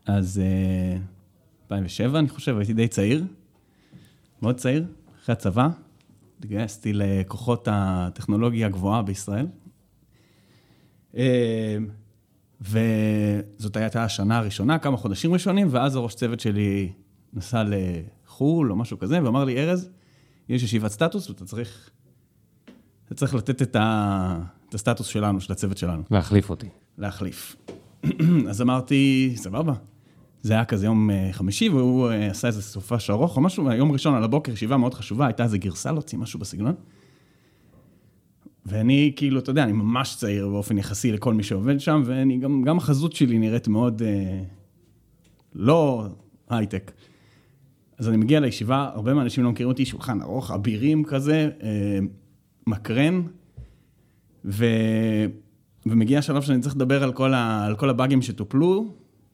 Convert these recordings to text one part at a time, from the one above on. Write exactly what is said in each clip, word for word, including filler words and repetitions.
אז אלפיים ושבע, אני חושב, הייתי די צעיר, מאוד צעיר, אחרי הצבא, התגייסתי לכוחות הטכנולוגיה הגבוהה בישראל, וזאת הייתה השנה הראשונה, כמה חודשים ראשונים, ואז הראש צוות שלי נסע לחול או משהו כזה, ואמר לי, ארז, יש ישיבת סטטוס, ואתה צריך, אתה צריך לתת את, ה, את הסטטוס שלנו, של הצוות שלנו. להחליף אותי. להחליף. אז אמרתי, סבבה. זה היה כזה יום חמישי, והוא עשה איזה סופש ארוך או משהו, והיום ראשון על הבוקר, ישיבה מאוד חשובה, הייתה איזה גרסה להוציא משהו בסגנון. ואני, כאילו, אתה יודע, אני ממש צעיר באופן יחסי לכל מי שעובד שם, ואני גם, גם החזות שלי נראית מאוד אה, לא הייטק. אז אני מגיע לישיבה, הרבה מהאנשים לא מכירים אותי, שולחן ארוך, אבירים כזה, אה, מקרן, ו... ומגיע השלב שאני צריך לדבר על כל, ה... על כל הבאגים שטופלו,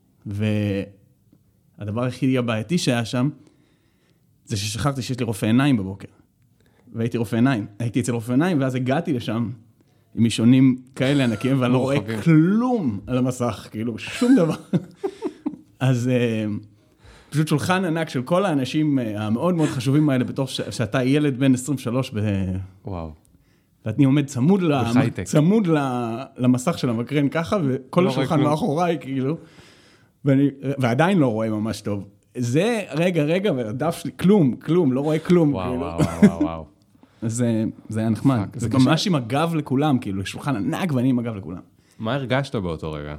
והדבר הכי הבעייתי שהיה שם, זה ששכחתי שיש לי רופא עיניים בבוקר. והייתי רופא עיניים. הייתי אצל רופא עיניים, ואז הגעתי לשם עם מישונים כאלה ענקים, ואני לא רואה כלום על המסך, כאילו, שום דבר. אז פשוט שולחן ענק של כל האנשים המאוד מאוד חשובים האלה, בתור שאתה ילד בן עשרים ושלוש ב... וואו. ואני עומד צמוד, צמוד למסך של המקרן ככה, וכל השולחן מאחוריי, כאילו, ואני, ועדיין לא רואה ממש טוב. זה, רגע, רגע, והדף שלי, כלום, כלום, לא רואה כלום. וואו, וואו, וואו, וואו. זה, זה היה נחמד. זה ממש עם הגב לכולם, כאילו, שולחן ענק ואני עם הגב לכולם. מה הרגשת באותו רגע?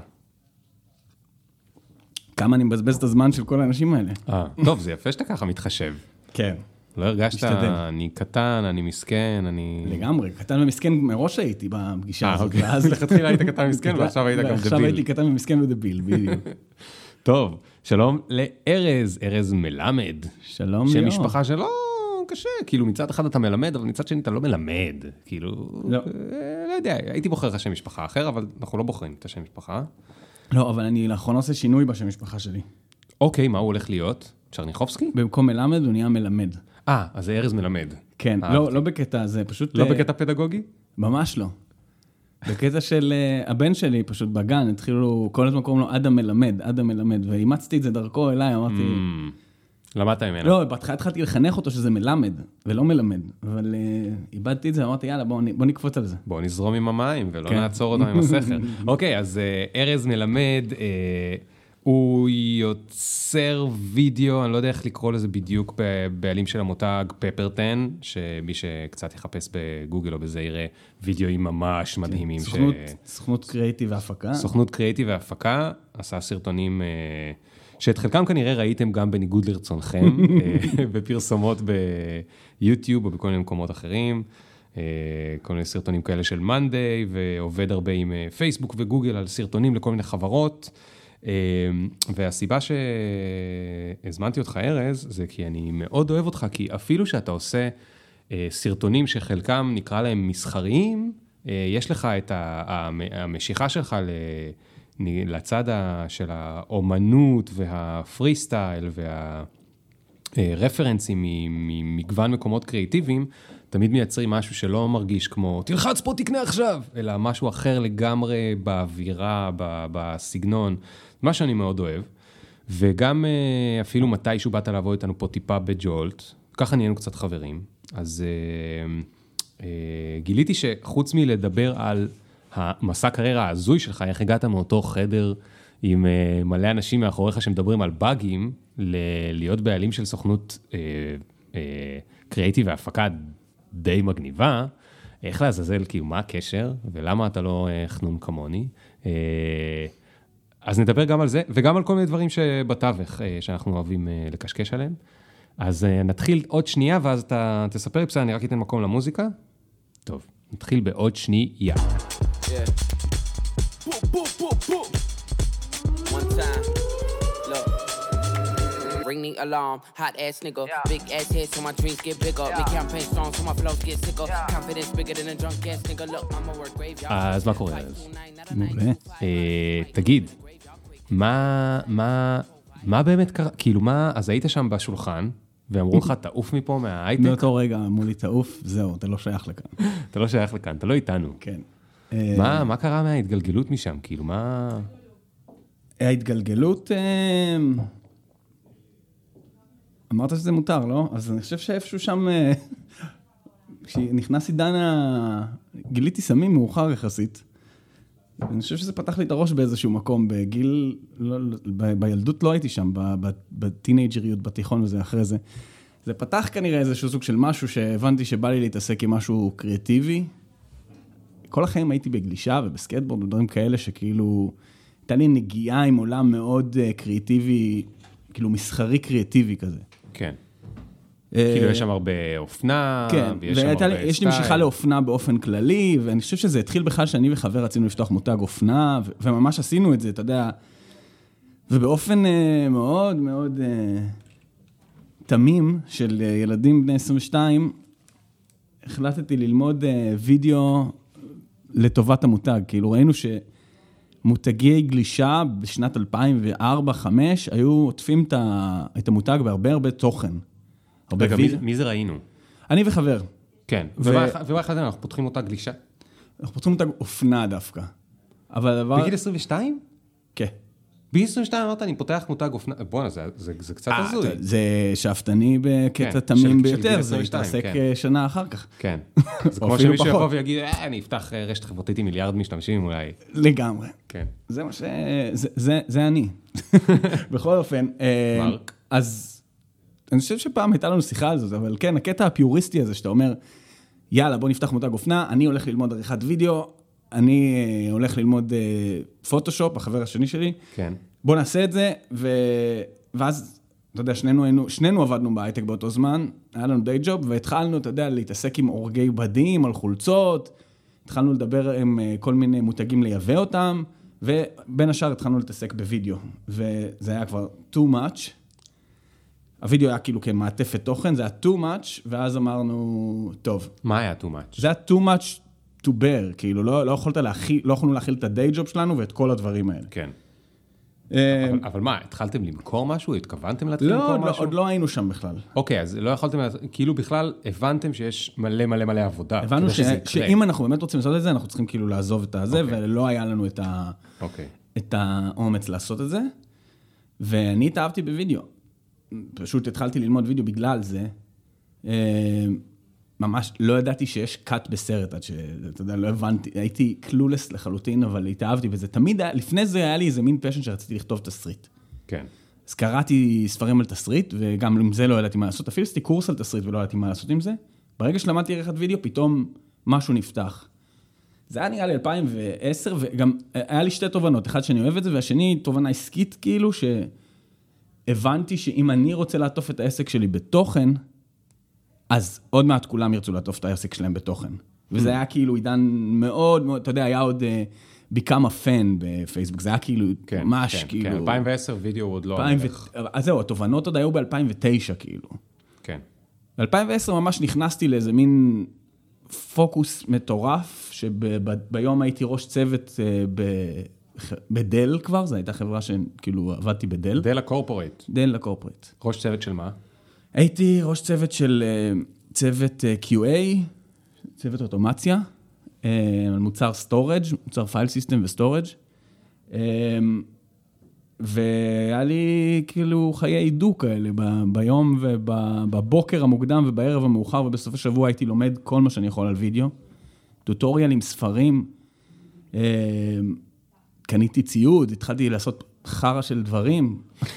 כמה אני מבזבז את הזמן של כל האנשים האלה. אה, טוב, זה יפה שאתה ככה מתחשב. כן. לא הרגשת, אני קטן, אני מסכן, אני... לגמרי, קטן ומסכן מראש הייתי בפגישה הזאת. אז לכתחילה היית קטן ומסכן, ועכשיו היית גם דביל. ועכשיו הייתי קטן ומסכן ודביל, בדיוק. טוב, שלום לארז, ארז מלמד. שלום ליאור. שמשפחה שלו קשה, כאילו מצד אחד אתה מלמד, אבל מצד שני אתה לא מלמד, כאילו... לא. לא יודע, הייתי בוחר לך שם משפחה אחר, אבל אנחנו לא בוחרים את השם משפחה. לא, אבל אני לאחרונה עושה שינוי בשם משפחה שלי. אוקיי, מה הוא הולך להיות? צ'רניחובסקי? במקום מלמד הוא נהיה מלמד. אה, אז זה ארז מלמד. כן, לא, לא בקטע, זה פשוט... לא בקטע פדגוגי? ממש לא. בקטע של הבן שלי, פשוט בגן, התחילו, כל הזמן קוראים לו אדם מלמד, אדם מלמד, ואימצתי את זה דרכו אליי, אמרתי... למדת ממנו. לא, בהתחלה התחלתי לחנך אותו שזה מלמד, ולא מלמד, אבל איבדתי את זה, אמרתי, יאללה, בוא נקפוץ על זה. בוא נזרום עם המים, ולא נעצור אותם עם הסכר. אוקיי, אז ארז מלמד... הוא יוצר וידאו, אני לא יודע איך לקרוא לזה בדיוק, בעלים של המותג פפרטן, שמי שקצת יחפש בגוגל או בזה יראה וידאוים ממש מדהימים. סוכנות, סוכנות קריאיטיב והפקה. סוכנות קריאיטיב והפקה, עשה סרטונים שאת חלקם כנראה ראיתם גם בניגוד לרצונכם, בפרסומות ביוטיוב או בכל מיני מקומות אחרים, כל מיני סרטונים כאלה של מנדיי, ועובד הרבה עם פייסבוק וגוגל על סרטונים לכל מיני חברות, והסיבה שהזמנתי אותך ארז, זה כי אני מאוד אוהב אותך, כי אפילו שאתה עושה סרטונים שחלקם נקרא להם מסחריים, יש לך את המשיכה שלך לצד של האומנות והפרי סטייל והרפרנסים ממגוון מקומות קריאיטיביים, תמיד מייצרים משהו שלא מרגיש כמו, תלחץ פה תקנה עכשיו, אלא משהו אחר לגמרי באווירה, בסגנון, מה שאני מאוד אוהב. וגם אפילו מתישהו באת לעבוד איתנו פה טיפה בג'ולט, ככה נהיינו קצת חברים. אז אה, אה, גיליתי שחוץ מלדבר על המסע קריירה הזוי שלך, איך הגעת מאותו חדר עם אה, מלא אנשים מאחוריך שמדברים על באגים, ל- להיות בעלים של סוכנות אה, אה, קריאיטיב והפקה די מגניבה, איך לעזאזל, כאילו, מה הקשר, ולמה אתה לא אה, חנון כמוני. אה, אז נדבר גם על זה, וגם על כל מיני דברים שבתווך, אה, שאנחנו אוהבים אה, לקשקש עליהם. אז אה, נתחיל עוד שנייה, ואז אתה תספר לי, בסדר, אני רק אתן מקום למוזיקה. טוב, נתחיל בעוד שנייה. Yeah. Boom, boom, boom, boom. One time, look. Ring the alarm, hot ass nigga. Yeah. Big ass head so my dreams get bigger. Yeah. Big campaign strong so my flows get sicker. Yeah. Confidence bigger than a drunk ass nigga. Look, I'ma work graveyard. אז מה קורה אז? מעולה. תגיד, מה, מה, מה באמת קרה? כאילו מה, אז היית שם בשולחן, ואמרו לך, תעוף מפה מההייטק? מאותו רגע אמרו לי, תעוף, זהו, אתה לא שייך לכאן. אתה לא שייך לכאן, אתה לא איתנו. כן. מה, מה קרה מההתגלגלות משם? כאילו, מה... ההתגלגלות, אמרת שזה מותר, לא? אז אני חושב שאיפשהו שם, כשנכנס עידן, גיליתי סמים מאוחר יחסית. אני חושב שזה פתח לי את הראש באיזשהו מקום, בגיל, לא, ב, בילדות לא הייתי שם, בטינג'ריות, בתיכון וזה אחרי זה. זה פתח כנראה איזשהו סוג של משהו שהבנתי שבא לי להתעסק עם משהו קריאטיבי. כל החיים הייתי בגלישה ובסקייטבורד ודברים כאלה שכאילו, הייתה לי נגיעה עם עולם מאוד קריאטיבי, כאילו מסחרי קריאטיבי כזה. כן. כאילו יש שם הרבה אופנה, כן, ויש שם הרבה סטייל. יש לי משיכה לאופנה באופן כללי, ואני חושב שזה התחיל בכלל שאני וחבר רצינו לפתוח מותג אופנה, וממש עשינו את זה, אתה יודע, ובאופן מאוד מאוד תמים של ילדים בני עשרים ושתיים, החלטתי ללמוד וידאו לטובת המותג, כאילו ראינו שמותגי גלישה בשנת אלפיים וארבע אלפיים וחמש היו עוטפים את המותג בהרבה הרבה תוכן. רגע, מי, מי זה ראינו? אני וחבר. כן, ו... ומה אחד אנחנו פותחים אותה גלישה? אנחנו פותחים אותה אופנה דווקא. אבל דבר... בגיל עשרים ושתיים? כן. בגיל עשרים ושתיים אמרת, אני פותח מותג אופנה, בוא'נה, זה, זה, זה קצת הזוי. זה שאפתני בקטע כן, תמים של, ביותר, של זה מתעסק כן. שנה אחר כך. כן. זה כמו שמישהו יבוא ויגיד, אה, אני אפתח רשת חברתית עם מיליארד משתמשים אולי. לגמרי. כן. זה מה ש... זה, זה, זה אני. בכל אופן. מרק. אז... אני חושב שפעם הייתה לנו שיחה על זה, אבל כן, הקטע הפיוריסטי הזה, שאתה אומר, יאללה, בוא נפתח מותג אופנה, אני הולך ללמוד עריכת וידאו, אני הולך ללמוד פוטושופ, החבר השני שלי, כן. בוא נעשה את זה, ו... ואז, אתה יודע, שנינו, היינו, שנינו עבדנו בהייטק באותו זמן, היה לנו די ג'וב, והתחלנו, אתה יודע, להתעסק עם אורגי בדים, על חולצות, התחלנו לדבר עם כל מיני מותגים לייבא אותם, ובין השאר התחלנו להתעסק בווידאו, וזה היה כבר too much, הווידאו היה כאילו כמעטפת תוכן, זה היה too much, ואז אמרנו, טוב. מה היה too much? זה היה too much to bear, כאילו, לא, לא יכולת להכיל, לא יכולנו להכיל את הדיי ג'וב שלנו ואת כל הדברים האלה. כן. אבל, אבל מה, התחלתם למכור משהו? התכוונתם להתחיל לא, למכור לא, משהו? עוד לא היינו שם בכלל. אוקיי, אז לא יכולתם, כאילו בכלל הבנתם שיש מלא מלא מלא עבודה. הבנו ש, שאם אנחנו באמת רוצים לעשות את זה, אנחנו צריכים כאילו לעזוב את הזה, אוקיי. ולא היה לנו את, ה, אוקיי. את האומץ לעשות את זה. ואני התאהבתי בווידאו. פשוט התחלתי ללמוד וידאו בגלל זה, ממש לא ידעתי שיש קאט בסרט, עד שאתה יודע, לא הבנתי, הייתי קלולס לחלוטין, אבל התאהבתי בזה. תמיד, לפני זה היה לי איזה מין פשן שרציתי לכתוב תסריט. כן. אז קראתי ספרים על תסריט, וגם עם זה לא ידעתי מה לעשות, אפילו עשיתי קורס על תסריט ולא ידעתי מה לעשות עם זה. ברגע שלמדתי עריכת וידאו, פתאום משהו נפתח. זה היה נראה לי אלפיים ועשר, וגם היה לי שתי תובנות, אחד שאני אוהב את זה, והשני תובנה עסקית כאילו, ש... הבנתי שאם אני רוצה לעטוף את העסק שלי בתוכן, אז עוד מעט כולם ירצו לעטוף את העסק שלהם בתוכן. וזה היה כאילו עידן מאוד מאוד, אתה יודע, היה עוד uh, become a fan בפייסבוק, זה היה כאילו כן, ממש כן, כאילו... כן, אלפיים ועשר וידאו עוד לא... ו... אז זהו, התובנות עוד היו ב-אלפיים ותשע כאילו. כן. ב-אלפיים ועשר ממש נכנסתי לאיזה מין פוקוס מטורף, שביום הייתי ראש צוות uh, ב... בדל כבר, זו הייתה חברה שכאילו עבדתי בדל. דל הקורפורט. דל הקורפורט. ראש צוות של מה? הייתי ראש צוות של צוות קיו איי, צוות אוטומציה, על מוצר סטורג', מוצר פייל סיסטם וסטורג', והיה לי כאילו חיי עידוק כאלה ביום ובבוקר המוקדם ובערב המאוחר, ובסוף השבוע הייתי לומד כל מה שאני יכול על וידאו, טוטוריאלים, ספרים, קניתי ציוד, התחלתי לעשות חרה של דברים.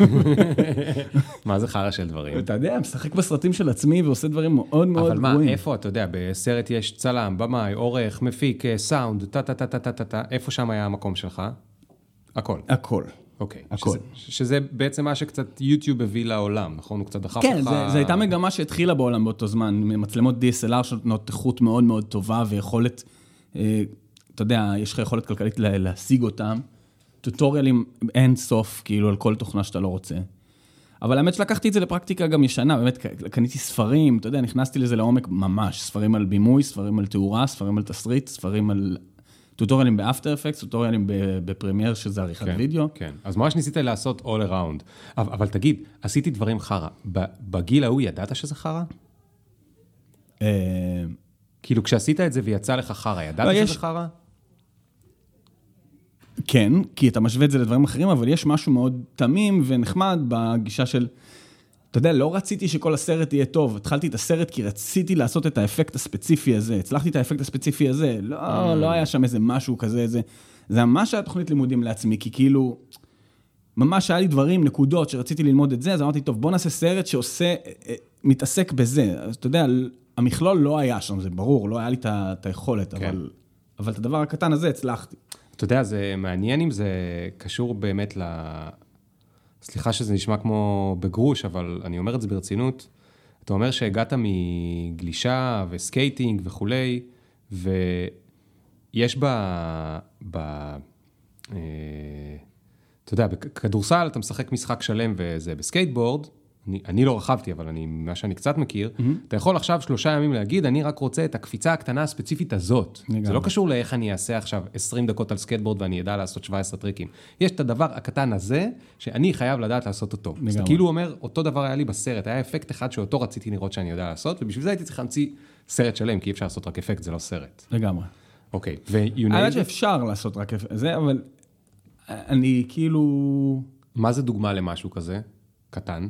מה זה חרה של דברים? אתה יודע, משחק בסרטים של עצמי ועושה דברים מאוד מאוד גרועים. גרועים. אבל מה, איפה, אתה יודע, בסרט יש צלם, במאי, עורך, מפיק, סאונד, טה-טה-טה-טה-טה, איפה שם היה המקום שלך? הכל. הכל. אוקיי. הכל. שזה, שזה בעצם מה שקצת יוטיוב הביא לעולם, נכון? הוא קצת דחף כן, אותך... כן, זו הייתה מגמה שהתחילה בעולם באותו זמן, מצלמות די אס אל אר שנותנות איכות מאוד מאוד טובה, ויכולת, אה, אתה יודע, יש לך יכולת כלכלית לה, להשיג אותם, טוטוריאלים אין סוף, כאילו, על כל תוכנה שאתה לא רוצה. אבל האמת שלקחתי את זה לפרקטיקה גם ישנה, באמת, קניתי ספרים, אתה יודע, נכנסתי לזה לעומק ממש, ספרים על בימוי, ספרים על תאורה, ספרים על תסריט, ספרים על... טוטוריאלים באפטר אפקט, טוטוריאלים בפרמייר, שזה עריכת וידאו. כן, אז ממש ניסית לעשות all around. אבל, אבל תגיד, עשיתי דברים חרה. בגיל ההוא ידעת שזה חרה? כאילו, כשעשית את זה ויצא לך חרה, ידעת שזה חרה? כן, כי אתה משווה את זה לדברים אחרים, אבל יש משהו מאוד תמים ונחמד בגישה של, אתה יודע, לא רציתי שכל הסרט יהיה טוב, התחלתי את הסרט כי רציתי לעשות את האפקט הספציפי הזה, הצלחתי את האפקט הספציפי הזה, לא, לא היה שם איזה משהו כזה, איזה, זה ממש היה תוכנית לימודים לעצמי, כי כאילו, ממש היה לי דברים, נקודות שרציתי ללמוד את זה, אז אמרתי, טוב, בוא נעשה סרט שעושה, מתעסק בזה, אז אתה יודע, המכלול לא היה שם, זה ברור, לא היה לי את היכולת, כן. אבל, אבל את הדבר הקטן הזה הצלחתי. אתה יודע, זה מעניין אם זה קשור באמת ל... סליחה שזה נשמע כמו בגרוש, אבל אני אומר את זה ברצינות. אתה אומר שהגעת מגלישה וסקייטינג וכולי, ויש בה... ב... אה, אתה יודע, בכדורסל אתה משחק משחק שלם וזה בסקייטבורד, אני, אני לא רחבתי, אבל אני, מה שאני קצת מכיר, mm-hmm. אתה יכול עכשיו שלושה ימים להגיד, אני רק רוצה את הקפיצה הקטנה הספציפית הזאת. זה לא קשור לאיך אני אעשה עכשיו עשרים דקות על סקייטבורד, ואני ידע לעשות שבעה עשר טריקים. יש את הדבר הקטן הזה, שאני חייב לדעת לעשות אותו. אז אתה כאילו אומר, אותו דבר היה לי בסרט, היה אפקט אחד שאותו רציתי לראות שאני יודע לעשות, ובשביל זה הייתי צריך להמציא סרט שלם, כי אי אפשר לעשות רק אפקט, זה לא סרט. לגמרי. אוקיי. האמת שאפשר לעשות רק אפקט, זה, אבל אני כאילו... מה זה דוגמה למשהו כזה? קטן?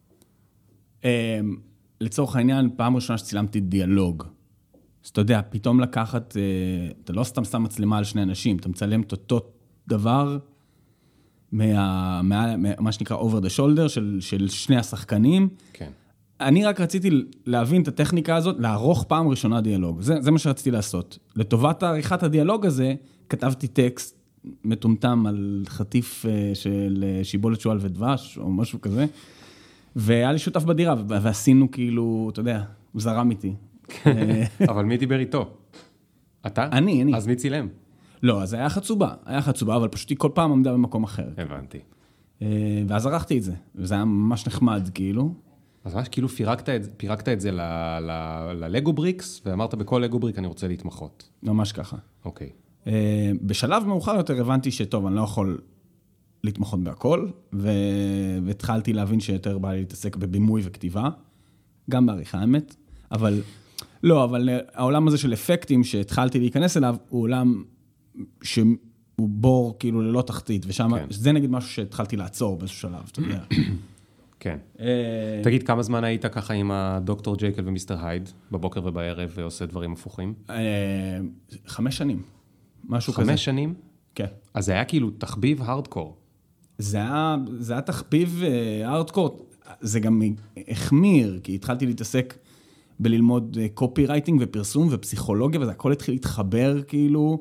לצורך העניין, פעם ראשונה שצילמתי דיאלוג. אז אתה יודע, פתאום לקחת, אתה לא סתם שם מצלמה על שני אנשים, אתה מצלם את אותו דבר, מה, מה, מה שנקרא over the shoulder של, של שני השחקנים. כן. אני רק רציתי להבין את הטכניקה הזאת, לערוך פעם ראשונה דיאלוג. זה, זה מה שרציתי לעשות. לטובת העריכת הדיאלוג הזה, כתבתי טקסט מטומטם על חטיף של שיבולת שועל ודבש, או משהו כזה. והיה לי שותף בדירה, ועשינו כאילו, אתה יודע, הוא זרם איתי. אבל מי דיבר איתו? אתה? אני, אני. אז מי צילם? לא, אז היה חצובה, היה חצובה, אבל פשוט היא כל פעם עמדה במקום אחר. הבנתי. ואז ערכתי את זה, וזה היה ממש נחמד, כאילו. אז ממש כאילו פירקת את זה ללגו בריקס, ואמרת בכל לגו בריק אני רוצה להתמחות. ממש ככה. אוקיי. בשלב מאוחר יותר הבנתי שטוב, אני לא יכול להתמחות בהכל, והתחלתי להבין שיותר בא לי להתעסק בבימוי וכתיבה, גם בעריכה האמת, אבל לא, אבל העולם הזה של אפקטים שהתחלתי להיכנס אליו, הוא עולם שהוא בור כאילו ללא תחתית, ושם, זה נגיד משהו שהתחלתי לעצור באיזשהו שלב, אתה יודע. כן. תגיד, כמה זמן היית ככה עם הדוקטור ג'ייקל ומיסטר הייד, בבוקר ובערב, ועושה דברים הפוכים? חמש שנים, משהו כזה. חמש שנים? כן. אז זה היה כאילו תחביב הארדקור. זה היה, זה היה תחביב הארדקור, זה גם החמיר, כי התחלתי להתעסק בללמוד קופי רייטינג ופרסום ופסיכולוגיה, וזה הכל התחיל להתחבר כאילו.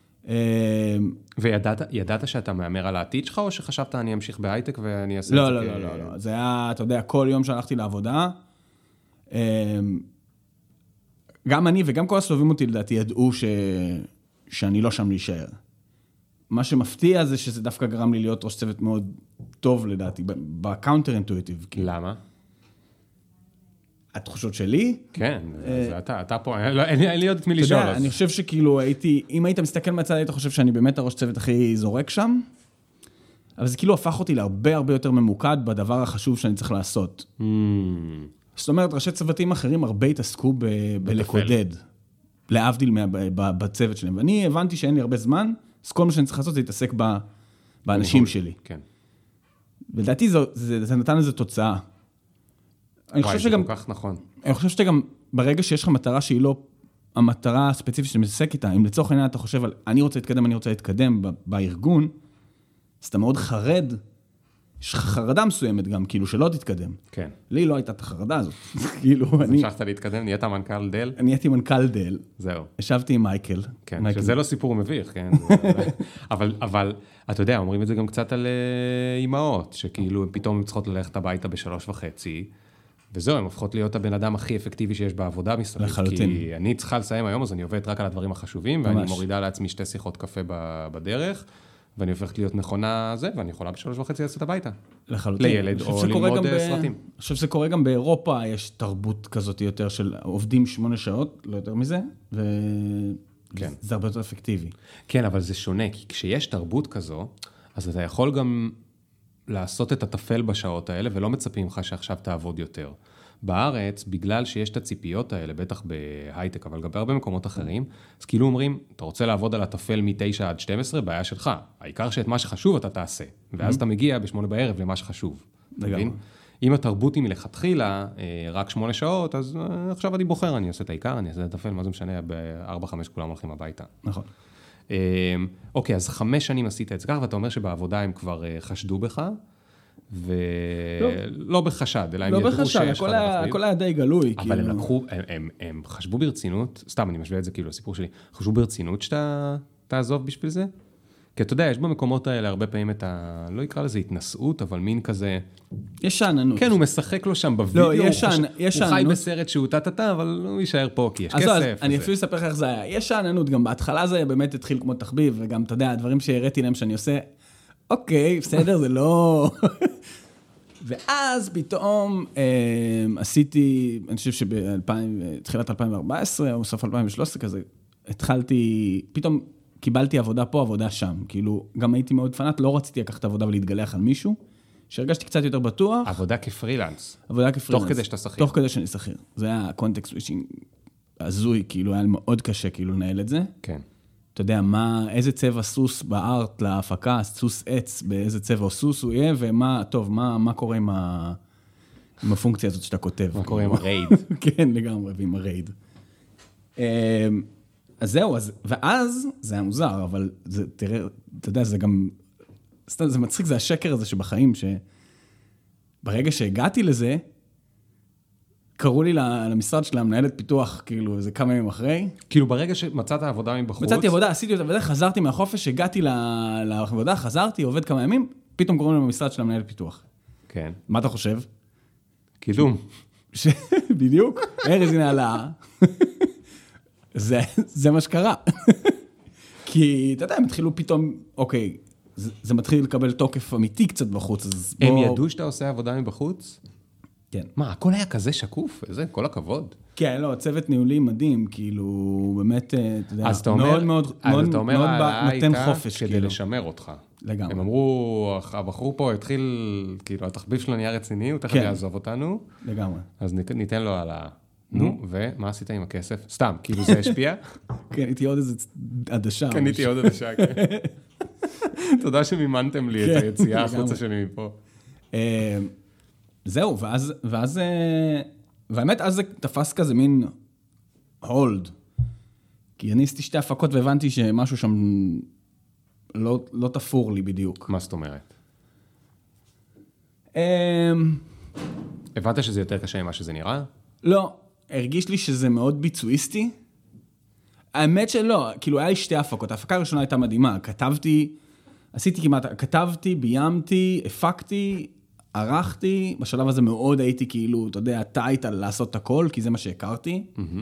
וידעת, ידעת שאתה מאמר על העתיד שלך, או שחשבת אני אמשיך בהייטק ואני אעשה לא, את לא, זה? לא, לא, לא. זה היה, אתה יודע, כל יום שהלכתי לעבודה, גם אני וגם כל הסובבים אותי, לדעתי, ידעו ש... שאני לא שם להישאר. מה שמפתיע זה שזה דווקא גרם לי להיות ראש צוות מאוד טוב, לדעתי, בקאונטר אינטואיטיב. למה? התחושות שלי? כן, זה אתה, אתה פה, אין לי עוד את מי לשאול. אתה יודע, אני חושב שכאילו הייתי, אם היית מסתכל מהצד, היית חושב שאני באמת הראש צוות הכי זורק שם, אבל זה כאילו הפך אותי להרבה הרבה יותר ממוקד בדבר החשוב שאני צריך לעשות. זאת אומרת, ראשי צוותים אחרים הרבה התעסקו בלקודד, להבדיל בצוות שלהם. ואני הבנתי שאין לי הרבה זמן, אז כל מה שאני צריך לעשות זה להתעסק באנשים שלי. כן. ולדעתי זה נתן איזו תוצאה. אני חושב שגם... כל כך נכון. אני חושב שגם ברגע שיש לך מטרה שהיא לא המטרה הספציפית שאתה מתעסק איתה, אם לצורך העניין אתה חושב על אני רוצה להתקדם, אני רוצה להתקדם בארגון, אז אתה מאוד חרד, יש לך חרדה מסוימת גם, כאילו שלא תתקדם. כן. לי לא הייתה את החרדה הזאת. כאילו אני... אז המשכת להתקדם, נהיית מנכ"ל דל? אני הייתי מנכ"ל דל. זהו. ישבתי עם מייקל. כן, שזה לא סיפור מביך, כן. אבל, אבל, אתה יודע, אומרים את זה גם קצת על אימהות, שכאילו פתאום צריכות ללכת הביתה בשלוש וחצי, וזהו, הן הופכות להיות הבן אדם הכי אפקטיבי שיש בעבודה מסביב. לחלוטין. כי אני צריכה לסיים היום, אז אני עובד רק על הדברים החשובים, ואני מורידה לעצמי שתי שיחות קפה בדרך, ואני הופכת להיות נכונה זה, ואני יכולה בשלוש וחצי לצאת הביתה. לחלוטין. לילד, או ללמוד סרטים. אני חושב שזה קורה גם באירופה, יש תרבות כזאת יותר של עובדים שמונה שעות, לא יותר מזה, וזה הרבה יותר אפקטיבי. כן, אבל זה שונה, כי כשיש תרבות כזו, אז אתה יכול גם לעשות את התפל בשעות האלה, ולא מצפים לך שעכשיו תעבוד יותר. בארץ, בגלל שיש את הציפיות האלה, בטח בהייטק, אבל גם בהרבה מקומות אחרים, אז כאילו אומרים, אתה רוצה לעבוד על התפל מ-תשע עד שתים עשרה, בעיה שלך. העיקר שאת מה שחשוב אתה תעשה. ואז אתה מגיע בשמונה בערב למה שחשוב. מבין? אם התרבות היא מלכתחילה, רק שמונה שעות, אז עכשיו אני בוחר, אני אעשה את העיקר, אני אעשה את התפל, מה זה משנה, ב-ארבע חמש כולם הולכים הביתה. נכון. אוקיי, אז חמש שנים עשית את זה כך, ואתה אומר שבעבודה הם כבר חשדו בך, ולא בחשד, אלא הם ידעו שיש לך תפקיד. הכל היה די גלוי. אבל הם לקחו, הם חשבו ברצינות, סתם אני משווה את זה כאילו לסיפור שלי, חשבו ברצינות שאתה תעזוב בשביל זה? כי אתה יודע, יש במקומות האלה הרבה פעמים את ה... לא יקרא לזה התנסות, אבל מין כזה... יש שעננות. כן, הוא משחק לו שם בווידאו, לא, יש שעננות. הוא חי בסרט שהוא טטטה, אבל הוא יישאר פה, כי יש כסף. אז אני אפילו אספר לך איך זה היה. יש שעננות, גם בהתחלה זה באמת התחיל כמו תחביב, וגם, אתה יודע, הדברים שהראיתי להם שאני עושה, אוקיי, בסדר, זה לא... ואז פתאום עשיתי, אני חושב שבתחילת אלפיים וארבע עשרה, או סוף אלפיים ושלוש עשרה כזה, התחלתי, פתאום... קיבלתי עבודה פה, עבודה שם. כאילו, גם הייתי מאוד פנאט, לא רציתי לקחת עבודה ולהתגלח על מישהו, שהרגשתי קצת יותר בטוח. עבודה כפרילנס. עבודה כפרילנס. תוך כדי שאתה שכיר. תוך כדי שאני שכיר. זה היה קונטקסט סוויצ'ינג הזוי, כאילו, היה מאוד קשה, כאילו, לנהל את זה. כן. אתה יודע, מה, איזה צבע סוס בארט להפקה, סוס עץ, באיזה צבע או סוס הוא יהיה, ומה, טוב, מה, מה קורה עם ה... עם הפונקציה הזאת שאתה כותב. מה קורה עם הרייד. כן, לגמרי, ועם הרייד. אז זהו, אז, ואז זה היה מוזר, אבל זה, תראה, אתה יודע, זה גם, זה מצחיק, זה השקר הזה שבחיים, שברגע שהגעתי לזה, קראו לי למשרד של המנהלת פיתוח, כאילו, איזה כמה ימים אחרי. כאילו, ברגע שמצאת עבודה מבחוץ... מצאתי עבודה, עשיתי אותה, וזה, חזרתי מהחופש, הגעתי לעבודה, חזרתי, עובד כמה ימים, פתאום קראו לי למשרד של המנהלת פיתוח. כן. מה אתה חושב? קידום. בדיוק, ארז הנה העלאה. זה, זה מה שקרה. כי, אתה יודע, הם התחילו פתאום, אוקיי, זה, זה מתחיל לקבל תוקף אמיתי קצת בחוץ, אז בוא... הם ידעו שאתה עושה עבודה מבחוץ? כן. מה, הכל היה כזה שקוף? איזה, כל הכבוד. כן, לא, צוות ניהולי מדהים, כאילו, באמת, אתה יודע, אז אתה אומר, מאוד מאוד, אז מאוד, אתה אומר, מאוד ההעלאה נותן הייתה חופש, כדי כאילו. לשמר אותך. לגמרי. הם אמרו, הבחור פה התחיל, כאילו, התחביב שלו נהיה רציני, הוא תכף כן. יעזוב אותנו. לגמרי. אז ניתן לו על ה... נו, ומה עשית עם הכסף? סתם, כאילו זה השפיע? קניתי עוד איזה עדשה. קניתי עוד עדשה, כן. תודה שמימנתם לי את היציאה החוצה שלי מפה. זהו, ואז, ואז, והאמת, אז זה תפס כזה מין הולד. כי אני עשיתי שתי הפקות והבנתי שמשהו שם לא, לא תפור לי בדיוק. מה זאת אומרת? הבנת שזה יותר קשה ממה שזה נראה? לא, הרגיש לי שזה מאוד ביצועיסטי. האמת שלא, כאילו היה לי שתי הפקות. ההפקה הראשונה הייתה מדהימה. כתבתי, עשיתי כמעט, כתבתי, ביימתי, הפקתי, ערכתי. בשלב הזה מאוד הייתי כאילו, אתה יודע, טייט על לעשות את הכל, כי זה מה שהכרתי.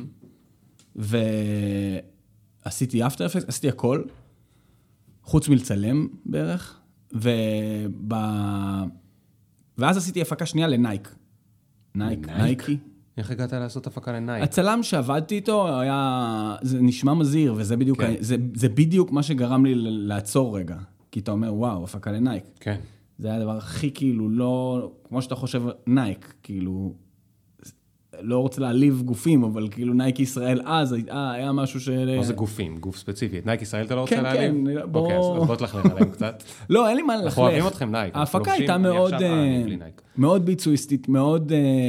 ועשיתי אפטר אפקט, עשיתי הכל, חוץ מלצלם בערך. וב... ואז עשיתי הפקה שנייה לנייק. נייק, נייקי. איך הגעת לעשות הפקה לנייק? הצלם שעבדתי איתו היה, זה נשמע מזהיר, וזה בדיוק, כן. זה, זה בדיוק מה שגרם לי לעצור רגע. כי אתה אומר, וואו, הפקה לנייק. כן. זה היה הדבר הכי כאילו, לא, כמו שאתה חושב, נייק, כאילו, לא רוצה להעליב גופים, אבל כאילו נייק ישראל אז, היה, היה משהו של... מה זה גופים? גוף ספציפי. נייק ישראל אתה לא רוצה כן, להעליב? כן, בוא... אוקיי, אז בוא תלכלך עליהם קצת. לא, אין לי מה ללכלך. אנחנו אוהבים אתכם נייק. ההפקה הייתה מאוד, מאוד ביצועיסטית, מאוד...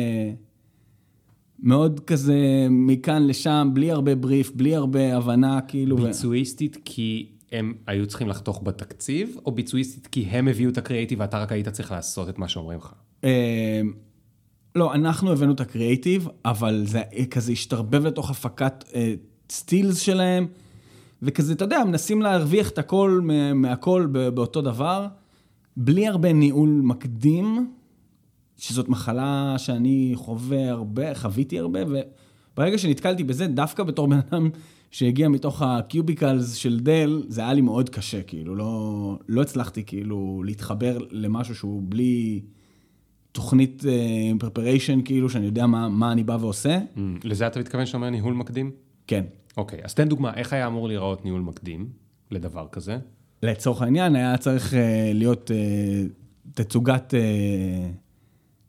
מאוד כזה מכאן לשם, בלי הרבה בריף, בלי הרבה הבנה, כאילו... ביצועיסטית כי הם היו צריכים לחתוך בתקציב, או ביצועיסטית כי הם הביאו את הקריאיטיב ואתה רק היית צריך לעשות את מה שאומרים לך? לא, אנחנו הבאנו את הקריאיטיב, אבל זה כזה השתרבב לתוך הפקת סטילס שלהם, וכזה, אתה יודע, מנסים להרוויח את הכל מהכל באותו דבר, בלי הרבה ניהול מקדים, שזאת מחלה שאני חווה הרבה, חוויתי הרבה, וברגע שנתקלתי בזה, דווקא בתור בן אדם שהגיע מתוך הקיוביקלס של דל, זה היה לי מאוד קשה, כאילו, לא, לא הצלחתי כאילו להתחבר למשהו שהוא בלי תוכנית uh, preparation, כאילו, שאני יודע מה, מה אני בא ועושה. Mm, לזה אתה מתכוון שאומר ניהול מקדים? כן. אוקיי, אז תן דוגמה, איך היה אמור להיראות ניהול מקדים לדבר כזה? לצורך העניין, היה צריך uh, להיות uh, תצוגת... Uh,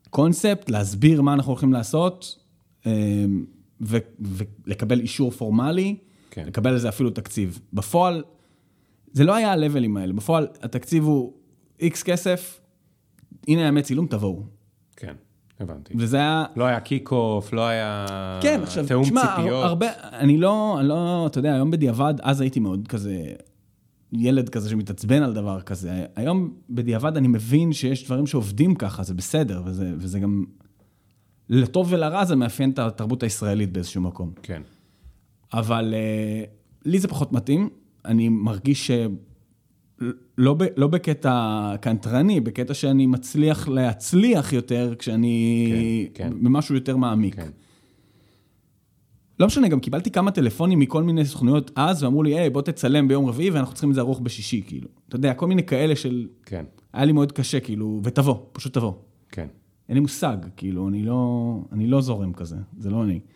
קונספט, להסביר מה אנחנו הולכים לעשות, ו- ולקבל אישור פורמלי, כן. לקבל לזה אפילו תקציב. בפועל, זה לא היה הלבלים האלה, בפועל התקציב הוא איקס כסף, הנה האמת צילום, תבואו. כן, הבנתי. וזה היה... לא היה קיק-אוף, לא היה כן, עכשיו, תאום תשמע, ציפיות. הרבה, אני לא, אני לא, אתה יודע, היום בדיעבד, אז הייתי מאוד כזה, ילד כזה שמתעצבן על דבר כזה. היום בדיעבד אני מבין שיש דברים שעובדים ככה, זה בסדר, וזה, וזה גם, לטוב ולרע זה מאפיין את התרבות הישראלית באיזשהו מקום. כן. אבל לי זה פחות מתאים, אני מרגיש ש... לא, ב, לא בקטע קנטרני, בקטע שאני מצליח להצליח יותר, כשאני כן, כן. במשהו יותר מעמיק. כן. לא משנה, גם קיבלתי כמה טלפונים מכל מיני סוכנויות אז, ואמרו לי, היי, בוא תצלם ביום רביעי, ואנחנו צריכים את זה ארוך בשישי, כאילו. אתה יודע, כל מיני כאלה של... כן. היה לי מאוד קשה, כאילו, ותבוא, פשוט תבוא. כן. אין לי מושג, כאילו, אני לא, אני לא זורם כזה, זה לא אני.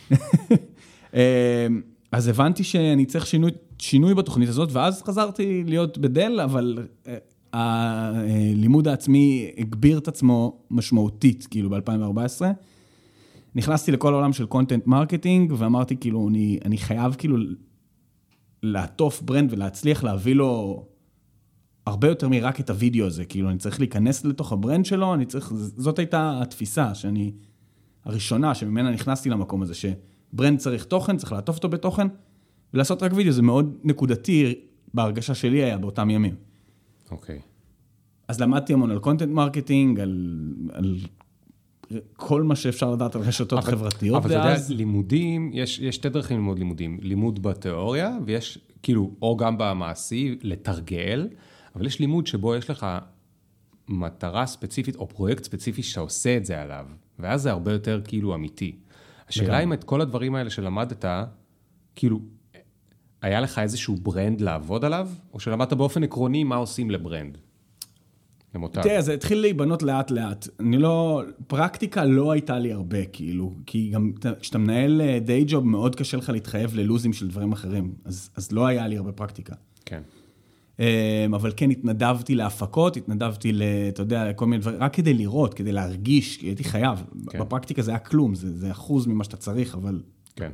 אז הבנתי שאני צריך שינוי, שינוי בתוכנית הזאת, ואז חזרתי להיות בדל, אבל הלימוד העצמי הגביר את עצמו משמעותית, כאילו, ב-אלפיים וארבע עשרה. נכנסתי לכל העולם של קונטנט מרקטינג, ואמרתי, כאילו, אני, אני חייב, כאילו, לעטוף ברנד ולהצליח להביא לו הרבה יותר מרק את הוידאו הזה. כאילו, אני צריך להיכנס לתוך הברנד שלו, אני צריך, זאת הייתה התפיסה שאני, הראשונה שממנה נכנסתי למקום הזה, שברנד צריך תוכן, צריך לעטוף אותו בתוכן, ולעשות רק וידאו, זה מאוד נקודתי בהרגשה שלי היה באותם ימים. אוקיי. אז למדתי המון על קונטנט מרקטינג, על, על כל מה שאפשר לדעת על רשתות אבל, חברתיות. אבל ואז... אתה יודע, לימודים, יש, יש שתי דרכים ללמוד לימודים. לימוד בתיאוריה, ויש כאילו, או גם במעשי, לתרגל, אבל יש לימוד שבו יש לך מטרה ספציפית, או פרויקט ספציפי שאתה עושה את זה עליו, ואז זה הרבה יותר כאילו אמיתי. השאלה אם את כל הדברים האלה שלמדת, כאילו, היה לך איזשהו ברנד לעבוד עליו, או שלמדת באופן עקרוני מה עושים לברנד? למותג. תראה, זה התחיל להיבנות לאט לאט. אני לא, פרקטיקה לא הייתה לי הרבה, כאילו, כי גם כשאתה מנהל דיי ג'וב, מאוד קשה לך להתחייב ללוזים של דברים אחרים, אז, אז לא היה לי הרבה פרקטיקה. כן. אבל כן, התנדבתי להפקות, התנדבתי ל, אתה יודע, כל מיני דברים, רק כדי לראות, כדי להרגיש, כי הייתי חייב. כן. בפרקטיקה זה היה כלום, זה, זה אחוז ממה שאתה צריך, אבל... כן.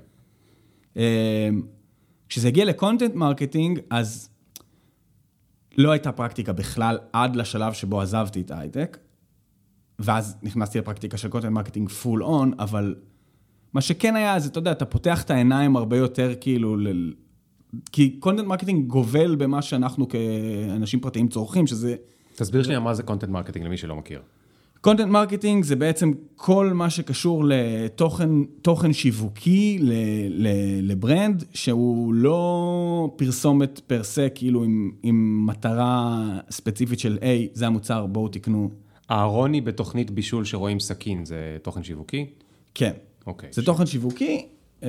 כשזה הגיע לקונטנט מרקטינג, אז לא הייתה פרקטיקה בכלל עד לשלב שבו עזבתי את ההייטק, ואז נכנסתי לפרקטיקה של קונטנט מרקטינג פול און, אבל מה שכן היה, זה, אתה יודע, אתה פותח את העיניים הרבה יותר כאילו, ל... כי קונטנט מרקטינג גובל במה שאנחנו כאנשים פרטיים צורכים, שזה... תסביר שנייה מה זה קונטנט מרקטינג למי שלא מכיר. קונטנט מרקטינג זה בעצם כל מה שקשור לתוכן, תוכן שיווקי ל, ל, לברנד, שהוא לא פרסומת פרסה, כאילו עם, עם מטרה ספציפית של, היי, זה המוצר, בואו תקנו. הארוני בתוכנית בישול שרואים סכין, זה תוכן שיווקי? כן. אוקיי. זה ש... תוכן שיווקי. אה,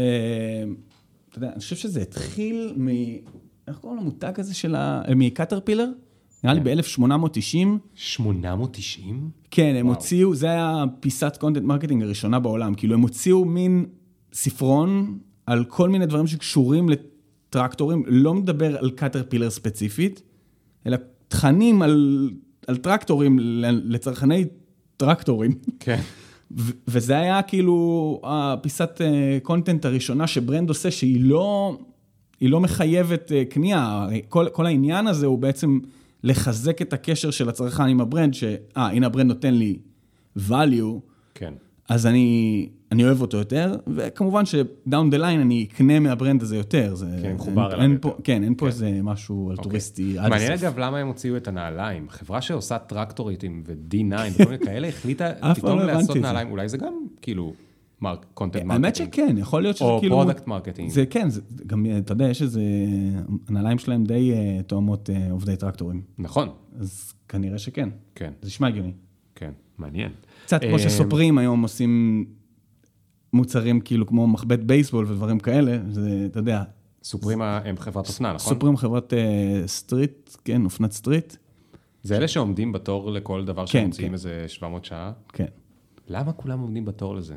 אתה יודע, אני חושב שזה התחיל מ... איך קוראים למותג הזה של ה... מקטרפילר? נראה לי ב-אלף שמונה מאות תשעים. שמונה מאות תשעים? כן, הם הוציאו, זה היה פיסת קונטנט מרקטינג הראשונה בעולם, כאילו הם הוציאו מין ספרון על כל מיני דברים שקשורים לטרקטורים, לא מדבר על קטרפילר ספציפית, אלא תכנים על, על טרקטורים, לצרכני טרקטורים. כן. ו- וזה היה כאילו הפיסת קונטנט הראשונה שברנד עושה, שהיא לא, היא לא מחייבת קנייה, כל, כל העניין הזה הוא בעצם... לחזק את הקשר של הצרכן עם הברנד, ש, אה, הנה הברנד נותן לי value, כן. אז אני, אני אוהב אותו יותר, וכמובן ש-down the line אני אקנה מהברנד הזה יותר. זה, כן, מחובר אליו יותר. פה, כן, אין פה כן. איזה משהו אלטוריסטי. Okay. מעניין אגב, למה הם הוציאו את הנעליים? חברה שעושה טרקטוריטים ו-די ניין וכל מיני כאלה, החליטה פתאום לא לעשות נעליים, אולי זה גם כאילו... קונטנט מרקטינג. האמת שכן, יכול להיות שזה כאילו... או פרודקט מרקטינג. זה כן, זה, גם, אתה יודע, יש איזה... הנעליים שלהם די uh, תואמות uh, עובדי טרקטורים. נכון. אז כנראה שכן. כן. זה נשמע הגיוני. כן, מעניין. קצת כמו שסופרים היום עושים מוצרים כאילו כמו מחבט בייסבול ודברים כאלה, זה, אתה יודע... סופרים הם חברת אופנה, נכון? סופרים חברת uh, סטריט, כן, אופנת סטריט. זה אלה שעומדים בתור לכל דבר שמוצאים איזה שבע מאות שעה? כן. למה כולם עומדים בתור לזה?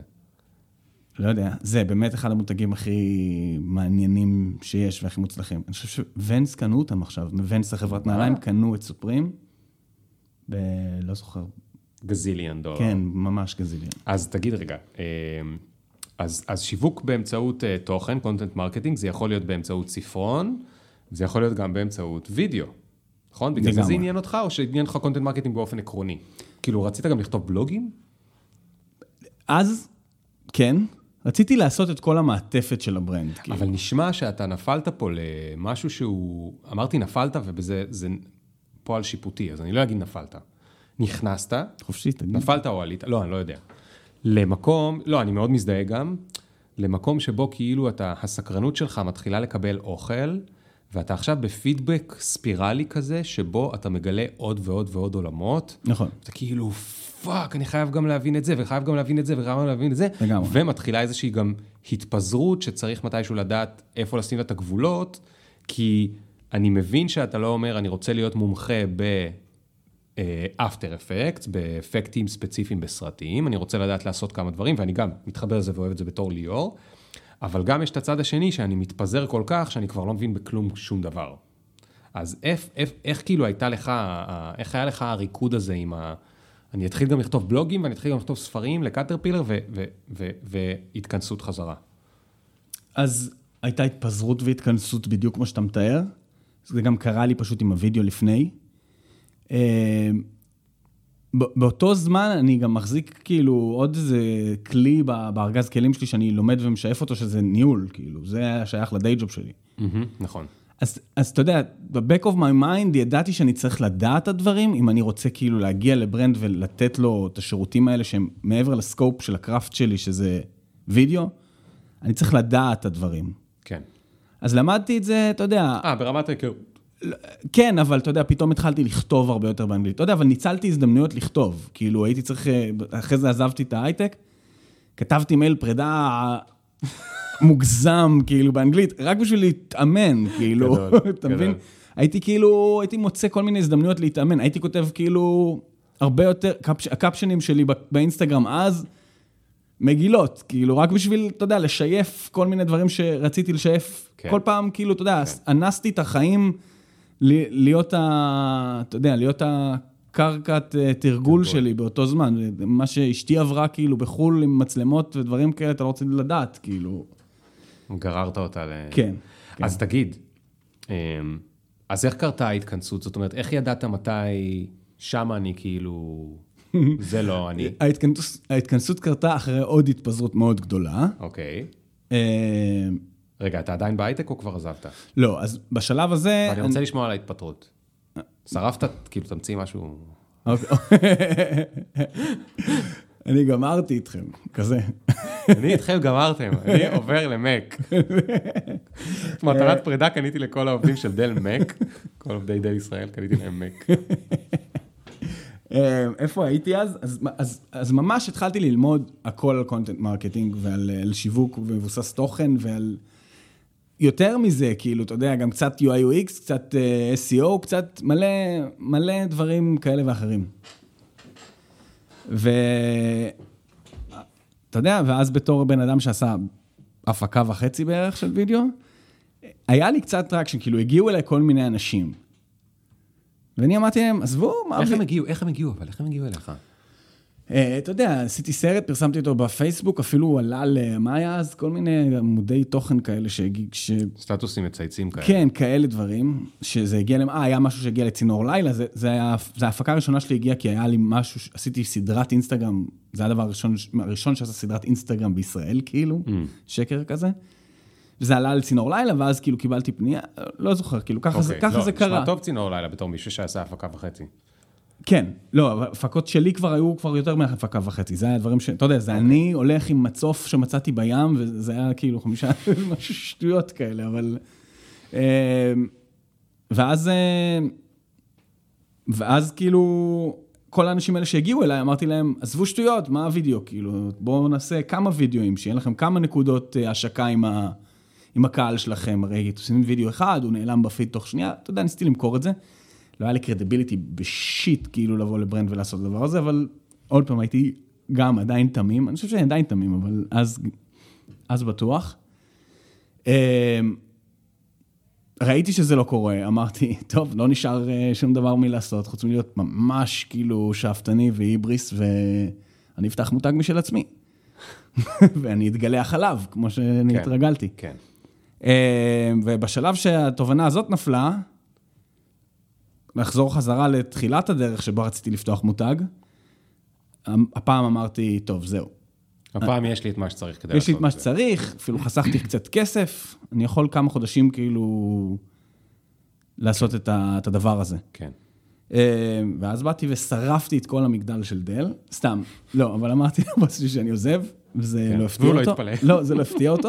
לא יודע, זה באמת אחד המותגים הכי מעניינים שיש והכי מוצלחים. אני חושב שוונס קנו אותם עכשיו, ונס החברת נעליים קנו את סופרים, ולא זוכר, גזיליאן דולר. כן, ממש גזיליאן. אז תגיד רגע, אז, אז שיווק באמצעות תוכן, קונטנט מרקטינג, זה יכול להיות באמצעות ספרון, זה יכול להיות גם באמצעות וידאו, נכון? בגלל זה זה עניין אותך, או שעניין לך קונטנט מרקטינג באופן עקרוני? כאילו, רצית גם לכתוב בלוגים? אז, כן, רציתי לעשות את כל המעטפת של הברנד. אבל כאילו. נשמע שאתה נפלת פה למשהו שהוא, אמרתי נפלת, ובזה זה פועל שיפוטי, אז אני לא אגיד נפלת. נכנסת, חופשי, תגיד. נפלת או עלית, לא, אני לא יודע. למקום, לא, אני מאוד מזדהה גם, למקום שבו כאילו אתה, הסקרנות שלך מתחילה לקבל אוכל, ואתה עכשיו בפידבק ספירלי כזה, שבו אתה מגלה עוד ועוד ועוד עולמות. נכון. אתה כאילו, פאק, אני חייב גם להבין את זה, וחייב גם להבין את זה, וחייב גם להבין את זה. לגמרי. ומתחילה איזושהי גם התפזרות, שצריך מתישהו לדעת איפה לשים את הגבולות, כי אני מבין שאתה לא אומר, אני רוצה להיות מומחה ב... אפטר אפקט, באפקטים ספציפיים בסרטים, אני רוצה לדעת לעשות כמה דברים, ואני גם מתחבר לזה ואוהב את זה בתור ליאור, אבל גם יש את הצד השני שאני מתפזר כל כך, שאני כבר לא מבין בכלום שום דבר. אז איך, איך, איך כאילו הייתה לך, איך היה לך הריקוד הזה עם ה... אני אתחיל גם לכתוב בלוגים, ואני אתחיל גם לכתוב ספרים לקטרפילר, ו, ו, ו, והתכנסות חזרה. אז הייתה התפזרות והתכנסות בדיוק כמו שאתה מתאר, זה גם קרה לי פשוט עם הוידאו לפני, באותו זמן אני גם מחזיק כאילו עוד איזה כלי בארגז כלים שלי שאני לומד ומשאף אותו שזה ניהול, כאילו, זה היה שייך לדיי ג'וב שלי. נכון. אז, אז אתה יודע, ב-back of my mind ידעתי שאני צריך לדעת את הדברים, אם אני רוצה כאילו להגיע לברנד ולתת לו את השירותים האלה שהם מעבר לסקופ של הקראפט שלי, שזה וידאו, אני צריך לדעת את הדברים. כן. אז למדתי את זה, אתה יודע... אה, ברמת ההיכרות. כן, אבל אתה יודע, פתאום התחלתי לכתוב הרבה יותר באנגלית. אתה יודע, אבל ניצלתי הזדמנויות לכתוב. כאילו, הייתי צריך, אחרי זה עזבתי את ההייטק, כתבתי מייל פרידה מוגזם, כאילו, באנגלית, רק בשביל להתאמן, כאילו, אתה מבין? הייתי כאילו, הייתי מוצא כל מיני הזדמנויות להתאמן. הייתי כותב כאילו, הרבה יותר, הקפשנים שלי באינסטגרם אז, מגילות, כאילו, רק בשביל, אתה יודע, לשייף כל מיני דברים שרציתי לשייף. כל פעם, כאילו, אתה יודע, אנסתי את החיים להיות ה... אתה יודע, להיות הקרקעת תרגול שלי באותו זמן. מה שאשתי עברה, כאילו, בחול עם מצלמות ודברים כאלה, אתה לא רוצה לדעת, כאילו. גררת אותה ל... כן. אז תגיד, אז איך קרתה ההתכנסות? זאת אומרת, איך ידעת מתי שם אני כאילו... זה לא אני. ההתכנסות קרתה אחרי עוד התפזרות מאוד גדולה. אוקיי. רגע, אתה עדיין בהייטק או כבר עזבת? לא, אז בשלב הזה... ואני רוצה לשמוע על ההתפטרות. שרפת, כאילו, תמציא משהו... אני גמרתי איתכם, כזה. אני איתכם גמרתם, אני עובר למק. מתנת פרידה קניתי לכל העובדים של דל מק, כל עובדי דל ישראל קניתי להם מק. איפה הייתי אז? אז, אז, אז ממש התחלתי ללמוד הכל על קונטנט מרקטינג ועל על שיווק ומבוסס תוכן ועל יותר מזה, כאילו, אתה יודע, גם קצת יו איי יו אקס, קצת אס אי או, קצת מלא, מלא דברים כאלה ואחרים. ואתה יודע, ואז בתור בן אדם שעשה הפקה וחצי בערך של וידאו, היה לי קצת טראקשן, כאילו, הגיעו אליי כל מיני אנשים. ואני אמרתי להם, עזבו, מה... איך הם הגיעו? איך הם הגיעו? אבל איך הם הגיעו אליך? אתה יודע, עשיתי סרט, פרסמתי אותו בפייסבוק, אפילו הוא עלה למה היה אז, כל מיני עמודי תוכן כאלה שהגיע... סטטוסים מצייצים כאלה. כן, כאלה דברים, שזה הגיע להם, אה, היה משהו שהגיע לצינור לילה, זה, זה היה, זה ההפקה הראשונה שלי הגיעה, כי היה לי משהו, עשיתי סדרת אינסטגרם, זה היה הדבר הראשון, הראשון שעשה סדרת אינסטגרם בישראל, כאילו, mm. שקר כזה. וזה עלה לצינור לילה, ואז כאילו קיבלתי פנייה, לא זוכר, כאילו, ככה, okay, זה, ככה לא, זה קרה. נשמע טוב צינור לילה בתור מישהו שעשה הפקה וחצי. כן, לא, הפקות שלי כבר היו כבר יותר מהפקה וחצי, זה היה דברים ש... אתה יודע, זה אני הולך עם מצוף שמצאתי בים, וזה היה כאילו חמישה, משהו שטויות כאלה, אבל... ואז... ואז כאילו... כל האנשים האלה שהגיעו אליי, אמרתי להם, עזבו שטויות, מה הוידאו? כאילו, בואו נעשה כמה וידאוים, שיהיה לכם כמה נקודות השקה עם, ה... עם הקהל שלכם. הרי תעושים וידאו אחד, הוא נעלם בפיד תוך שנייה, אתה יודע, ניסיתי למכור את זה. לא היה לי קרדיביליטי בשיט, כאילו לבוא לברנד ולעשות את הדבר הזה, אבל עוד פעם הייתי גם עדיין תמים, אני חושב שאני עדיין תמים, אבל אז, אז בטוח. ראיתי שזה לא קורה, אמרתי, טוב, לא נשאר שום דבר מלעשות, חוץ מלהיות ממש כאילו שאפתני והיבריס, ואני אפתח מותג משל עצמי. ואני אתגלח עליו, כמו שאני כן, התרגלתי. כן. ובשלב שהתובנה הזאת נפלה, לחזור חזרה לתחילת הדרך שבו רציתי לפתוח מותג, הפעם אמרתי, טוב, זהו. הפעם יש לי את מה שצריך כדי לעשות את זה. יש לי את מה שצריך, אפילו חסכתי קצת כסף, אני יכול כמה חודשים כאילו לעשות את הדבר הזה. כן. ואז באתי ושרפתי את כל המגדל של דל, סתם, לא, אבל אמרתי לבוס שלי שאני עוזב, וזה לא הפתיע אותו. והוא לא התפלא. לא, זה לא הפתיע אותו.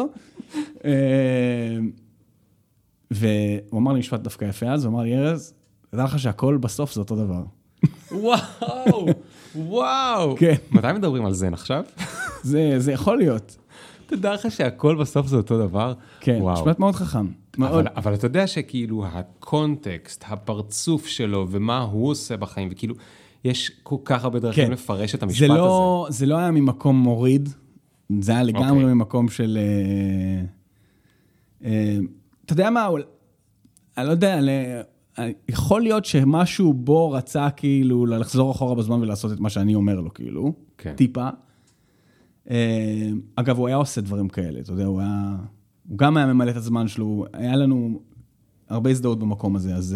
והוא אמר לי משפט דווקא יפה אז, הוא אמר לי, ארז, תדע לך שהכל בסוף זה אותו דבר. וואו, וואו. כן. מתי מדברים על זה עכשיו? זה, זה יכול להיות. תדע לך שהכל בסוף זה אותו דבר? כן, משפט מאוד חכם. אבל, אבל אתה יודע שכאילו הקונטקסט, הפרצוף שלו ומה הוא עושה בחיים, וכאילו יש כל כך הרבה דרכים כן. לפרש את המשפט זה לא, הזה. זה לא היה ממקום מוריד, זה היה לגמרי okay. ממקום של... אה, אה, אתה יודע מה, אני לא יודע, יכול להיות שמשהו בו רצה כאילו לחזור אחורה בזמן ולעשות את מה שאני אומר לו, כאילו, כן. טיפה. אגב, הוא היה עושה דברים כאלה, אתה יודע, הוא היה, הוא גם היה ממלא את הזמן שלו, היה לנו הרבה הזדהות במקום הזה, אז...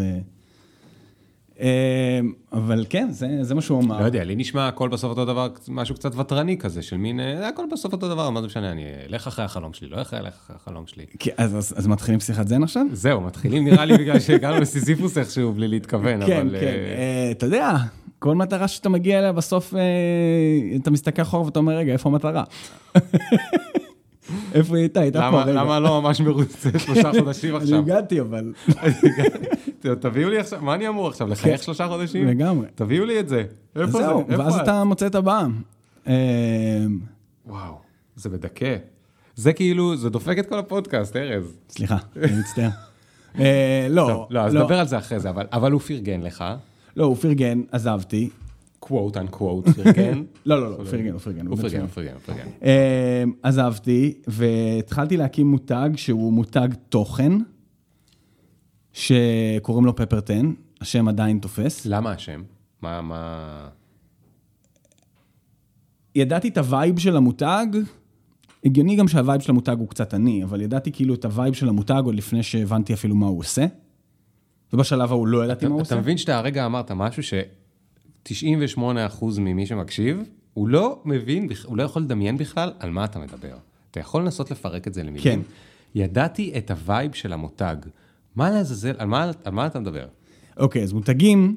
אבל כן, זה, זה מה שהוא אמר. לא יודע, לי נשמע הכל בסוף אותו דבר, משהו קצת וטרני כזה, של מין, זה הכל בסוף אותו דבר, מה זה משנה, אני אלך אחרי החלום שלי, לא אחרי אלך אחרי החלום שלי. אז, אז, אז מתחילים שיחת זן עכשיו? זהו, מתחילים נראה לי בגלל שהגענו לסיזיפוס איכשהו, בלי להתכוון, כן, אבל... כן, אתה יודע, כל מטרה שאתה מגיע אליה, בסוף אתה מסתכל אחורה ואתה אומר, רגע, איפה המטרה? איפה היא הייתה? הייתה פה רגע. למה לא ממש מרוצה שלושה חודשים עכשיו? אני הגעתי, אבל... תביאו לי עכשיו, מה אני אמור עכשיו? לחייך שלושה חודשים? לגמרי. תביאו לי את זה. איפה זה? זהו, ואז אתה מוצא את הבאה. וואו, זה מדכא. זה כאילו, זה דופק את כל הפודקאסט, ארז. סליחה, אני מצטער. לא. לא, אז נדבר על זה אחרי זה, אבל הוא פרגן לך. לא, הוא פרגן, עזבתי. קוואט אנד קוואט, פרגן. לא, לא, לא, פרגן, הוא פרגן. הוא פרגן, הוא פרגן, הוא פרגן. עזבתי, והתחלתי להקים מותג שהוא מותג תוכן, שקוראים לו פפר עשר, השם עדיין תופס. למה השם? מה, מה... ידעתי את הווייב של המותג, הגיוני גם שהווייב של המותג הוא קצת עני, אבל ידעתי כאילו את הווייב של המותג עוד לפני שהבנתי אפילו מה הוא עושה, ובשלב ההוא לא ידעתי מה הוא עושה. אתה מבין שאתה הרגע אמרת משהו ש-תשעים ושמונה אחוז ממי שמקשיב, הוא לא מבין, הוא לא יכול לדמיין בכלל על מה אתה מדבר. אתה יכול לנסות לפרק את זה למילים. כן. ידעתי את הווייב של המותג. מה לעזאזל? על מה, על מה אתה מדבר? אוקיי, אז מותגים,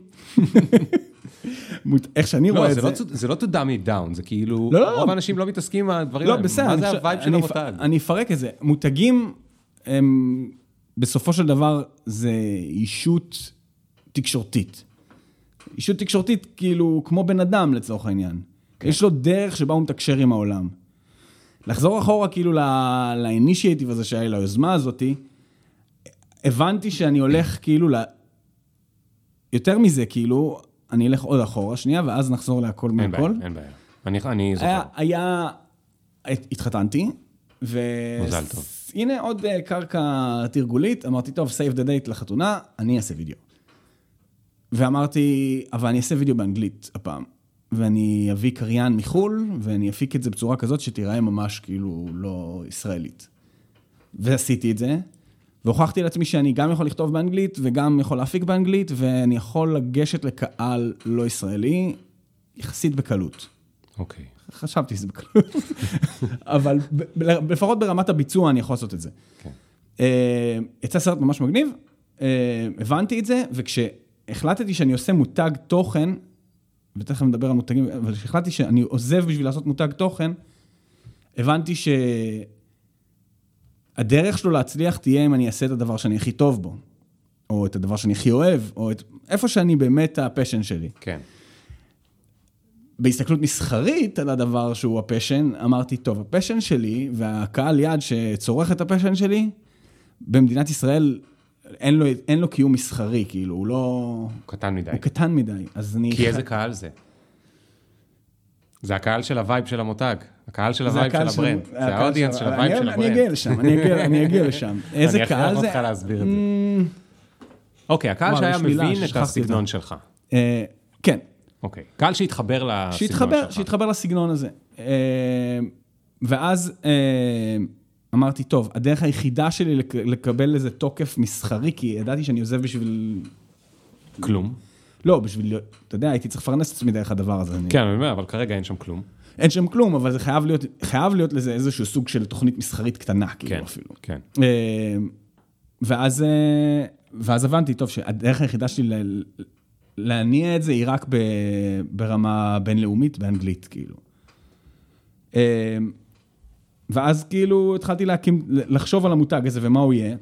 איך שאני רואה את זה... זה לא to dumb it down, זה כאילו, רוב האנשים לא מתעסקים עם הדברים האלה. לא, בסדר. מה זה הווייב של המותג? אני אפרק את זה. מותגים, בסופו של דבר, זה אישות תקשורתית. אישות תקשורתית, כאילו, כמו בן אדם לצורך העניין. יש לו דרך שבה הוא מתקשר עם העולם. לחזור אחורה, כאילו, לאינישייטיב הזה שהיה, ליוזמה הזאת, הבנתי שאני הולך, כאילו, יותר מזה, כאילו, אני אלך עוד אחורה, שנייה, ואז נחזור להכל מהכל. אין בעיה, אין בעיה. אני, אני זוכר. היה, התחתנתי, ו... מזל טוב. הנה עוד קרקע תרגולית, אמרתי, טוב, save the date לחתונה, אני אעשה וידאו. ואמרתי, אבל אני אעשה וידאו באנגלית הפעם, ואני אביא קריין מחול, ואני אפיק את זה בצורה כזאת שתיראה ממש כאילו לא ישראלית. ועשיתי את זה, והוכחתי לעצמי שאני גם יכול לכתוב באנגלית, וגם יכול להפיק באנגלית, ואני יכול לגשת לקהל לא ישראלי, יחסית בקלות. אוקיי. חשבתי שזה בקלות. אבל לפחות ברמת הביצוע אני יכול לעשות את זה. כן. יצא סרט ממש מגניב, הבנתי את זה, וכשהחלטתי שאני עושה מותג תוכן, ותכף נדבר על מותגים, אבל כשהחלטתי שאני עוזב בשביל לעשות מותג תוכן, הבנתי ש... הדרך שלו להצליח תהיה אם אני אעשה את הדבר שאני הכי טוב בו, או את הדבר שאני הכי אוהב, או את איפה שאני באמת הפשן שלי. כן. בהסתכלות מסחרית על הדבר שהוא הפשן, אמרתי, טוב, הפשן שלי והקהל יד שצורך את הפשן שלי, במדינת ישראל אין לו, אין לו קיום מסחרי, כאילו, הוא לא... הוא קטן מדי. הוא קטן מדי, אז אני... כי איזה קהל זה? זה הקהל של הווייב של המותג. הקהל של הווייב של הברנד. זה האודיאנס של הווייב של הברנד. אני אגיע לשם, אני אגיע לשם. איזה קהל זה? אני אכריח אותך להסביר את זה. אוקיי, הקהל שהיה מבין את הסגנון שלך. כן. אוקיי, קהל שהתחבר לסגנון שלך. שהתחבר לסגנון הזה. ואז אמרתי, טוב, הדרך היחידה שלי לקבל איזה תוקף מסחרי, כי ידעתי שאני עוזב בשביל... כלום. לא, בשביל, אתה יודע, הייתי צריך לפרנס את עצמי דרך הדבר הזה. כן, אני אומר, אבל כרגע אין שם כלום. אין שם כלום, אבל זה חייב להיות, חייב להיות לזה איזשהו סוג של תוכנית מסחרית קטנה, כאילו אפילו. כן. ואז, ואז הבנתי, טוב, שהדרך היחידה שלי להניע את זה היא רק ברמה בינלאומית, באנגלית, כאילו. ואז כאילו התחלתי להקים, לחשוב על המותג הזה ומה הוא יהיה,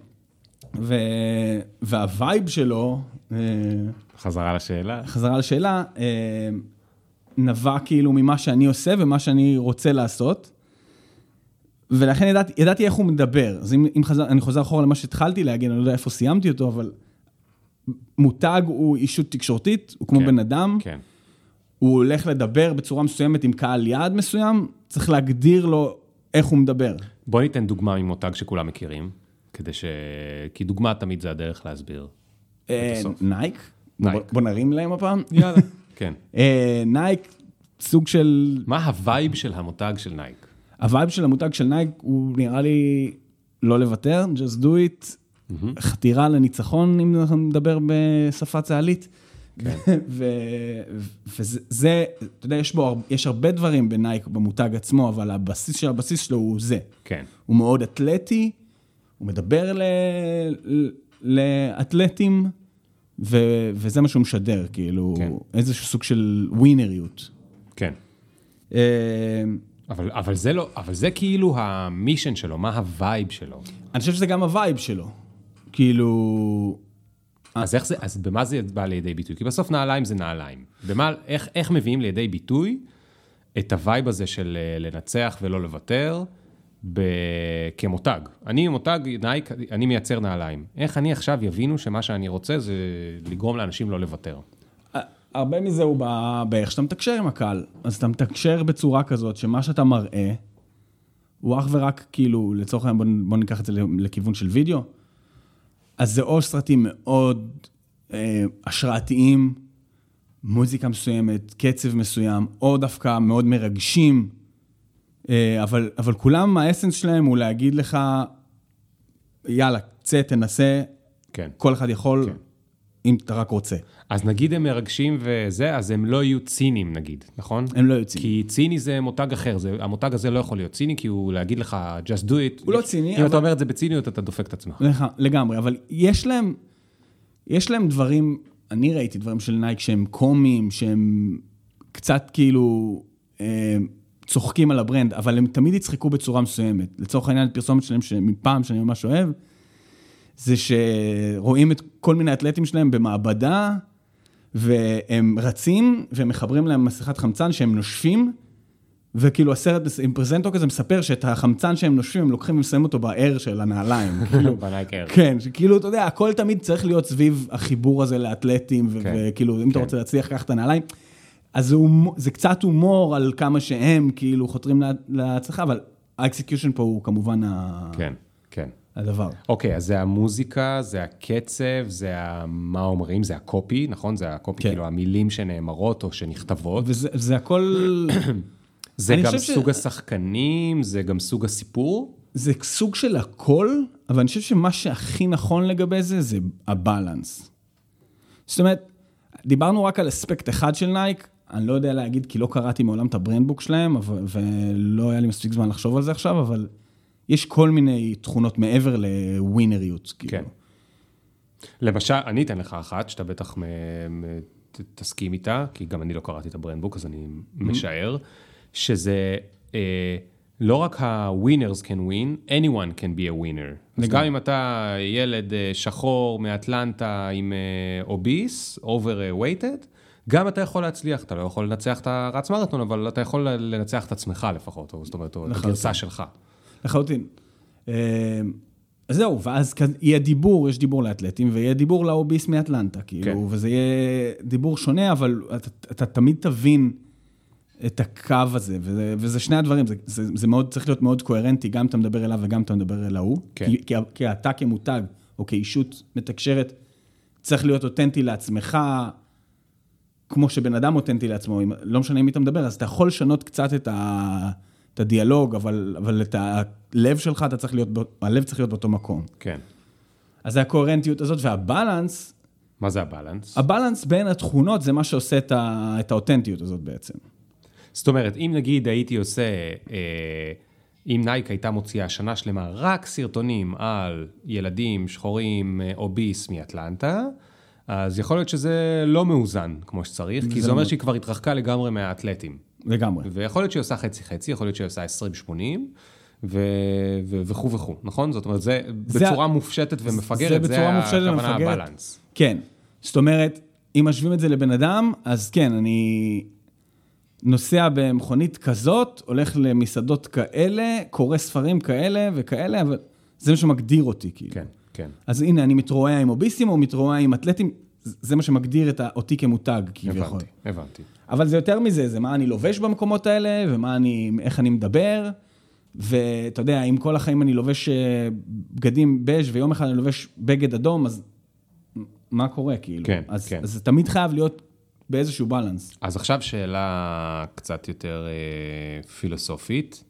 והווייב שלו... חזרה לשאלה. חזרה לשאלה, נבע כאילו ממה שאני עושה ומה שאני רוצה לעשות, ולכן ידעתי, ידעתי איך הוא מדבר. אז אם, אם חזר, אני חוזר אחורה למה שהתחלתי להגיד, אני לא יודע איפה סיימתי אותו, אבל מותג הוא אישות תקשורתית, הוא כמו כן, בן אדם, כן. הוא הולך לדבר בצורה מסוימת עם קהל יעד מסוים, צריך להגדיר לו איך הוא מדבר. בוא ניתן דוגמה ממותג שכולם מכירים, כדי ש... כי דוגמה תמיד זה הדרך להסביר. נייק? נייק. בוא נרים להם הפעם. יאללה. כן. נייק, סוג של... מה הווייב של המותג של נייק? הווייב של המותג של נייק הוא נראה לי לא לוותר, just do it, חתירה לניצחון, אם אנחנו נדבר בשפה צהלית. וזה, אתה יודע, יש בו, יש הרבה דברים בנייק במותג עצמו, אבל הבסיס של הבסיס שלו הוא זה. כן. הוא מאוד אתלטי, הוא מדבר לאתלטים, וזה מה שהוא משדר, כאילו, איזשהו סוג של ווינריות. כן. אבל, אבל זה לא, אבל זה כאילו המישן שלו, מה הווייב שלו? אני חושב שזה גם הווייב שלו. כאילו... אז איך זה, אז במה זה בא לידי ביטוי? כי בסוף נעליים זה נעליים. במה, איך, איך מביאים לידי ביטוי את הווייב הזה של לנצח ולא לוותר ב... כמותג? אני מותג, נייק, אני מייצר נעליים. איך אני עכשיו יבינו שמה שאני רוצה זה לגרום לאנשים לא לוותר? הרבה מזה הוא באיך שאתה מתקשר עם הקהל. אז אתה מתקשר בצורה כזאת שמה שאתה מראה, הוא אך ורק כאילו, לצורך העניין, בוא, בוא ניקח את זה לכיוון של וידאו, אז זה או סרטים מאוד אה, השראתיים, מוזיקה מסוימת, קצב מסוים, או דווקא מאוד מרגשים, אה, אבל, אבל כולם, האסנס שלהם הוא להגיד לך, יאללה, צא, תנסה, כן. כל אחד יכול, כן. אם אתה רק רוצה. אז נגיד הם מרגשים וזה, אז הם לא יהיו צינים נגיד, נכון? הם לא יהיו צינים. כי ציני זה מותג אחר, זה, המותג הזה לא יכול להיות ציני, כי הוא להגיד לך, just do it. הוא לא ציני. אם אבל... אתה אומר את זה בציניות, אתה דופק את עצמך. לגמרי, אבל יש להם, יש להם דברים, אני ראיתי דברים של נייק שהם קומיים, שהם קצת כאילו אה, צוחקים על הברנד, אבל הם תמיד יצחקו בצורה מסוימת. לצורך העניין, פרסומת שלהם שמפעם שאני ממש אוהב, זה שרואים את כל מיני אתלטים שלהם במעבדה, והם רצים, ומחברים להם מסכת חמצן שהם נושפים, וכאילו הסרט עם פרזנטו כזה מספר שאת החמצן שהם נושפים, הם לוקחים ומסיים אותו בער של הנעליים. בנייק ער. כן, שכאילו, אתה יודע, הכל תמיד צריך להיות סביב החיבור הזה לאתלטים, וכאילו, אם אתה רוצה להצליח כך את הנעליים, אז זה קצת הומור על כמה שהם כאילו חותרים להצלחה, אבל האקסקיושן פה הוא כמובן כן, כן. הדבר. אוקיי, אז זה המוזיקה, זה הקצב, זה מה אומרים, זה הקופי, נכון? זה הקופי, כאילו המילים שנאמרות או שנכתבות. וזה הכל... זה גם סוג השחקנים, זה גם סוג הסיפור? זה סוג של הכל, אבל אני חושב שמה שהכי נכון לגבי זה, זה הבלנס. זאת אומרת, דיברנו רק על אספקט אחד של נייק, אני לא יודע להגיד, כי לא קראתי מעולם את הברנדבוק שלהם, ולא היה לי מספיק זמן לחשוב על זה עכשיו, אבל יש כל מיני תכונות מעבר לווינריות. כן. למשל, אני אתן לך אחת, שאתה בטח תסכים איתה, כי גם אני לא קראתי את הברנדבוק, אז אני משער, שזה לא רק ה-winners can win, anyone can be a winner. אז גם אם אתה ילד שחור מאטלנטה עם אוביס, overweighted, גם אתה יכול להצליח, אתה לא יכול לנצח את הרץ מרתון, אבל אתה יכול לנצח את עצמך לפחות, זאת אומרת, את הגרסה שלך. לחלוטין. אז זהו, ואז יהיה דיבור, יש דיבור לאתלטים, ויהיה דיבור לאוביס מאטלנטה, כאילו, וזה יהיה דיבור שונה, אבל אתה תמיד תבין את הקו הזה, וזה, וזה שני הדברים, זה, זה, זה מאוד, צריך להיות מאוד קוהרנטי, גם אתה מדבר אליו וגם אתה מדבר אל ההוא, כן. כי, כי, כי אתה כמותג, או כאישות מתקשרת, צריך להיות אותנטי לעצמך, כמו שבן אדם אותנטי לעצמו, אם, לא משנה אם אתה מדבר, אז אתה יכול לשנות קצת את, ה, את הדיאלוג, אבל, אבל את הלב שלך, אתה צריך להיות, הלב צריך להיות באותו מקום. כן. אז זה הקוהרנטיות הזאת, והבלנס, מה זה הבלנס? הבלנס בין התכונות, זה מה שעושה את, ה, את האותנטיות הזאת בעצם. זאת אומרת, אם נגיד הייתי עושה, אה, אם נייק הייתה מוציאה שנה שלמה רק סרטונים על ילדים שחורים אוביס מאטלנטה, אז יכול להיות שזה לא מאוזן כמו שצריך, כי זה אומר שהיא כבר התרחקה לגמרי מהאתלטים. לגמרי. ויכול להיות שהיא עושה חצי-חצי, יכול להיות שהיא עושה עשרים שמונים, וכו' וכו', נכון? זאת אומרת, זה בצורה מופשטת ומפגרת, זה הכוונה הבלנס. כן. זאת אומרת, אם משווים את זה לבן אדם, אז כן, אני נוסע במכונית כזאת, הולך למסעדות כאלה, קורא ספרים כאלה וכאלה, אבל זה מה שמגדיר אותי, כאילו. כן, כן. אז הנה, אני מתרועע עם אוביסטים או מתרועע עם אתלטים, זה מה שמגדיר את אותי כמותג, כביכול. הבנתי, הבנתי. אבל זה יותר מזה, זה מה אני לובש במקומות האלה, ומה אני, איך אני מדבר, ואתה יודע, אם כל החיים אני לובש בגדים בז' ויום אחד אני לובש בגד אדום, אז מה קורה, כאילו? כן, אז, כן. אז זה תמיד חייב להיות באיזשהו בלנס. אז עכשיו שאלה קצת יותר אה, פילוסופית.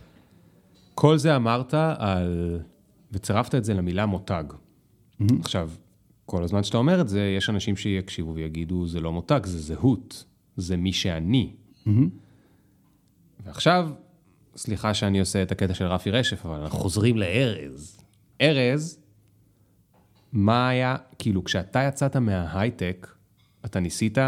כל זה אמרת על, וצירפת את זה למילה מותג. Mm-hmm. עכשיו, כל הזמן שאתה אומר את זה, יש אנשים שיקשיבו ויגידו, זה לא מותג, זה זהות, זה מי שאני. Mm-hmm. ועכשיו, סליחה שאני עושה את הקטע של רפי רשף, אבל אנחנו חוזרים לארז. ארז, מה היה, כאילו, כשאתה יצאת מההייטק, אתה ניסית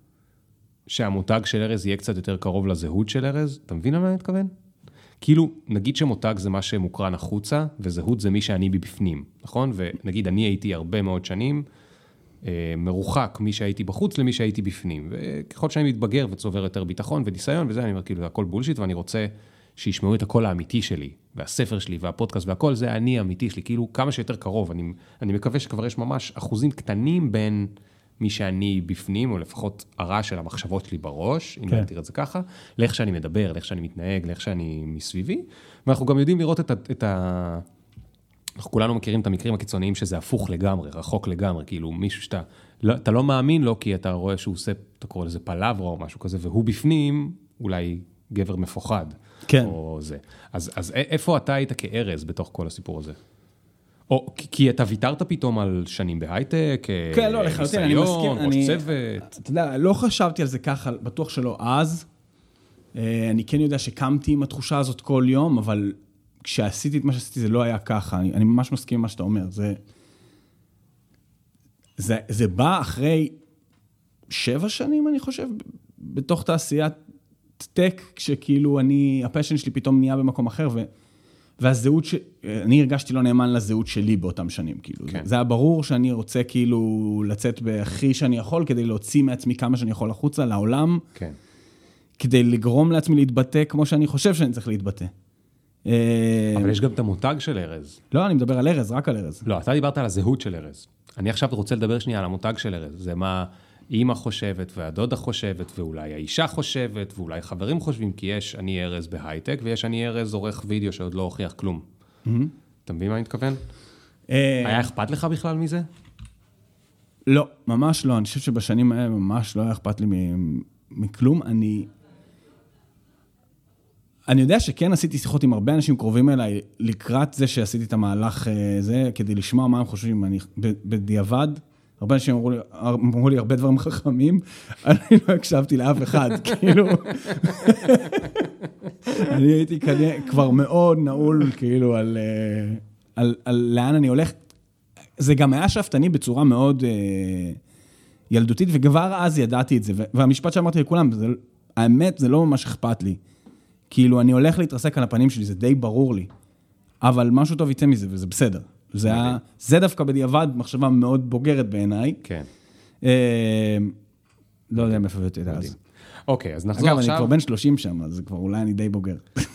שהמותג של ארז יהיה קצת יותר קרוב לזהות של ארז? אתה מבין על מה אני מתכוון? כאילו, נגיד שמותג זה מה שמוקרן החוצה, וזהות זה מי שאני בפנים, נכון? ונגיד, אני הייתי הרבה מאוד שנים, אה, מרוחק מי שהייתי בחוץ למי שהייתי בפנים, וככל שאני מתבגר וצובר יותר ביטחון וניסיון וזה, אני אומר, כאילו, זה הכל בולשיט, ואני רוצה שישמעו את הקול האמיתי שלי, והספר שלי, והפודקאסט, והכל זה אני האמיתי שלי, כאילו, כמה שיותר קרוב. אני, אני מקווה שכבר יש ממש אחוזים קטנים בין מי שאני בפנים, או לפחות הרע של המחשבות שלי בראש, אם אני תראה את זה ככה, לאיך שאני מדבר, לאיך שאני מתנהג, לאיך שאני מסביבי, ואנחנו גם יודעים לראות את ה... את ה... אנחנו כולנו מכירים את המקרים הקיצוניים שזה הפוך לגמרי, רחוק לגמרי, כאילו מישהו שאתה לא, אתה לא מאמין לו, כי אתה רואה שהוא עושה, אתה קורא לזה פלברה או משהו כזה, והוא בפנים, אולי גבר מפוחד. כן. או זה. אז, אז איפה אתה היית כארז בתוך כל הסיפור הזה? או כי אתה ויתרת פתאום על שנים בהייטק, כן, לא, לחלוטין, אני מסכים, ראש צוות. אתה יודע, לא חשבתי על זה ככה, בטוח שלא אז. אני כן יודע שקמתי עם התחושה הזאת כל יום, אבל כשעשיתי את מה שעשיתי זה לא היה ככה. אני, אני ממש מסכים עם מה שאתה אומר. זה, זה, זה בא אחרי שבע שנים, אני חושב, בתוך תעשיית טק, כשכאילו אני, הפשן שלי פתאום נהיה במקום אחר, ו, והזהות ש... אני הרגשתי לא נאמן לזהות שלי באותם שנים, כאילו. כן. זה היה ברור שאני רוצה כאילו לצאת בהכי שאני יכול, כדי להוציא מעצמי כמה שאני יכול החוצה לעולם, כן. כדי לגרום לעצמי להתבטא כמו שאני חושב שאני צריך להתבטא. אבל יש גם את המותג של ארז. לא, אני מדבר על ארז, רק על ארז. לא, אתה דיברת על הזהות של ארז. אני עכשיו רוצה לדבר שנייה על המותג של ארז. זה מה אמא חושבת, והדודה חושבת, ואולי האישה חושבת, ואולי חברים חושבים, כי יש אני ארז בהייטק, ויש אני ארז עורך וידאו שעוד לא הוכיח כלום. אתה מבין מה אני מתכוון? היה אכפת לך בכלל מזה? לא, ממש לא. אני חושב שבשנים האלה ממש לא היה אכפת לי מכלום. אני... אני יודע שכן עשיתי שיחות עם הרבה אנשים קרובים אליי, לקראת זה שעשיתי את המהלך הזה, כדי לשמוע מה הם חושבים. אני בדיעבד, הרבה אנשים אמרו לי, אמרו לי הרבה דברים חכמים, אני לא הקשבתי לאף אחד, כאילו. אני הייתי כבר מאוד נעול, כאילו, על, על, על לאן אני הולך. זה גם היה שפטני בצורה מאוד ילדותית, וכבר אז ידעתי את זה. והמשפט שאמרתי לכולם, זה, האמת, זה לא ממש אכפת לי. כאילו, אני הולך להתרסק על הפנים שלי, זה די ברור לי. אבל משהו טוב יצא מזה, וזה בסדר. זה, היה, זה דווקא בדיעבד מחשבה מאוד בוגרת בעיניי. כן. אה, לא יודע מאיפה הבאתי את זה אז. אוקיי, אז נחזור אגב, עכשיו... אגב, אני כבר בן שלושים שם, אז כבר אולי אני די בוגר.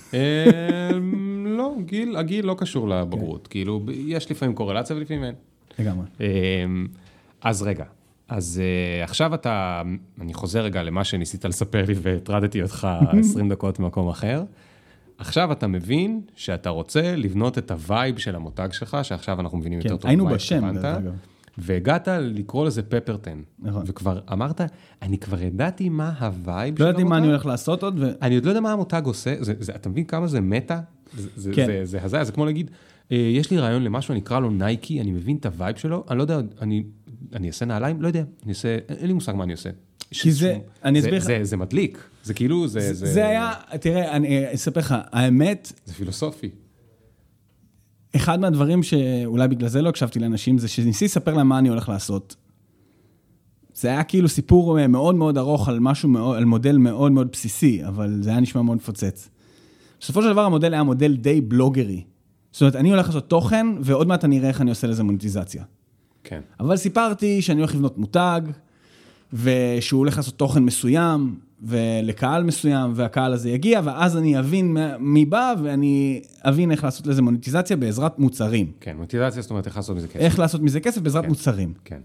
לא, גיל, הגיל לא קשור לבגרות. כאילו, יש לפעמים קורלציה ולפעמים אין. לגמרי. אז רגע, אז uh, עכשיו אתה, אני חוזר רגע למה שניסית לספר לי והטרדתי אותך עשרים דקות במקום אחר. עכשיו אתה מבין שאתה רוצה לבנות את הווייב של המותג שלך, שעכשיו אנחנו מבינים כן, יותר טוב. היינו בשם, דרך אגב. והגעת לקרוא לזה פפרטן. נכון. וכבר אמרת, אני כבר ידעתי מה הווייב של המותג. לא ידעתי מה אני הולך לעשות עוד. ו... אני עוד לא יודע מה המותג עושה. זה, זה, אתה מבין כמה זה מטה? זה, זה, כן. זה, זה הזיה. זה כמו להגיד, יש לי רעיון למשהו, אני אקרא לו נייקי, אני מבין את הווייב שלו, אני לא יודע, אני, אני אעשה נעליים? לא יודע. אני אעשה, אין לי מושג מה אני עושה. כי זה, אני אסביר לך. זה, זה מדליק. זה כאילו, זה... זה, זה היה, תראה, אני אספר לך, האמת... זה פילוסופי. אחד מהדברים שאולי בגלל זה לא הקשבתי לאנשים, זה שניסי לספר להם מה אני הולך לעשות. זה היה כאילו סיפור מאוד מאוד ארוך על משהו מאוד, על מודל מאוד מאוד בסיסי, אבל זה היה נשמע מאוד מפוצץ. בסופו של דבר המודל היה מודל די בלוגרי. זאת אומרת, אני הולך לעשות תוכן, ועוד מעט אני אראה איך אני עושה לזה מוניטיזציה. כן. אבל סיפרתי שאני הולך לבנות מותג, ושהוא הולך לעשות תוכן מסוים, ולקהל מסוים, והקהל הזה יגיע, ואז אני אבין מי בא, ואני אבין איך לעשות לזה מוניטיזציה בעזרת מוצרים. כן, מוניטיזציה, זאת אומרת, איך לעשות מזה כסף. איך לעשות מזה כסף בעזרת כן, מוצרים. כן.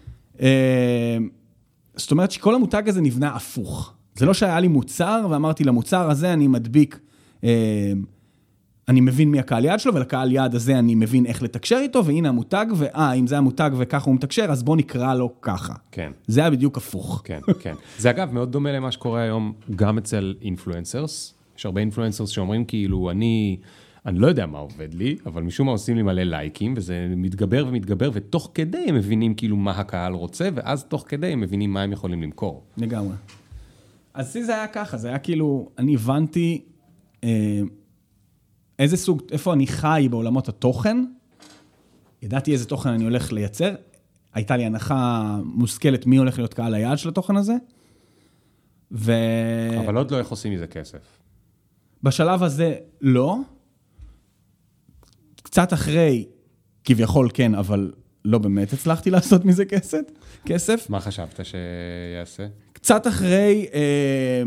זאת אומרת שכל המותג הזה נבנה הפוך. זה לא שהיה לי מוצר, ואמרתי למוצר הזה אני מדביק, אני מבין מי הקהל יעד שלו, ולקהל יעד הזה אני מבין איך לתקשר איתו, והנה המותג, ואה, אם זה המותג וככה הוא מתקשר, אז בוא נקרא לו ככה. כן. זה היה בדיוק הפוך. כן, כן. זה אגב מאוד דומה למה שקורה היום גם אצל אינפלואנסרס. יש הרבה אינפלואנסרס שאומרים כאילו, אני, אני לא יודע מה עובד לי, אבל משום מה עושים לי מלא לייקים, וזה מתגבר ומתגבר, ותוך כדי הם מבינים כאילו מה הקהל רוצה, ואז תוך כדי הם מבינים מה הם יכולים למכור. לגמרי. אז זה היה ככה, זה היה כאילו, אני הבנתי, אה, איזה סוג, איפה אני חי בעולמות התוכן, ידעתי איזה תוכן אני הולך לייצר, הייתה לי הנחה מושכלת מי הולך להיות קהל היעד של התוכן הזה, ו... אבל עוד לא איך עושים מזה כסף. בשלב הזה לא, קצת אחרי, כביכול כן, אבל לא באמת הצלחתי לעשות מזה כסף. כסף. מה חשבת שיעשה? קצת אחרי, אה,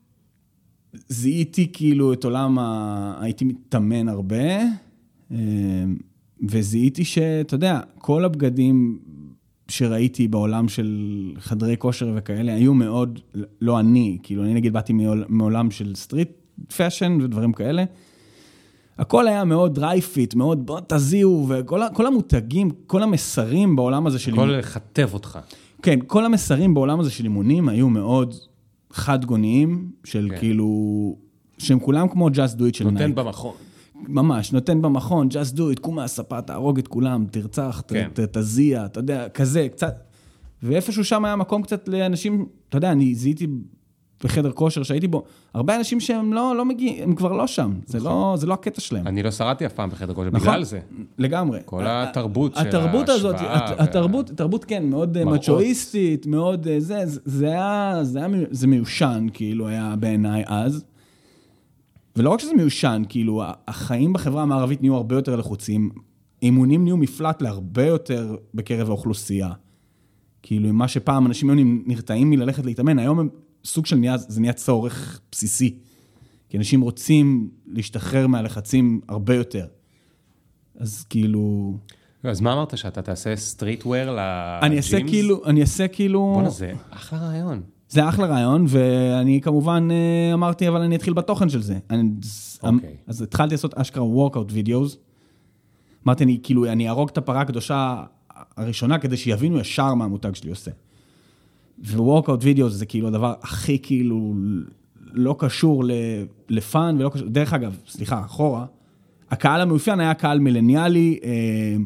זיהיתי כאילו את עולם, ה... הייתי מתאמן הרבה, אה, וזיהיתי שאתה יודע, כל הבגדים שראיתי בעולם של חדרי כושר וכאלה, היו מאוד, לא אני, כאילו אני נגיד באתי מעולם של סטריט פאשן ודברים כאלה, הכל היה מאוד דריי פיט, מאוד בוא תזיעו, וכל כל המותגים, כל המסרים בעולם הזה של... הכל לחטב אותך. כן, כל המסרים בעולם הזה של אימונים היו מאוד חד גוניים, של כן. כאילו, שהם כולם כמו Just Do It של נייק. נותן במכון. ממש, נותן במכון, Just Do It, קום מהספה, תהרוג את כולם, תרצח, כן. ת, תזיע, אתה יודע, כזה, קצת. ואיפשהו שם היה מקום קצת לאנשים, אתה יודע, אני זיהיתי בחדר כושר שהייתי בו, הרבה אנשים שהם לא, לא מגיעים, הם כבר לא שם, זה לא, זה לא הקטע שלהם. אני לא שרדתי אף פעם בחדר כושר, נכון? בגלל זה. לגמרי. כל התרבות של התרבות הזאת, ההשוואה. התרבות, התרבות כן, מאוד מצ'ואיסטית, מאוד זה, זה היה, זה היה, זה מיושן, כאילו היה בעיניי אז. ולא רק שזה מיושן, כאילו, החיים בחברה המערבית נהיו הרבה יותר לחוצים, אימונים נהיו מפלט להרבה יותר בקרב האוכלוסייה. כאילו, מה שפעם אנשים היו נרתעים מללכת להתאמן, היום הם סוג של נהיה, זה נהיה צורך בסיסי. כי אנשים רוצים להשתחרר מהלחצים הרבה יותר. אז כאילו... אז מה אמרת שאתה תעשה סטריטוור לג'ימס? אני אעשה כאילו, אני אעשה כאילו... בוא נזה, אחלה רעיון. זה אחלה רעיון, ואני כמובן אמרתי, אבל אני אתחיל בתוכן של זה. אני, אוקיי. אז התחלתי לעשות אשכרה וורקאוט וידאוס. אמרתי, אני כאילו, אני ארוג את הפרה הקדושה הראשונה, כדי שיבינו ישר מה המותג שלי עושה. ווורקאוט וידאוס זה כאילו הדבר הכי כאילו לא קשור לפן, ולא קשור, דרך אגב, סליחה, אחורה, הקהל המאופיין היה קהל מילניאלי, אה,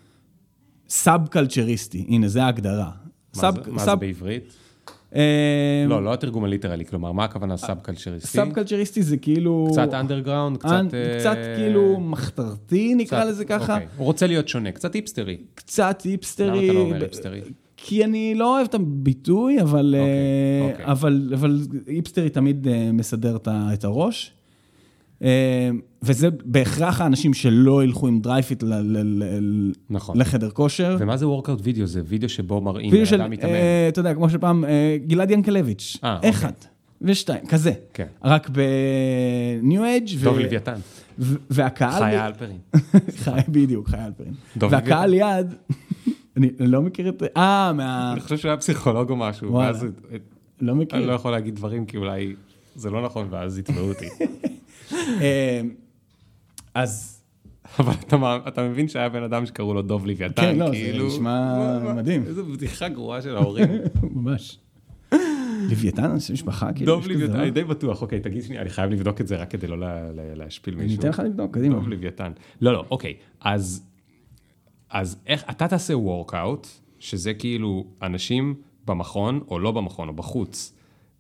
סאב-קלצ'ריסטי, הנה, זה ההגדרה. מה, סאב, זה, מה סאב, זה בעברית? אה, לא, לא התרגום הליטרלי, כלומר, מה הכוונה סאב-קלצ'ריסטי? סאב-קלצ'ריסטי זה כאילו... קצת אנדרגראונד, קצת... אנ, קצת כאילו מחתרתי, נקרא קצת, לזה ככה. אוקיי. הוא רוצה להיות שונה, קצת היפסטרי. קצת היפסטרי. למה אתה לא אומר היפסטרי? כי אני לא אוהב את הביטוי, אבל, אוקיי, אוקיי. אבל, אבל היפסטרי תמיד מסדר את הראש. וזה בהכרח האנשים שלא ילכו עם דרייפיט נכון. לחדר כושר. ומה זה וורקאוט וידאו? זה וידאו שבו מראים וידאו של, אדם מתאמן. אתה יודע, כמו שפעם, גלעד ינקלביץ', אחד ושתיים, כזה. כן. רק בניו אייג' דוב לוויתן. והקהל... חיה אלפרין. חיה בדיוק, חיה אלפרין. דוב והקהל יד... אני לא מכיר את... אה, מה... אני חושב שהוא היה פסיכולוג או משהו, ואז... לא מכיר. אני לא יכול להגיד דברים, כי אולי זה לא נכון, ואז יתבעו אותי. אז... אבל אתה מבין שהיה בן אדם שקראו לו דוב לוויתן, כן, לא, זה נשמע מדהים. איזו בדיחה גרועה של ההורים. ממש. לוויתן, אנשי משפחה, כאילו. דוב לוויתן, אני די בטוח, אוקיי, תגיד שנייה, אני חייב לבדוק את זה רק כדי לא להשפיל מישהו. אני אתן לך לבדוק, קדימה. דוב לוויתן. לא, לא, אוקיי, אז איך, אתה תעשה וורקאוט, שזה כאילו אנשים במכון, או לא במכון, או בחוץ,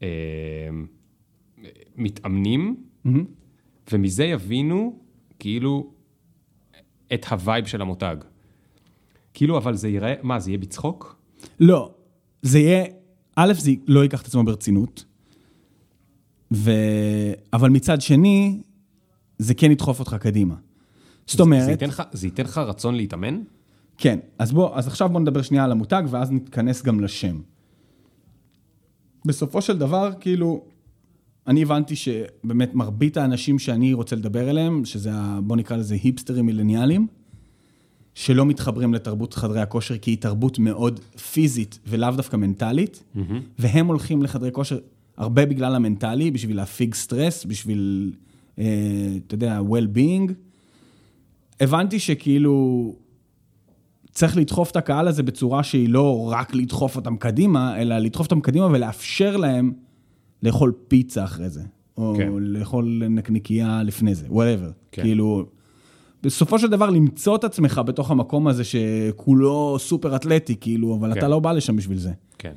מתאמנים, ומזה יבינו, כאילו, את הווייב של המותג. כאילו, אבל זה יראה, מה, זה יהיה בצחוק? לא, זה יהיה, א', זה לא ייקח את עצמו ברצינות, ו... אבל מצד שני, זה כן ידחוף אותך קדימה. זאת אומרת... זה ייתן לך, זה ייתן לך רצון להתאמן? כן, אז בוא, אז עכשיו בוא נדבר שנייה על המותג, ואז נתכנס גם לשם. בסופו של דבר, כאילו, אני הבנתי שבאמת מרבית האנשים שאני רוצה לדבר אליהם, שזה, בוא נקרא לזה היפסטרים מילניאליים, שלא מתחברים לתרבות חדרי הכושר, כי היא תרבות מאוד פיזית ולאו דווקא מנטלית, mm-hmm. והם הולכים לחדרי כושר הרבה בגלל המנטלי, בשביל להפיג סטרס, בשביל, אה, אתה יודע, well-being. הבנתי שכאילו צריך לדחוף את הקהל הזה בצורה שהיא לא רק לדחוף אותם קדימה, אלא לדחוף אותם קדימה ולאפשר להם לאכול פיצה אחרי זה, או כן. לאכול נקניקייה לפני זה, whatever. כן. כאילו, בסופו של דבר למצוא את עצמך בתוך המקום הזה שכולו סופר אתלטי, כאילו, אבל כן. אתה לא בא לשם בשביל זה. כן.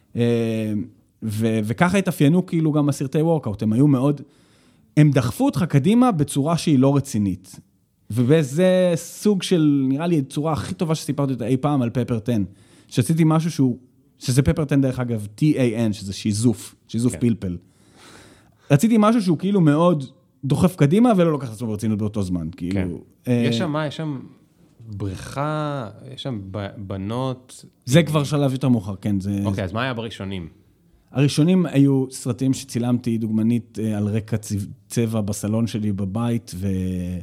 ו- וככה התאפיינו כאילו גם הסרטי וורקאוט, הם היו מאוד, הם דחפו אותך קדימה בצורה שהיא לא רצינית. ובזה סוג של, נראה לי, צורה הכי טובה שסיפרתי אותה אי פעם על פפר עשר, שעשיתי משהו שהוא, שזה פפר עשר דרך אגב, טי איי אן, שזה שיזוף, שיזוף כן. פלפל. רציתי משהו שהוא כאילו מאוד דוחף קדימה, ולא לוקח את עצמו ברצינות באותו זמן, כאילו. כן. אה... יש שם מה? יש שם בריכה, יש שם בנות... זה כבר שלב יותר מאוחר, כן. זה... אוקיי, אז מה היה בראשונים? הראשונים היו סרטים שצילמתי דוגמנית על רקע צבע בסלון שלי בבית, ו...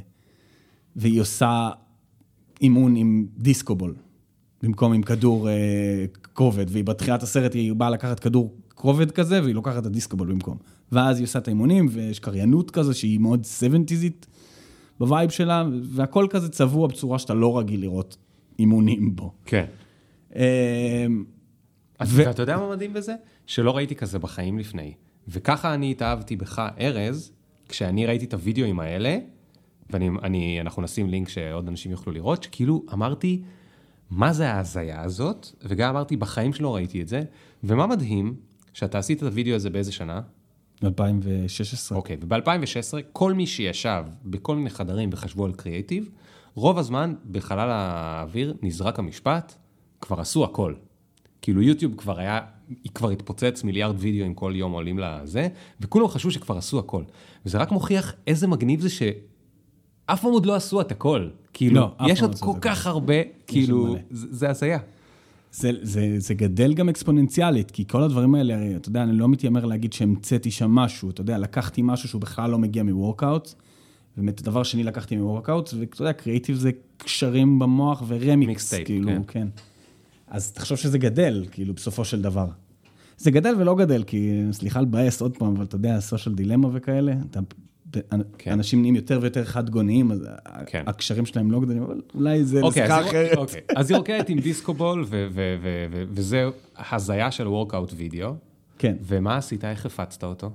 והיא עושה אימון עם דיסקובול, במקום עם כדור אה, כובד, והיא בתחילת הסרט היא באה לקחת כדור כובד כזה, והיא לוקחת את הדיסקובול במקום. ואז היא עושה את האימונים, ויש קריינות כזה שהיא מאוד שבעים בווייב שלה, והכל כזה צבוע בצורה שאתה לא רגיל לראות אימונים בו. כן. אה, ו... ואתה יודע מה מדהים בזה? שלא ראיתי כזה בחיים לפני. וככה אני התאהבתי בך, ארז, כשאני ראיתי את הוידאוים האלה, ואנחנו נשים לינק שעוד אנשים יוכלו לראות, שכאילו אמרתי, מה זה ההזיה הזאת? וגם אמרתי, בחיים שלא ראיתי את זה. ומה מדהים, שאתה עשית את הוידאו הזה באיזה שנה? ב-אלפיים ושש עשרה. אוקיי, וב-אלפיים ושש עשרה, כל מי שישב בכל מיני חדרים וחשבו על קריאטיב, רוב הזמן בחלל האוויר נזרק המשפט, כבר עשו הכל. כאילו יוטיוב כבר היה, היא כבר התפוצץ מיליארד וידאוים כל יום עולים לזה, וכולם חשבו שכבר עשו הכל. וזה רק מוכיח איזה מגניב זה שאף פעם עוד לא עשו את הכל. כאילו, לא, יש עוד כל כך הרבה, כאילו, זה, זה עשייה. זה, זה, זה גדל גם אקספוננציאלית, כי כל הדברים האלה, אתה יודע, אני לא מתיימר להגיד שהמצאתי שם משהו, אתה יודע, לקחתי משהו שהוא בכלל לא מגיע מוורקאוט, ובאמת הדבר שני לקחתי מוורקאוט, ואתה יודע, קריאיטיב זה קשרים במוח ורמיקס, כאילו, כן. כן. אז תחשוב שזה גדל, כאילו, בסופו של דבר. זה גדל ולא גדל, כי סליחה לבאס עוד פעם, אבל אתה יודע, סושיאל דילמה וכאלה, אתה, כן. אנשים נהיים יותר ויותר חד גוניים, אז כן. הקשרים שלהם לא גדלים, אבל אולי זה אוקיי, לשיחה אז אחרת. אוקיי. אז היא רוקדת עם דיסקובול, ו- ו- ו- ו- וזה הזיה של וורקאוט וידאו. כן. ומה עשית? איך הפצת אותו?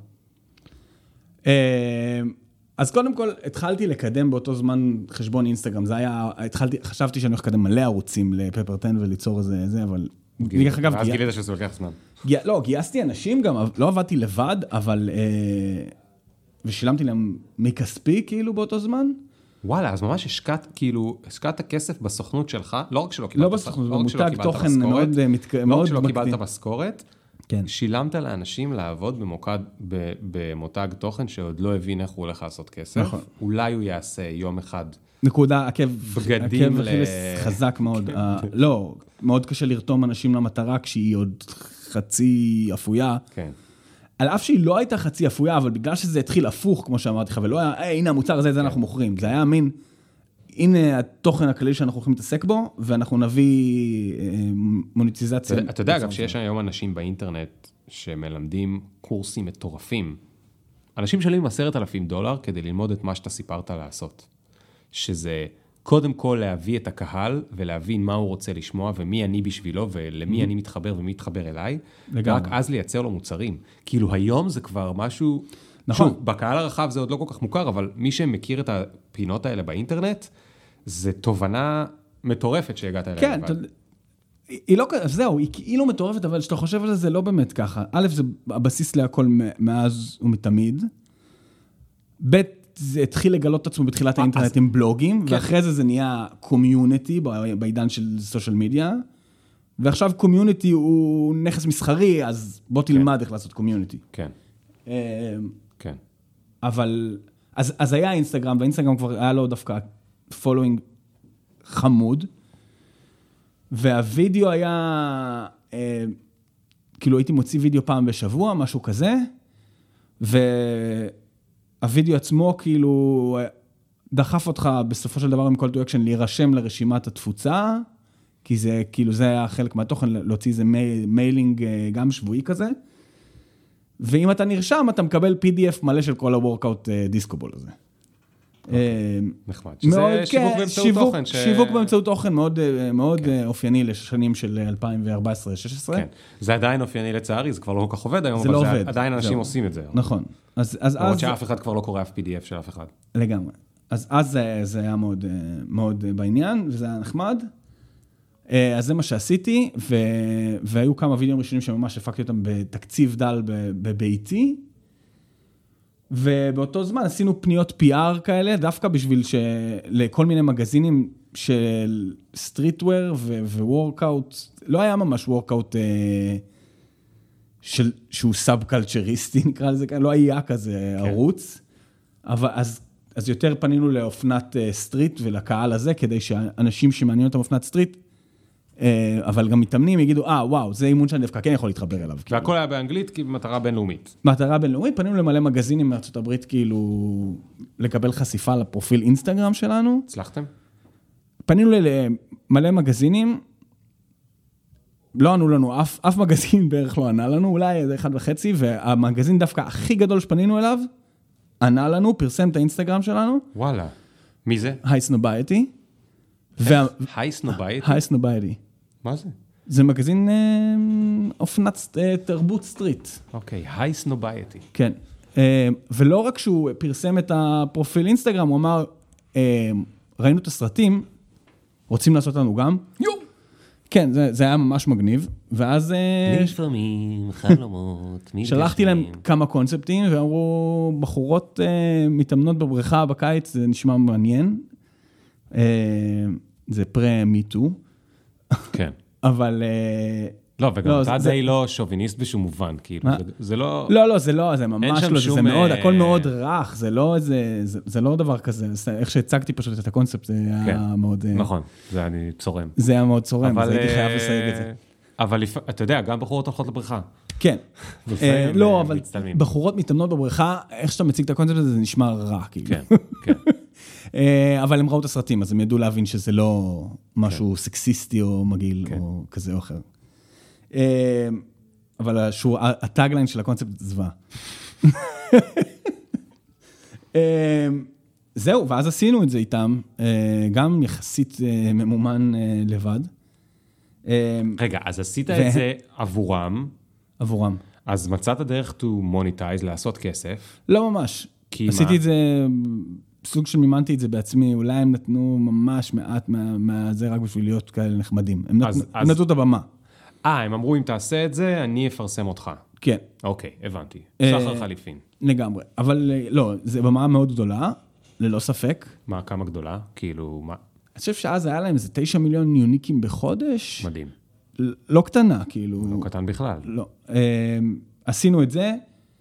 אז קודם כל, התחלתי לקדם באותו זמן חשבון אינסטגרם. זה היה, התחלתי, חשבתי שאני הולך לקדם מלא ערוצים לפפר עשר וליצור איזה, זה, אבל... ואז גילית שזה לוקח זמן. לא, גייסתי אנשים גם, לא עבדתי לבד, אבל... ושילמתי להם מכספי, כאילו, באותו זמן. וואלה, אז ממש השקעת, כאילו, השקעת כסף בסוכנות שלך, לא רק שלא קיבלת... לא בסוכנות, במותג תוכן מאוד מקטין. לא רק שלא קיבלת משכורת, שילמת לאנשים לעבוד במוקד, במותג תוכן שעוד לא הבין איך הוא הולך לעשות כסף. אולי הוא יעשה יום אחד. נקודה, עקב אכילס חזק מאוד. לא, מאוד קשה לרתום אנשים למטרה כשהיא עוד חצי אפויה. כן. על אף שהיא לא הייתה חצי אפויה, אבל בגלל שזה התחיל הפוך, כמו שאמרתי לך, ולא היה, הנה המוצר הזה, זה אנחנו מוכרים. זה היה מין, הנה התוכן הכללי שאנחנו הולכים להתעסק בו, ואנחנו נביא מוניטיזציה. אתה יודע, אגב, שיש היום אנשים באינטרנט שמלמדים קורסים מטורפים. אנשים משלמים עשרת אלפים דולר כדי ללמוד את מה שאתה סיפרת לעשות. שזה קודם כל להביא את הקהל, ולהבין מה הוא רוצה לשמוע, ומי אני בשבילו, ולמי אני מתחבר ומי מתחבר אליי, ורק אז לייצר לו מוצרים. כאילו היום זה כבר משהו... נכון. שוב, בקהל הרחב זה עוד לא כל כך מוכר, אבל מי שמכיר את הפינות האלה באינטרנט, זה תובנה מטורפת שהגעת אליה. כן, היא לא, זהו, היא כאילו מטורפת, אבל כשאתה חושב על זה, זה לא באמת ככה. א', זה הבסיס להכל מאז ומתמיד. ב', זה התחיל לגלות את עצמו בתחילת האינטרנט עם בלוגים, ואחרי זה זה נהיה קומיוניטי בעידן של סושיאל מדיה, ועכשיו קומיוניטי הוא נכס מסחרי, אז בוא תלמד איך לעשות קומיוניטי. כן. כן. אבל, אז, אז היה אינסטגרם, והאינסטגרם כבר היה לו דווקא פולואינג חמוד, והווידאו היה, אה, כאילו הייתי מוציא וידאו פעם בשבוע, משהו כזה, והווידאו עצמו כאילו דחף אותך בסופו של דבר עם כל טו אקשן להירשם לרשימת התפוצה, כי זה כאילו זה היה חלק מהתוכן, להוציא איזה מי, מיילינג גם שבועי כזה, ואם אתה נרשם, אתה מקבל פי די אף מלא של כל הוורקאוט דיסקובול הזה. נחמד. שזה שיווק באמצעות תוכן. שיווק באמצעות תוכן מאוד אופייני לשנים של אלפיים וארבע עשרה שש עשרה. כן. זה עדיין אופייני לצערי, זה כבר לא כל כך עובד היום, אבל עדיין אנשים עושים את זה. נכון. למרות שאף אחד כבר לא קורא אף פי די אף של אף אחד. לגמרי. אז אז זה היה מאוד בעניין, וזה היה נחמד. אז זה מה שעשיתי, והיו כמה וידאוים ראשונים שממש הפקתי אותם בתקציב דל בביתי, ובאותו זמן עשינו פניות פי אר כאלה, דווקא בשביל שלכל מיני מגזינים של סטריטוור ווורקאוט, לא היה ממש וורקאוט שהוא סאב-קלצ'ריסטי, נקרא לזה, לא היה כזה ערוץ, אבל אז, אז יותר פנינו לאופנת סטריט ולקהל הזה, כדי שאנשים שמעניינים אותם אופנת סטריט, אבל גם מתאמנים, יגידו, אה, וואו, זה אימון שאני דווקא כן יכול להתחבר אליו. והכל היה באנגלית, כי במטרה בינלאומית. מטרה בינלאומית, פנינו למלא מגזינים מארצות הברית, כאילו, לקבל חשיפה לפרופיל אינסטגרם שלנו. הצלחתם? פנינו למלא מגזינים, לא ענו לנו, אף, אף מגזין בערך לא ענה לנו, אולי איזה אחד וחצי, והמגזין דווקא הכי גדול שפנינו אליו, ענה לנו, פרסם את האינסטגרם שלנו. וואלה. מי זה? הייסנובייטי. הייסנובייטי? הייסנובייטי. מה זה? זה מגזין אופנת תרבות סטריט. אוקיי, הייסנובייטי. כן. ולא רק שהוא פרסם את הפרופיל אינסטגרם, הוא אמר, ראינו את הסרטים, רוצים לעשות לנו גם? יו! כן, זה, זה היה ממש מגניב, ואז... לפעמים, חלומות, שלחתי להם כמה קונספטים, ואמרו, בחורות מתאמנות בבריכה בקיץ, זה נשמע מעניין. זה פרה-מיטו. כן. אבל... לא, וגם אתה די לא שוביניסט בשום מובן, כאילו, זה לא... לא, לא, זה לא, זה ממש לא, זה מאוד, הכל מאוד רך, זה לא איזה, זה לא דבר כזה, איך שהצגתי פשוט את הקונספט, זה היה מאוד... נכון, זה אני צורם. זה היה מאוד צורם, אז הייתי חייב לסייג את זה. אבל אתה יודע, גם בחורות הולכות לבריכה. כן. לא, אבל בחורות מתאמנות בבריכה, איך שאתה מציג את הקונספט הזה, זה נשמע רע, כאילו. כן, כן. אבל הם ראו את הסרטים, אז הם ידעו להבין שזה לא משהו סקסיסטי או מגעיל או כזה או אחר. אבל הטאגליין של הקונספט זווה. זהו, ואז עשינו את זה איתם, גם יחסית ממומן לבד. רגע, אז עשית את זה עבורם. עבורם. אז מצאת דרך to monetize, לעשות כסף. לא ממש. עשיתי את זה, סוג של מימנתי את זה בעצמי, אולי הם נתנו ממש מעט מהזה רק בשביל להיות כאלה נחמדים. הם נתנו את הבמה. אה, הם אמרו, אם תעשה את זה, אני אפרסם אותך. כן. אוקיי, הבנתי. שחר חליפין. לגמרי. אבל לא, זה במה מאוד גדולה, ללא ספק. מה, כמה גדולה? כאילו, מה? אני חושב שאז היה להם איזה תשע מיליון יוניקים בחודש. מדהים. לא קטנה, כאילו. לא קטן בכלל. לא. עשינו את זה.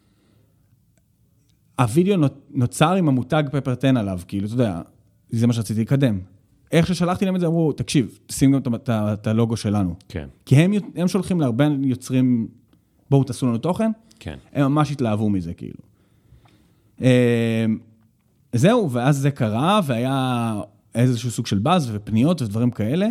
הווידאו נוצר עם המותג פפר עשר עליו, כאילו, אתה יודע, זה מה שרציתי לקדם. איך ששלחתי להם את זה, אמרו, תקשיב, שים גם את הלוגו שלנו. כן. כי הם, הם שולחים להרבה יוצרים, בואו תעשו לנו תוכן. כן. הם ממש התלהבו מזה, כאילו. זהו, ואז זה קרה, והיה איזשהו סוג של באז ופניות ודברים כאלה.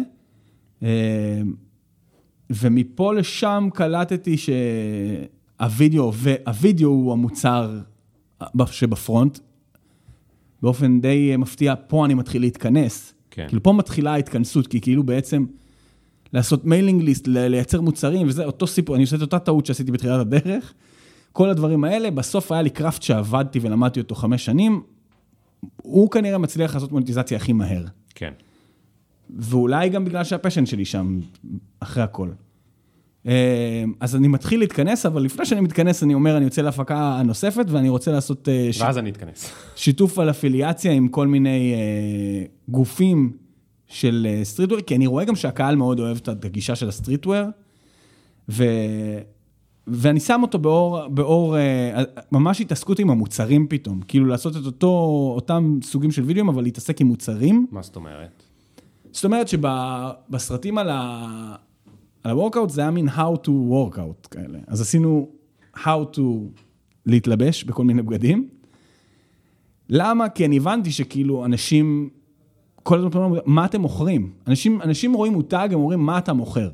ומפה לשם קלטתי שהווידאו, והווידאו הוא המוצר שבפרונט, באופן די מפתיע, פה אני מתחיל להתכנס. כן. כאילו פה מתחילה ההתכנסות, כי כאילו בעצם לעשות מיילינג ליסט, לייצר מוצרים, וזה אותו סיפור, אני עושה את אותה טעות שעשיתי בתחילת הדרך, כל הדברים האלה, בסוף היה לי קראפט שעבדתי ולמדתי אותו חמש שנים, הוא כנראה מצליח לעשות מוניטיזציה הכי מהר. כן. ואולי גם בגלל שהפשן שלי שם, אחרי הכל. אז אני מתחיל להתכנס, אבל לפני שאני מתכנס, אני אומר, אני יוצא להפקה הנוספת, ואני רוצה לעשות... ואז אני אתכנס. שיתוף על אפיליאציה עם כל מיני גופים של סטריטוור, כי אני רואה גם שהקהל מאוד אוהב את הגישה של הסטריטוור, ו... ואני שם אותו באור, באור, ממש התעסקות עם המוצרים פתאום, כאילו לעשות את אותו, אותם סוגים של וידאוים, אבל להתעסק עם מוצרים. מה זאת אומרת? זאת אומרת שבסרטים על ה... על ה-workout זה היה מין how to workout כאלה. אז עשינו how to להתלבש בכל מיני בגדים. למה? כי אני הבנתי שכאילו אנשים, כל הזמן פעמים, מה אתם מוכרים? אנשים, אנשים רואים מותג, הם אומרים מה אתה מוכר.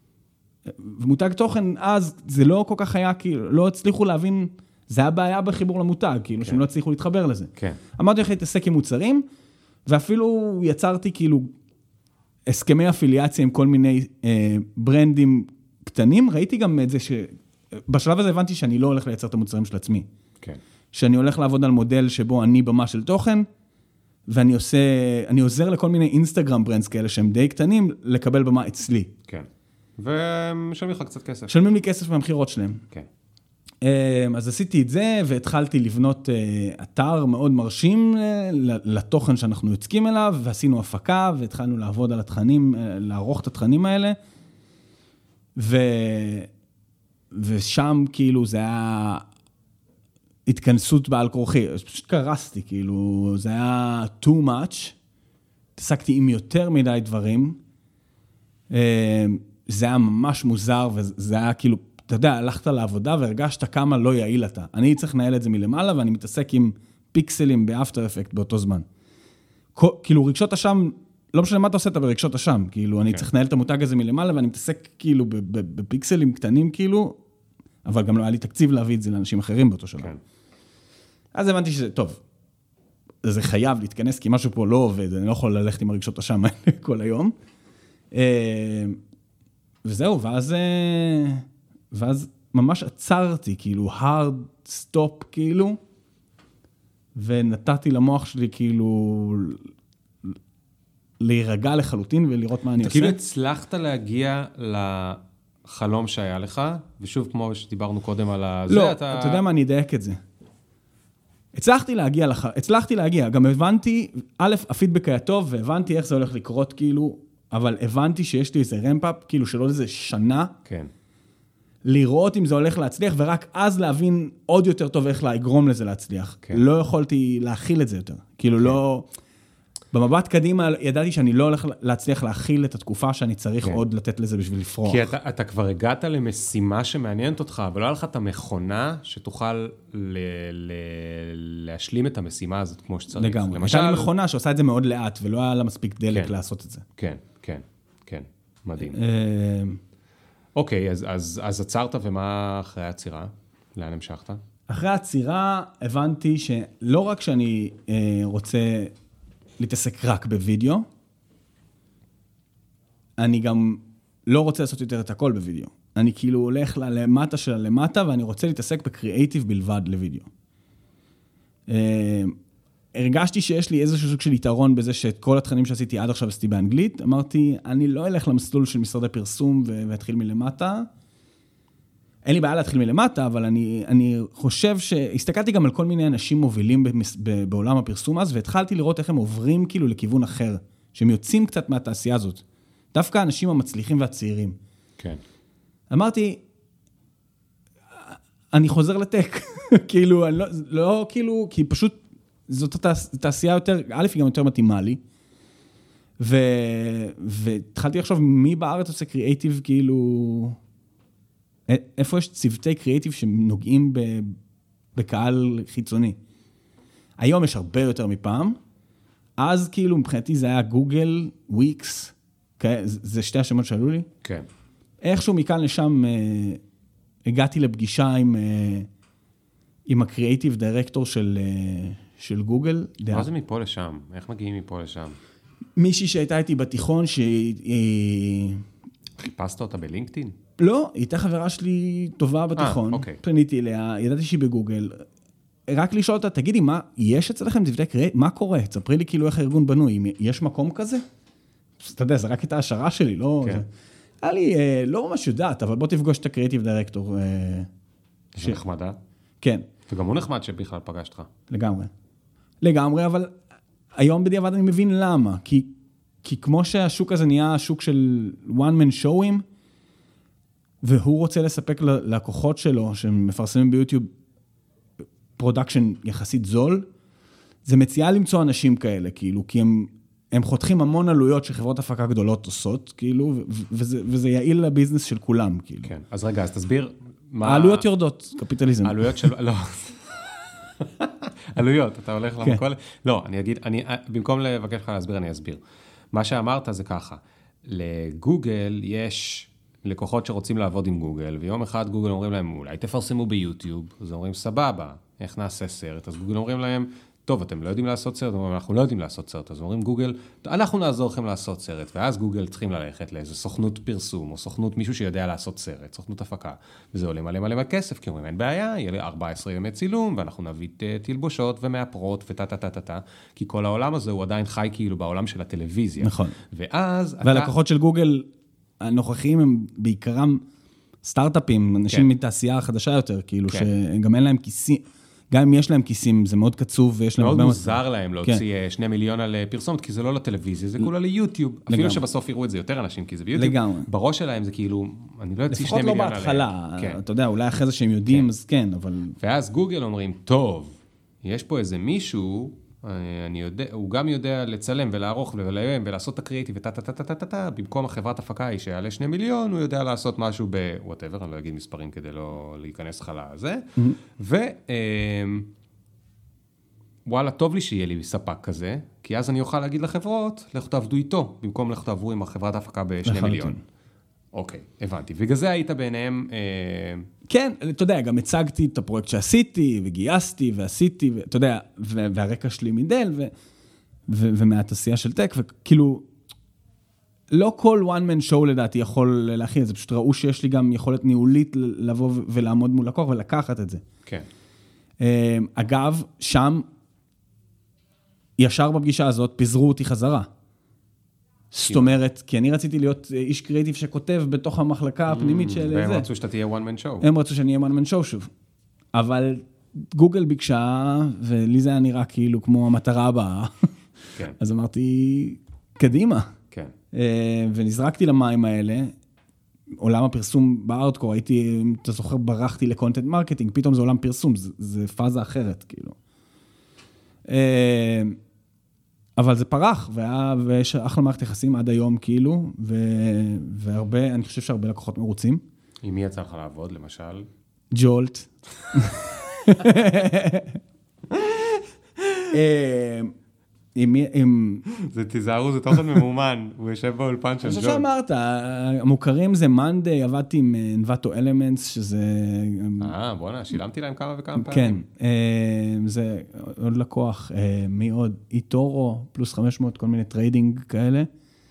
ומותג תוכן אז זה לא כל כך היה, כאילו, לא הצליחו להבין, זה היה בעיה בחיבור למותג, כאילו, כן. שהם לא הצליחו להתחבר לזה. כן. אמרתי איך להתעסק עם מוצרים, ואפילו יצרתי כאילו, הסכמי אפיליאציה עם כל מיני אה, ברנדים קטנים, ראיתי גם את זה ש... בשלב הזה הבנתי שאני לא הולך לייצר את המוצרים של עצמי. כן. שאני הולך לעבוד על מודל שבו אני במה של תוכן, ואני עושה, אני עוזר לכל מיני אינסטגרם ברנדס כאלה שהם די קטנים, לקבל במה אצלי. כן. ומשלמים לך קצת כסף. משלמים לי כסף מהמחירות שלהם. כן. אז עשיתי את זה, והתחלתי לבנות אתר מאוד מרשים לתוכן שאנחנו יוצקים אליו, ועשינו הפקה, והתחלנו לעבוד על התכנים, לערוך את התכנים האלה, ו... ושם כאילו זה היה התכנסות בעל כורחי, פשוט קרסתי, כאילו זה היה too much, התעסקתי עם יותר מדי דברים, זה היה ממש מוזר, וזה היה כאילו, אתה יודע, הלכת לעבודה והרגשת כמה לא יעיל אתה. אני צריך לנהל את זה מלמעלה, ואני מתעסק עם פיקסלים באפטר אפקט באותו זמן. כאילו, רגשות השם, לא משנה מה אתה עושה, אתה ברגשות השם. כאילו, אני צריך לנהל את המותג הזה מלמעלה, ואני מתעסק כאילו בפיקסלים קטנים, כאילו, אבל גם לא היה לי תקציב להביא את זה לאנשים אחרים באותו שלב. אז הבנתי שזה, טוב, זה חייב להתכנס, כי משהו פה לא עובד, אני לא יכול ללכת עם הרגשות השם האלה כל היום. וזהו, ואז... ואז ממש עצרתי, כאילו, hard stop, כאילו, ונתתי למוח שלי, כאילו, להירגע לחלוטין ולראות מה אני עושה. אתה כאילו הצלחת להגיע לחלום שהיה לך, ושוב, כמו שדיברנו קודם על זה, לא, אתה... אתה יודע מה, אני אדייק את זה. הצלחתי להגיע, לח... הצלחתי להגיע, גם הבנתי, א', הפידבק היה טוב, והבנתי איך זה הולך לקרות, כאילו, אבל הבנתי שיש לי איזה רמפ-אפ, כאילו, שלא איזה שנה, כן. לראות אם זה הולך להצליח, ורק אז להבין עוד יותר טוב איך לגרום לזה להצליח. כן. לא יכולתי להכיל את זה יותר. כאילו כן. לא... במבט קדימה ידעתי שאני לא הולך להצליח להכיל את התקופה שאני צריך כן. עוד לתת לזה בשביל לפרוח. כי אתה, אתה כבר הגעת למשימה שמעניינת אותך, אבל לא היה לך את המכונה שתוכל ל, ל, להשלים את המשימה הזאת כמו שצריך. לגמרי. למשל... הייתה לי מכונה שעושה את זה מאוד לאט, ולא היה לה מספיק דלק כן. לעשות את זה. כן, כן, כן. מדהים. אוקיי, אז, אז, אז עצרת, ומה אחרי העצירה? לאן המשכת? אחרי העצירה הבנתי שלא רק שאני אה, רוצה להתעסק רק בווידאו, אני גם לא רוצה לעשות יותר את הכל בווידאו. אני כאילו הולך למטה של למטה, ואני רוצה להתעסק בקריאייטיב בלבד לווידאו. אה, הרגשתי שיש לי איזשהו סוג של יתרון בזה שאת כל התכנים שעשיתי עד עכשיו עשיתי באנגלית. אמרתי, אני לא אלך למסלול של משרדי פרסום ואתחיל מלמטה. אין לי בעיה להתחיל מלמטה, אבל אני, אני חושב שהסתכלתי גם על כל מיני אנשים מובילים בעולם הפרסום אז, והתחלתי לראות איך הם עוברים כאילו לכיוון אחר, שהם יוצאים קצת מהתעשייה הזאת. דווקא האנשים המצליחים והצעירים. כן. אמרתי, אני חוזר לטק. כאילו, אני לא, לא כאילו, כי פשוט זאת תעשייה יותר, א' היא גם יותר מתאימה לי, ו... והתחלתי לחשוב מי בארץ עושה קריאייטיב, כאילו, איפה יש צוותי קריאייטיב שנוגעים בקהל חיצוני. היום יש הרבה יותר מפעם, אז כאילו מבחינתי זה היה גוגל, וויקס, זה שתי השמות שעלו לי. כן. איכשהו מכאן לשם הגעתי לפגישה עם, עם הקריאייטיב דירקטור של, של גוגל. מה זה מפה לשם? איך מגיעים מפה לשם? מישהי שהייתה איתי בתיכון, שהיא... חיפשת אותה בלינקדאין? לא, היא הייתה חברה שלי טובה בתיכון. אוקיי. פניתי אליה, ידעתי שהיא בגוגל. רק לשאול אותה, תגידי, מה, יש אצלכם צוותי קריאייטיב? מה קורה? תספרי לי כאילו איך הארגון בנוי. יש מקום כזה? אתה יודע, זה רק את ההשערה שלי, לא... כן. היה לי, לא ממש יודעת, אבל בוא תפגוש את הקריאייטיב דירקטור. זה נחמדה? כן. וגם הוא נחמד שבכלל פגשתך. לגמרי. לגמרי, אבל היום בדיעבד אני מבין למה. כי, כי כמו שהשוק הזה נהיה שוק של one man showing, והוא רוצה לספק ללקוחות שלו, שמפרסמים ביוטיוב פרודקשן יחסית זול, זה מציע למצוא אנשים כאלה, כאילו, כי הם, הם חותכים המון עלויות שחברות הפקה גדולות עושות, כאילו, וזה, וזה יעיל לביזנס של כולם, כאילו. כן, אז רגע, אז תסביר מה... העלויות יורדות, קפיטליזם. העלויות של... לא. עלויות, אתה הולך למקום... לא, אני אגיד, אני, במקום לבקש לך להסביר, אני אסביר. מה שאמרת זה ככה, לגוגל יש לקוחות שרוצים לעבוד עם גוגל, ויום אחד גוגל אומרים להם, אולי תפרסמו ביוטיוב, אז אומרים, סבבה, איך נעשה סרט? אז גוגל אומרים להם, טוב, אתם לא יודעים לעשות סרט, אומרים, אנחנו לא יודעים לעשות סרט, אז אומרים גוגל, אנחנו נעזור לכם לעשות סרט, ואז גוגל צריכים ללכת לאיזו סוכנות פרסום, או סוכנות מישהו שיודע לעשות סרט, סוכנות הפקה, וזה עולה מלא מלא כסף, כי אומרים, אין בעיה, יהיה לי ארבעה עשר ימי צילום, ואנחנו נביא תלבושות ומאפרות וטה-טה-טה-טה, כי כל העולם הזה הוא עדיין חי כאילו בעולם של הטלוויזיה. נכון. ואז... והלקוחות של גוגל הנוכחיים הם בעיקרם סטארט-אפים, אנשים מתעשייה החדשה יותר, כאילו שגם אין להם כיסים, גם אם יש להם כיסים, זה מאוד קצוב, ויש להם... מאוד מוזר להם להוציא שני מיליון על פרסומת, כי זה לא לטלוויזיה, זה כולה ליוטיוב. אפילו שבסוף יראו את זה יותר אנשים, כי זה ביוטיוב. לגמרי. בראש שלהם זה כאילו, אני לא אציא שני מיליון עליהם. לפחות לא בהתחלה, אתה יודע, אולי אחרי זה שהם יודעים, אז כן, אבל... ואז גוגל אומרים, טוב, יש פה איזה מישהו, אני יודע, הוא גם יודע לצלם ולערוך ולאיים ולעשות את הקריאיטיב וטה-טה-טה-טה-טה, במקום החברת הפקה היא שיעלה שני מיליון, הוא יודע לעשות משהו ב-whatever, אני לא אגיד מספרים כדי לא להיכנס לך לזה, ו... וואלה, טוב לי שיהיה לי ספק כזה, כי אז אני אוכל להגיד לחברות, לכו תעבדו איתו, במקום לכו תעברו עם החברת ההפקה בשני מיליון. אוקיי, הבנתי. בגלל זה היית ביניהם... כן, אתה יודע, גם הצגתי את הפרויקט שעשיתי, וגייסתי, ועשיתי, ואתה יודע, והרקע שלי מדל, ומהתעשייה של טק, וכאילו, לא כל one man show לדעתי יכול להכין את זה, פשוט ראו שיש לי גם יכולת ניהולית לבוא ולעמוד מול לקוח ולקחת את זה. כן. אגב, שם, ישר בפגישה הזאת, פיזרו אותי חזרה. זאת אומרת, כי אני רציתי להיות איש קריאיטיב שכותב בתוך המחלקה הפנימית של זה. והם רצו שאתה תהיה one man show. הם רצו שאני אהיה one man show שוב. אבל גוגל ביקשה, ולי זה היה נראה כאילו כמו המטרה הבאה. כן. אז אמרתי, קדימה. כן. ונזרקתי למים האלה. עולם הפרסום בארדקור, הייתי, אם אתה זוכר, ברחתי לקונטנט מרקטינג, פתאום זה עולם פרסום, זה, זה פאזה אחרת, כאילו. אבל זה פרח, והיה, ויש אחלה מערכת יחסים עד היום, כאילו, ו, והרבה, אני חושב שהרבה לקוחות מרוצים. עם מי יצא לך לעבוד, למשל? ג'ולט. זה תיזהרו, זה תוכן ממומן, הוא יושב באולפן של ג'ולט. אני חושב שאמרת, המוכרים זה מנדי, עבדתי עם נבטו אלמנטס, שזה... אה, בוא'נה, שילמתי להם כמה וכמה פעמים. כן, זה עוד לקוח, מי עוד? איטורו, פלוס חמש מאות, כל מיני טריידינג כאלה.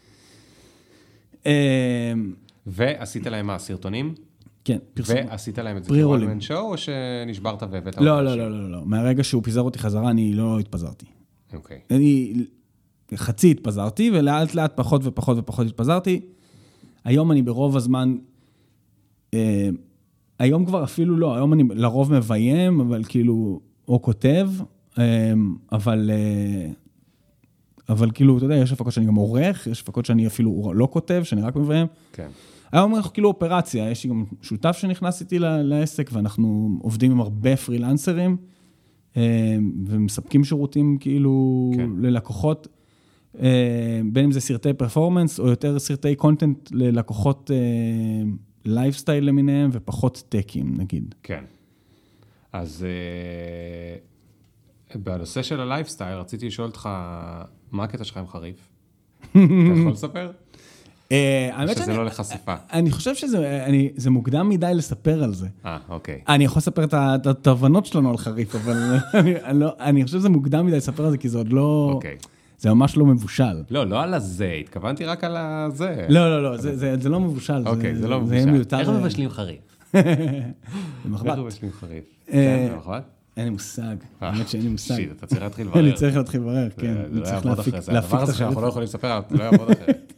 ועשית להם מה, סרטונים? כן, פרסום. ועשית להם את זה כוואלמן שואו, או שנשברת והבאת? לא, לא, לא, לא, לא. מהרגע שהוא פיזר אותי חזרה, אני לא התפזרתי. אוקיי. אני חצי התפזרתי, ולאט לאט פחות ופחות ופחות התפזרתי. היום אני ברוב הזמן, אה, היום כבר אפילו לא, היום אני לרוב מביים, אבל כאילו, או כותב, אה, אבל, אה, אבל כאילו, אתה יודע, יש הפקות שאני גם עורך, יש הפקות שאני אפילו לא כותב, שאני רק מביים. כן. היום אנחנו כאילו אופרציה, יש לי גם שותף שנכנס איתי לעסק, ואנחנו עובדים עם הרבה פרילנסרים, ומספקים שירותים כאילו כן. ללקוחות, בין אם זה סרטי פרפורמנס, או יותר סרטי קונטנט ללקוחות לייפסטייל למיניהם, ופחות טקים, נגיד. כן. אז בנושא של הלייפסטייל, רציתי לשאול אותך, מה הקטע שלך עם חריף? אתה יכול לספר? שזה לא לחשיפה. אני חושב שזה מוקדם מדי לספר על זה. אה, אוקיי. אני יכול לספר את התובנות שלנו על חריף, אבל אני חושב שזה מוקדם מדי לספר על זה, כי זה עוד לא... אוקיי. זה ממש לא מבושל. לא, לא על הזה, התכוונתי רק על הזה. לא, לא, לא, זה לא מבושל. אוקיי, זה לא מבושל. איך מבשלים חריף? במחבת. איך מבשלים חריף? כן, במחבת? אין לי מושג, באמת שאין לי מושג. שיט, אתה צריך להתחיל לברר. אני צריך להתחיל לברר, כן. זה לא יעבוד אחרי זה. הדבר הזה שאנחנו לא יכולים לספר עליו, זה לא יעבוד אחרת.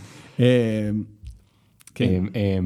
כן.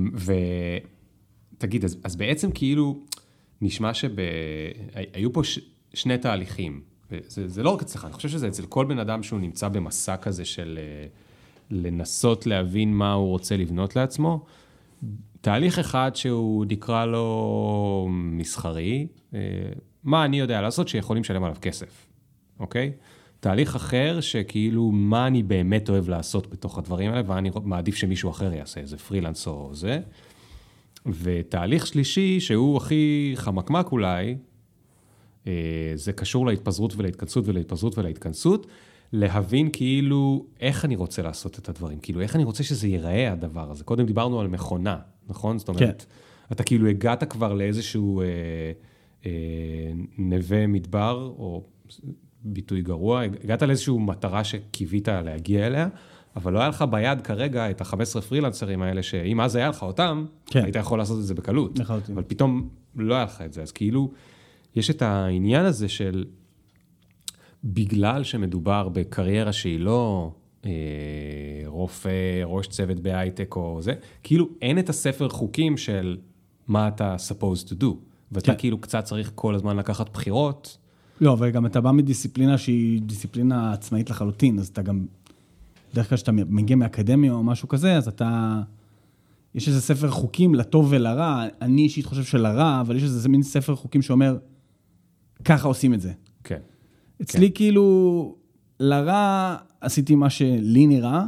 ותגיד, אז בעצם כאילו נשמע שהיו פה שני תהליכים. זה לא רק אצלך, אני חושב שזה אצל כל בן אדם שהוא נמצא במסע כזה של לנסות להבין מה הוא רוצה לבנות לעצמו. תהליך אחד שהוא נקרא לו מסחרי, מה אני יודע לעשות שיכולים לשלם עליו כסף, אוקיי? תהליך אחר שכאילו מה אני באמת אוהב לעשות בתוך הדברים האלה, ואני מעדיף שמישהו אחר יעשה, איזה פרילנס או זה. ותהליך שלישי שהוא הכי חמקמק אולי, זה קשור להתפזרות ולהתכנסות ולהתפזרות ולהתכנסות, להבין כאילו איך אני רוצה לעשות את הדברים, כאילו איך אני רוצה שזה ייראה הדבר הזה. קודם דיברנו על מכונה, נכון? זאת אומרת, אתה כאילו הגעת כבר לאיזשהו אה, אה, נווה מדבר, או ביטוי גרוע, הגעת לאיזשהו מטרה שקיווית להגיע אליה, אבל לא היה לך ביד כרגע את ה-חמישה עשר פרילנסרים האלה, שאם אז היה לך אותם, כן. היית יכול לעשות את זה בקלות. לחלוטין. אבל פתאום לא היה לך את זה, אז כאילו, יש את העניין הזה של, בגלל שמדובר בקריירה שהיא לא אה, רופא, ראש צוות בהייטק או זה, כאילו אין את הספר חוקים של מה אתה supposed to do, ואתה כן. כאילו קצת צריך כל הזמן לקחת בחירות. לא, אבל גם אתה בא מדיסציפלינה שהיא דיסציפלינה עצמאית לחלוטין, אז אתה גם, דרך כלל שאתה מגיע מאקדמיה או משהו כזה, אז אתה, יש איזה ספר חוקים לטוב ולרע, אני אישית חושב שלרע, אבל יש איזה מין ספר חוקים שאומר, ככה עושים את זה. כן. אצלי כן. כאילו, לרע עשיתי מה שלי נראה,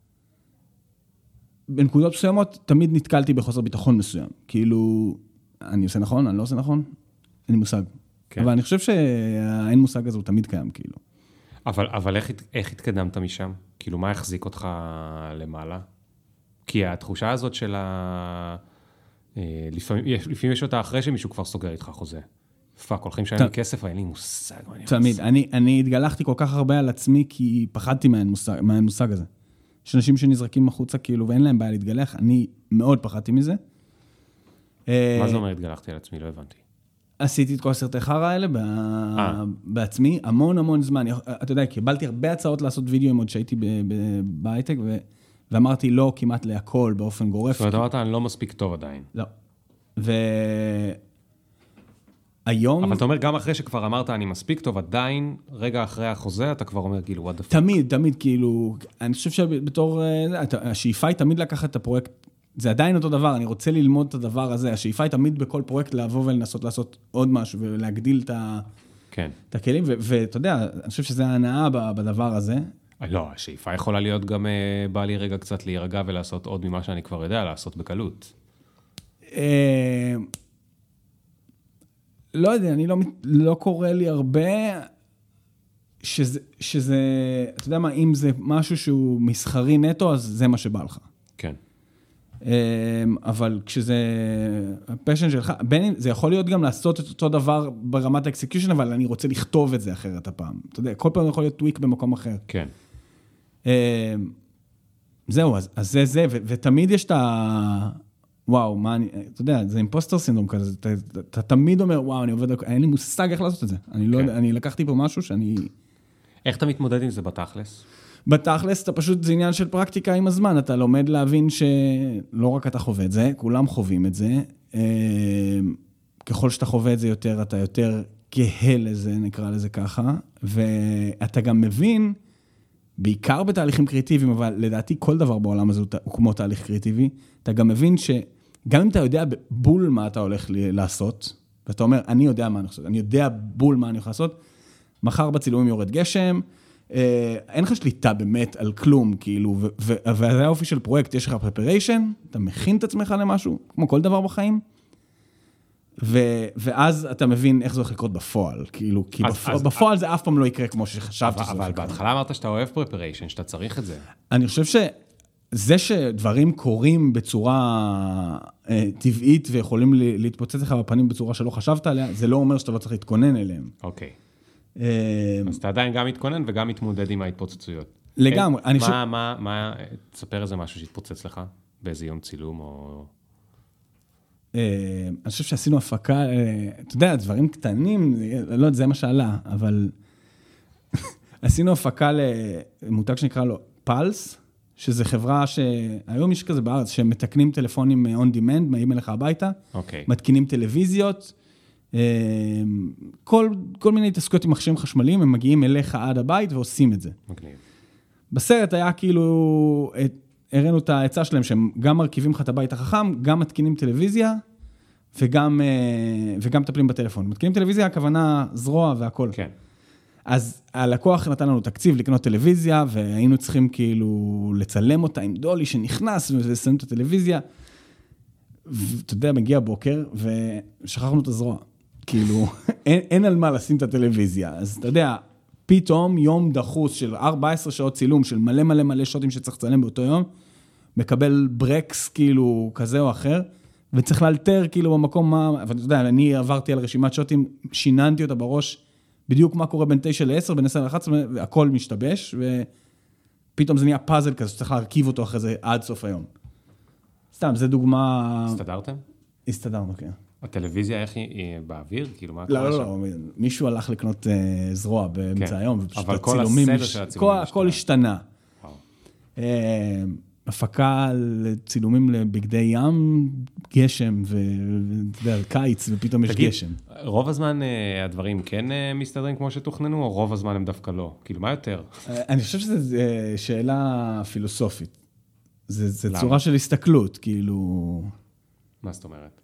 בנקודות מסוימות תמיד נתקלתי בחוסר ביטחון מסוים. כאילו, אני עושה נכון, אני לא עושה נכון, אין לי מושג. כן. אבל אני חושב שהאין מושג הזה הוא תמיד קיים, כאילו. אבל, אבל איך, איך התקדמת משם? כאילו, מה החזיק אותך למעלה? כי התחושה הזאת של ה... לפעמים, לפעמים יש אותה אחרי שמישהו כבר סוגר איתך חוזה. פאק, הולכים שאין לי כסף, אין לי מושג. תמיד, אני, אני התגלחתי כל כך הרבה על עצמי, כי פחדתי מהאין מושג, מהאין מושג הזה. יש אנשים שנזרקים מחוצה, כאילו, ואין להם בעיה להתגלח, אני מאוד פחדתי מזה. מה זה אומר התגלחתי על עצמי? לא הבנתי. עשיתי את כל הסרטי חרא האלה בעצמי, המון המון זמן. אתה יודע, קיבלתי הרבה הצעות לעשות וידאוים עוד שהייתי בהייטק, ואמרתי לא כמעט להכל באופן גורף. זאת אומרת, אני לא מספיק טוב עדיין. לא. והיום... אבל אתה אומר, גם אחרי שכבר אמרת אני מספיק טוב, עדיין, רגע אחרי החוזה, אתה כבר אומר, כאילו, what the fuck. תמיד, תמיד, כאילו, אני חושב שבתור, השאיפה היא תמיד לקחת את הפרויקט, זה עדיין אותו דבר, אני רוצה ללמוד את הדבר הזה, השאיפה היא תמיד בכל פרויקט לבוא ולנסות לעשות עוד משהו, ולהגדיל את, כן. את הכלים, ואתה יודע, אני חושב שזה ההנאה בדבר הזה. לא, השאיפה יכולה להיות גם, בא לי רגע קצת להירגע ולעשות עוד ממה שאני כבר יודע, לעשות בקלות. לא יודע, אני לא, לא קורא לי הרבה, שזה, שזה, אתה יודע מה, אם זה משהו שהוא מסחרי נטו, אז זה מה שבא לך. כן. אבל כשזה הפשן שלך, בין, זה יכול להיות גם לעשות את אותו דבר ברמת האקסקיושן, אבל אני רוצה לכתוב את זה אחרת הפעם. אתה יודע, כל פעם יכול להיות טוויק במקום אחר. כן. זהו, אז, אז זה זה, ו, ותמיד יש את ה... וואו, מה אני, אתה יודע, זה אימפוסטר סינדרום כזה, אתה, אתה, אתה תמיד אומר, וואו, אני עובד, אין לי מושג איך לעשות את זה. אני לא, אני לקחתי פה משהו שאני... איך אתה מתמודד עם זה בתכלס? בתכלס, אתה פשוט, זה עניין של פרקטיקה עם הזמן, אתה לומד להבין שלא רק אתה חווה את זה, כולם חווים את זה, ככל שאתה חווה את זה יותר, אתה יותר כהה לזה, נקרא לזה ככה, ואתה גם מבין, בעיקר בתהליכים קריאטיביים, אבל לדעתי כל דבר בעולם הזה הוא כמו תהליך קריאטיבי, אתה גם מבין שגם אם אתה יודע בול מה אתה הולך לעשות, ואתה אומר, אני יודע מה אני הולך לעשות, אני יודע בול מה אני הולך לעשות, מחר בצילומים יורד גשם, אין לך שליטה באמת על כלום, כאילו, וזה האופי של פרויקט, יש לך preparation, אתה מכין את עצמך למשהו, כמו כל דבר בחיים, ו- ואז אתה מבין איך זה הולך לקרות בפועל, כאילו, כי אז- בפ- אז- בפועל זה אף פעם לא יקרה כמו שחשבתי אבל, שזה אבל הולך לקרות. בהתחלה אמרת שאתה אוהב preparation, שאתה צריך את זה. אני חושב שזה שדברים קורים בצורה אה, טבעית ויכולים ל- להתפוצץ לך בפנים בצורה שלא חשבת עליה, זה לא אומר שאתה לא צריך להתכונן אליהם. אוקיי. אה, אז אתה עדיין גם מתכונן וגם מתמודד עם ההתפוצצויות. לגמרי. אה, אני מה, חושב... מה, מה, תספר איזה משהו שהתפוצץ לך, באיזה יום צילום או... אה, אני חושב שעשינו הפקה, אה, אתה יודע, דברים קטנים, לא יודע, זה מה שעלה, אבל עשינו הפקה למותג שנקרא לו פלס, שזה חברה שהיום יש כזה בארץ, שמתקנים טלפונים on demand, מגיעים אליך הביתה, אוקיי. מתקינים טלוויזיות, אה, כל, כל מיני התעסקויות עם מכשירים חשמליים, הם מגיעים אליך עד הבית ועושים את זה. מגניב. בסרט היה כאילו, הראינו את ההצעה שלהם, שהם גם מרכיבים לך את הבית החכם, גם מתקינים טלוויזיה, וגם, וגם מטפלים בטלפון. מתקינים טלוויזיה, הכוונה זרוע והכל. כן. אז הלקוח נתן לנו תקציב לקנות טלוויזיה, והיינו צריכים כאילו לצלם אותה עם דולי שנכנס, ולסיים את הטלוויזיה. ואתה יודע, מגיע בוקר, ושכחנו את הזרוע. כאילו, אין, אין על מה לשים את הטלוויזיה. אז אתה יודע, פתאום יום דחוס של ארבע עשרה שעות צילום, של מלא מלא מלא שוטים שצריך לצלם באותו יום, מקבל ברקס כאילו כזה או אחר, ופצריך לאלתר כאילו במקום מה, אבל אתה יודע, אני עברתי על רשימת שוטים, שיננתי אותה בראש, בדיוק מה קורה בין תשע לעשר, בין עשר לאחת עשרה, והכל משתבש, ופתאום זה נהיה פאזל כזה, שצריך להרכיב אותו אחרי זה עד סוף היום. סתם, זה דוגמה... הסתדרתם? הסתדרנו, כן. הטלוויזיה, איך היא, היא באוויר? כאילו, מה לא, קורה לא, שם? לא, מישהו הלך לקנות uh, זרוע באמצע כן. היום, ופשוט אבל כל הצילומים... הסדר מש- של הצילומים כל- השתנה. הכל השתנה. וואו. Uh, הפקה לצילומים לבגדי ים, גשם, וקיץ, ופתאום יש תגיד, גשם. רוב הזמן אה, הדברים כן אה, מסתדרים כמו שתוכננו, או רוב הזמן הם דווקא לא? כאילו, מה יותר? Uh, אני חושב שזו uh, שאלה פילוסופית. זה, זה למה? צורה של הסתכלות, כאילו... מה זאת אומרת?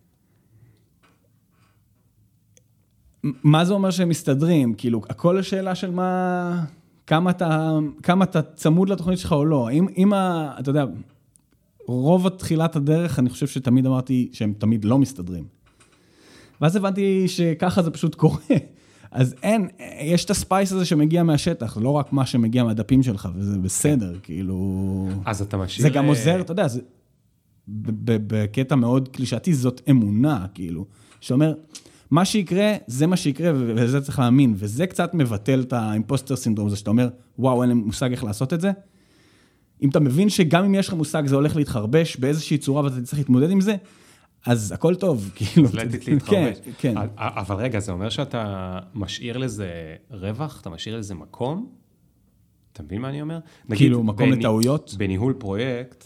מה זה אומר שהם מסתדרים? כאילו, הכל השאלה של מה... כמה אתה, כמה אתה צמוד לתוכנית שלך או לא. אם, אם ה... אתה יודע, רוב התחילת הדרך, אני חושב שתמיד אמרתי שהם תמיד לא מסתדרים. ואז הבנתי שככה זה פשוט קורה. אז אין, יש את הספייס הזה שמגיע מהשטח, לא רק מה שמגיע מהדפים שלך, וזה בסדר, כאילו... אז אתה משאיר... זה גם עוזר, אתה יודע, זה... ב- ב- בקטע מאוד קלישאתי, זאת אמונה, כאילו, שאומר, מה שיקרה, זה מה שיקרה, ו- וזה צריך להאמין, וזה קצת מבטל את האימפוסטר סינדרום, זה שאתה אומר, וואו, אין לי מושג איך לעשות את זה. אם אתה מבין שגם אם יש לך מושג, זה הולך להתחרבש באיזושהי צורה, ואתה צריך להתמודד עם זה, אז הכל טוב, כאילו. אז לטית להתחרבש. כן, כן. אבל רגע, זה אומר שאתה משאיר לזה רווח, אתה משאיר לזה מקום? אתה מבין מה אני אומר? כאילו, מקום לטעויות? בניהול פרויקט,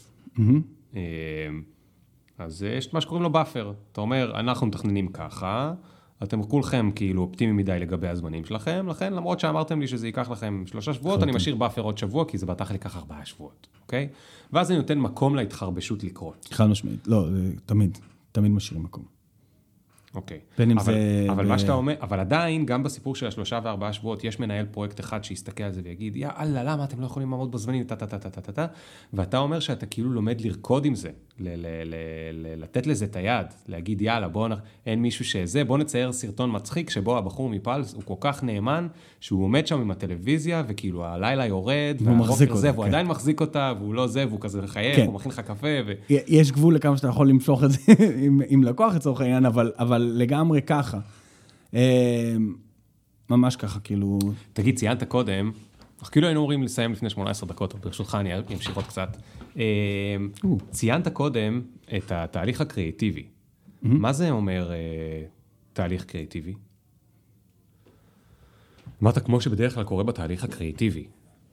אז יש את מה שקוראים לו באפר. אתה אומר, אנחנו מתכננים ככה, אתם כולכם כאילו אופטימיים מדי לגבי הזמנים שלכם, לכן למרות שאמרתם לי שזה ייקח לכם שלושה שבועות, אני משאיר באפר עוד שבוע, כי זה בטח לקח ארבעה שבועות, אוקיי? ואז אני נותן מקום להתחרבשות לקרות. חד משמעית, לא, זה תמיד, תמיד משאירים מקום. אוקיי. בין אם אבל, זה... אבל ב... מה שאתה אומר, אבל עדיין, גם בסיפור של השלושה וארבעה שבועות, יש מנהל פרויקט אחד שיסתכל על זה ויגיד, יא אללה, למה אתם לא יכולים לעמוד בזמנים, טה, טה, טה, טה, טה, טה, ואתה אומר שאתה כאילו לומד לרקוד עם זה, ל- ל- ל- ל- לתת לזה את היד, להגיד, יאללה, בוא, אין מישהו שזה, בוא נצייר סרטון מצחיק, שבו הבחור מפלס הוא כל כך נאמן, שהוא עומד שם עם הטלוויזיה, וכאילו הלילה יורד, והבוקר זה, והוא עדיין מחזיק אותה, והוא לא זה, והוא כזה מחייך, הוא מכין לך קפה, ו... יש גבול לכמה שאתה יכול למשוך את זה עם, עם לקוח לצורך העניין, אבל, אבל לגמרי ככה. ממש ככה, כאילו... תגיד, ציינת קודם, אך כאילו היינו אומרים לסיים לפני שמונה עשרה דקות, ברשותך אני אמשיך עוד קצת. ציינת קודם את התהליך הקריאטיבי. מה זה אומר תהליך קריאטיבי? אמרת כמו שבדרך כלל קורה בתהליך הקריאטיבי.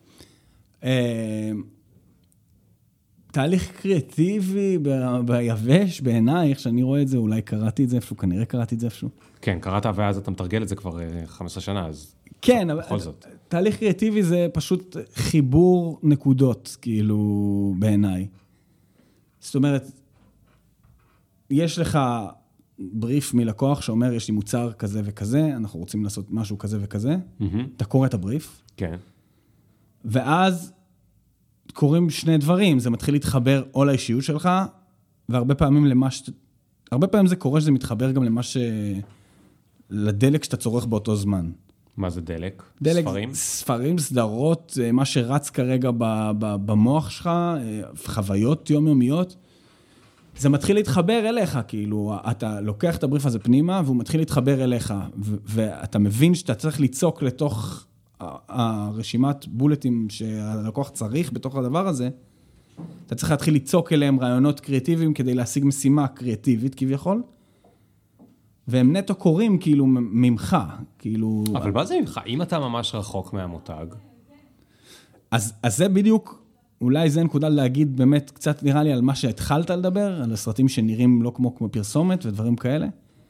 תהליך קריאטיבי ביבש, בעיניי, איך שאני רואה את זה, אולי קראתי את זה איפשהו, כנראה קראתי את זה איפשהו. כן, קראת ואז אתה מתרגל את זה כבר חמש עשרה שנה, אז כן, בכל זאת. תהליך קריאטיבי זה פשוט חיבור נקודות, כאילו, בעיניי. זאת אומרת, יש לך בריף מלקוח שאומר, יש לי מוצר כזה וכזה, אנחנו רוצים לעשות משהו כזה וכזה, אתה קורא את הבריף, כן. ואז קורים שני דברים, זה מתחיל להתחבר או לאישיות שלך, והרבה פעמים למה ש... הרבה פעמים זה קורה שזה מתחבר גם למה ש... לדלק שאתה צורך באותו זמן. מה זה דלק? דלק, ספרים? ספרים, סדרות, מה שרץ כרגע ב, ב, במוח שלך, חוויות יומיומיות, זה מתחיל להתחבר אליך, כאילו, אתה לוקח את הבריף הזה פנימה, והוא מתחיל להתחבר אליך, ו- ואתה מבין שאתה צריך ליצוק לתוך הרשימת בולטים שהלקוח צריך בתוך הדבר הזה, אתה צריך להתחיל ליצוק אליהם רעיונות קריאטיביים כדי להשיג משימה קריאטיבית כביכול, והם נטו קוראים כאילו ממך, כאילו... אבל מה זה ממך? אם אתה ממש רחוק מהמותג? אז, אז זה בדיוק, אולי זה נקודה להגיד באמת קצת נראה לי על מה שהתחלת לדבר, על הסרטים שנראים לא כמו, כמו פרסומת ודברים כאלה.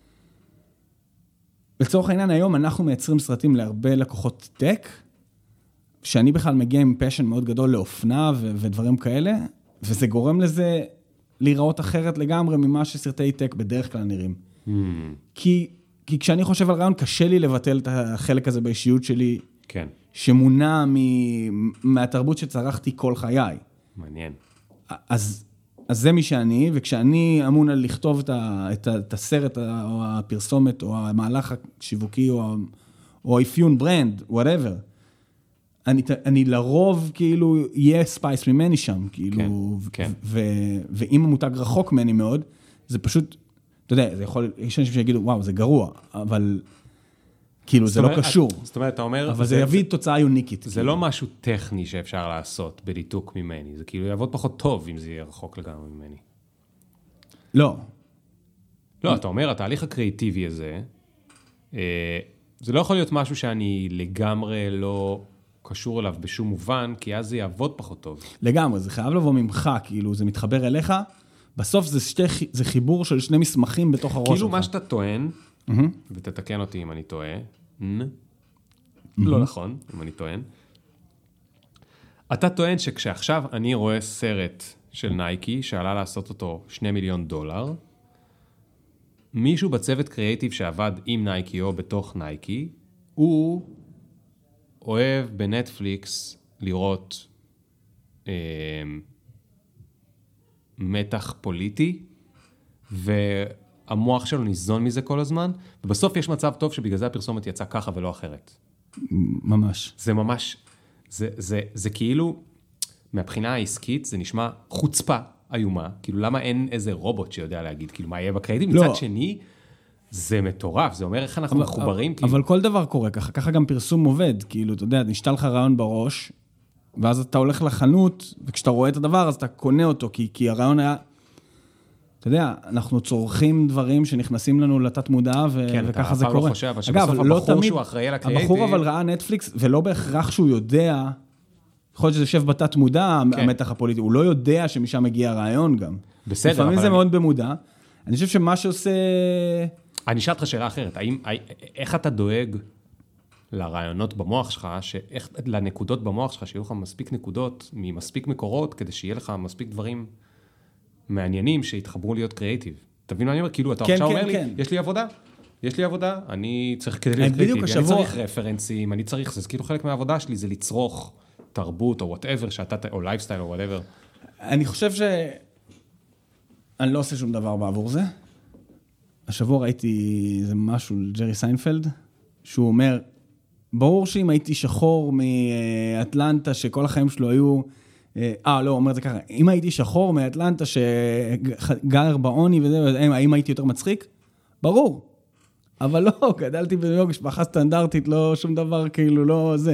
לצורך העניין היום אנחנו מייצרים סרטים להרבה לקוחות טק, שאני בכלל מגיע עם פשן מאוד גדול לאופנה ו- ודברים כאלה, וזה גורם לזה להיראות אחרת לגמרי ממה שסרטי טק בדרך כלל נראים. Hmm. כי, כי כשאני חושב על רעיון, קשה לי לבטל את החלק הזה באישיות שלי, כן. שמונע מ- מהתרבות שצרכתי כל חיי. מעניין. אז, אז זה מי שאני, וכשאני אמון על לכתוב את, ה- את, ה- את הסרט או הפרסומת, או המהלך השיווקי, או, או האפיון ברנד, whatever, אני, אני לרוב כאילו יהיה ספייס ממני שם, כאילו, כן, כן. ו- ו- ואם המותג רחוק ממני מאוד, זה פשוט, אתה יודע, זה יכול, יש אנשים שיגידו, וואו, זה גרוע, אבל כאילו זה לא קשור. זאת אומרת, אתה אומר... אבל זה יביא תוצאה יוניקית. זה לא משהו טכני שאפשר לעשות בניתוק ממני, זה כאילו יעבוד פחות טוב אם זה יהיה רחוק לגמרי ממני. לא. לא, אתה אומר, התהליך הקריאיטיבי הזה, זה לא יכול להיות משהו שאני לגמרי לא קשור אליו בשום מובן, כי אז זה יעבוד פחות טוב. לגמרי, זה חייב לבוא ממך, כאילו זה מתחבר אליך, בסוף זה, שתי, זה חיבור של שני מסמכים בתוך הראש. כאילו מה שאתה טוען, mm-hmm. ותתקן אותי אם אני טועה, mm-hmm. לא נכון, אם אני טוען, אתה טוען שכשעכשיו אני רואה סרט של נייקי, שעלה לעשות אותו שני מיליון דולר, מישהו בצוות קריאיטיב שעבד עם נייקי או בתוך נייקי, הוא אוהב בנטפליקס לראות אה, מתח פוליטי, והמוח שלו ניזון מזה כל הזמן, ובסוף יש מצב טוב שבגלל זה הפרסומת יצא ככה ולא אחרת. ממש. זה ממש, זה, זה, זה כאילו, מהבחינה העסקית, זה נשמע חוצפה איומה, כאילו למה אין איזה רובוט שיודע להגיד, כאילו מה יהיה בקרדיט? לא. מצד שני, זה מטורף, זה אומר איך אנחנו אבל, מחוברים. אבל, כאילו... אבל כל דבר קורה ככה, ככה גם פרסום עובד, כאילו, אתה יודע, נשתה לך רעיון בראש, ואז אתה הולך לחנות, וכשאתה רואה את הדבר, אז אתה קונה אותו, כי, כי הרעיון היה, אתה יודע, אנחנו צורכים דברים שנכנסים לנו לתת מודעה, ו- כן, וככה זה קורה. קורה. לא חושב, אבל שבסוף הבחור לא תמיד, שהוא אחראי על הקריאיטיב... הבחור אבל ראה נטפליקס, ולא בהכרח שהוא יודע, יכול להיות שזה יושב בתת מודע, כן. המתח הפוליטי, הוא לא יודע שמשם מגיע הרעיון גם. בסדר, לפעמים זה אני... מאוד במודע. אני חושב שמה שעושה... אני אשאל אותך שאלה אחרת, האם, איך אתה דואג לרעיונות במוח שלך, שאיך, לנקודות במוח שלך, שיהיו לך מספיק נקודות ממספיק מקורות, כדי שיהיה לך מספיק דברים מעניינים שיתחברו להיות קריאיטיב. תבין מה אני אומר? כאילו, אתה כן, עכשיו כן, אומר כן. לי, יש לי עבודה, יש לי עבודה, אני צריך כדי להיות קריאיטיב, השבוע... אני צריך רפרנסים, אני צריך, זה כאילו חלק מהעבודה שלי, זה לצרוך תרבות או whatever, שאתה, או לייפסטייל או whatever. אני חושב ש... אני לא עושה שום דבר בעבור זה. השבוע ראיתי איזה משהו לג'רי סיינפלד, שהוא אומר, ברור שאם הייתי שחור מאטלנטה, שכל החיים שלו היו... אה, לא, הוא אומר את זה ככה, אם הייתי שחור מאטלנטה, שגר בעוני וזה, האם הייתי יותר מצחיק? ברור. אבל לא, גדלתי בניו יורק, משפחה סטנדרטית, לא שום דבר, כאילו, לא זה.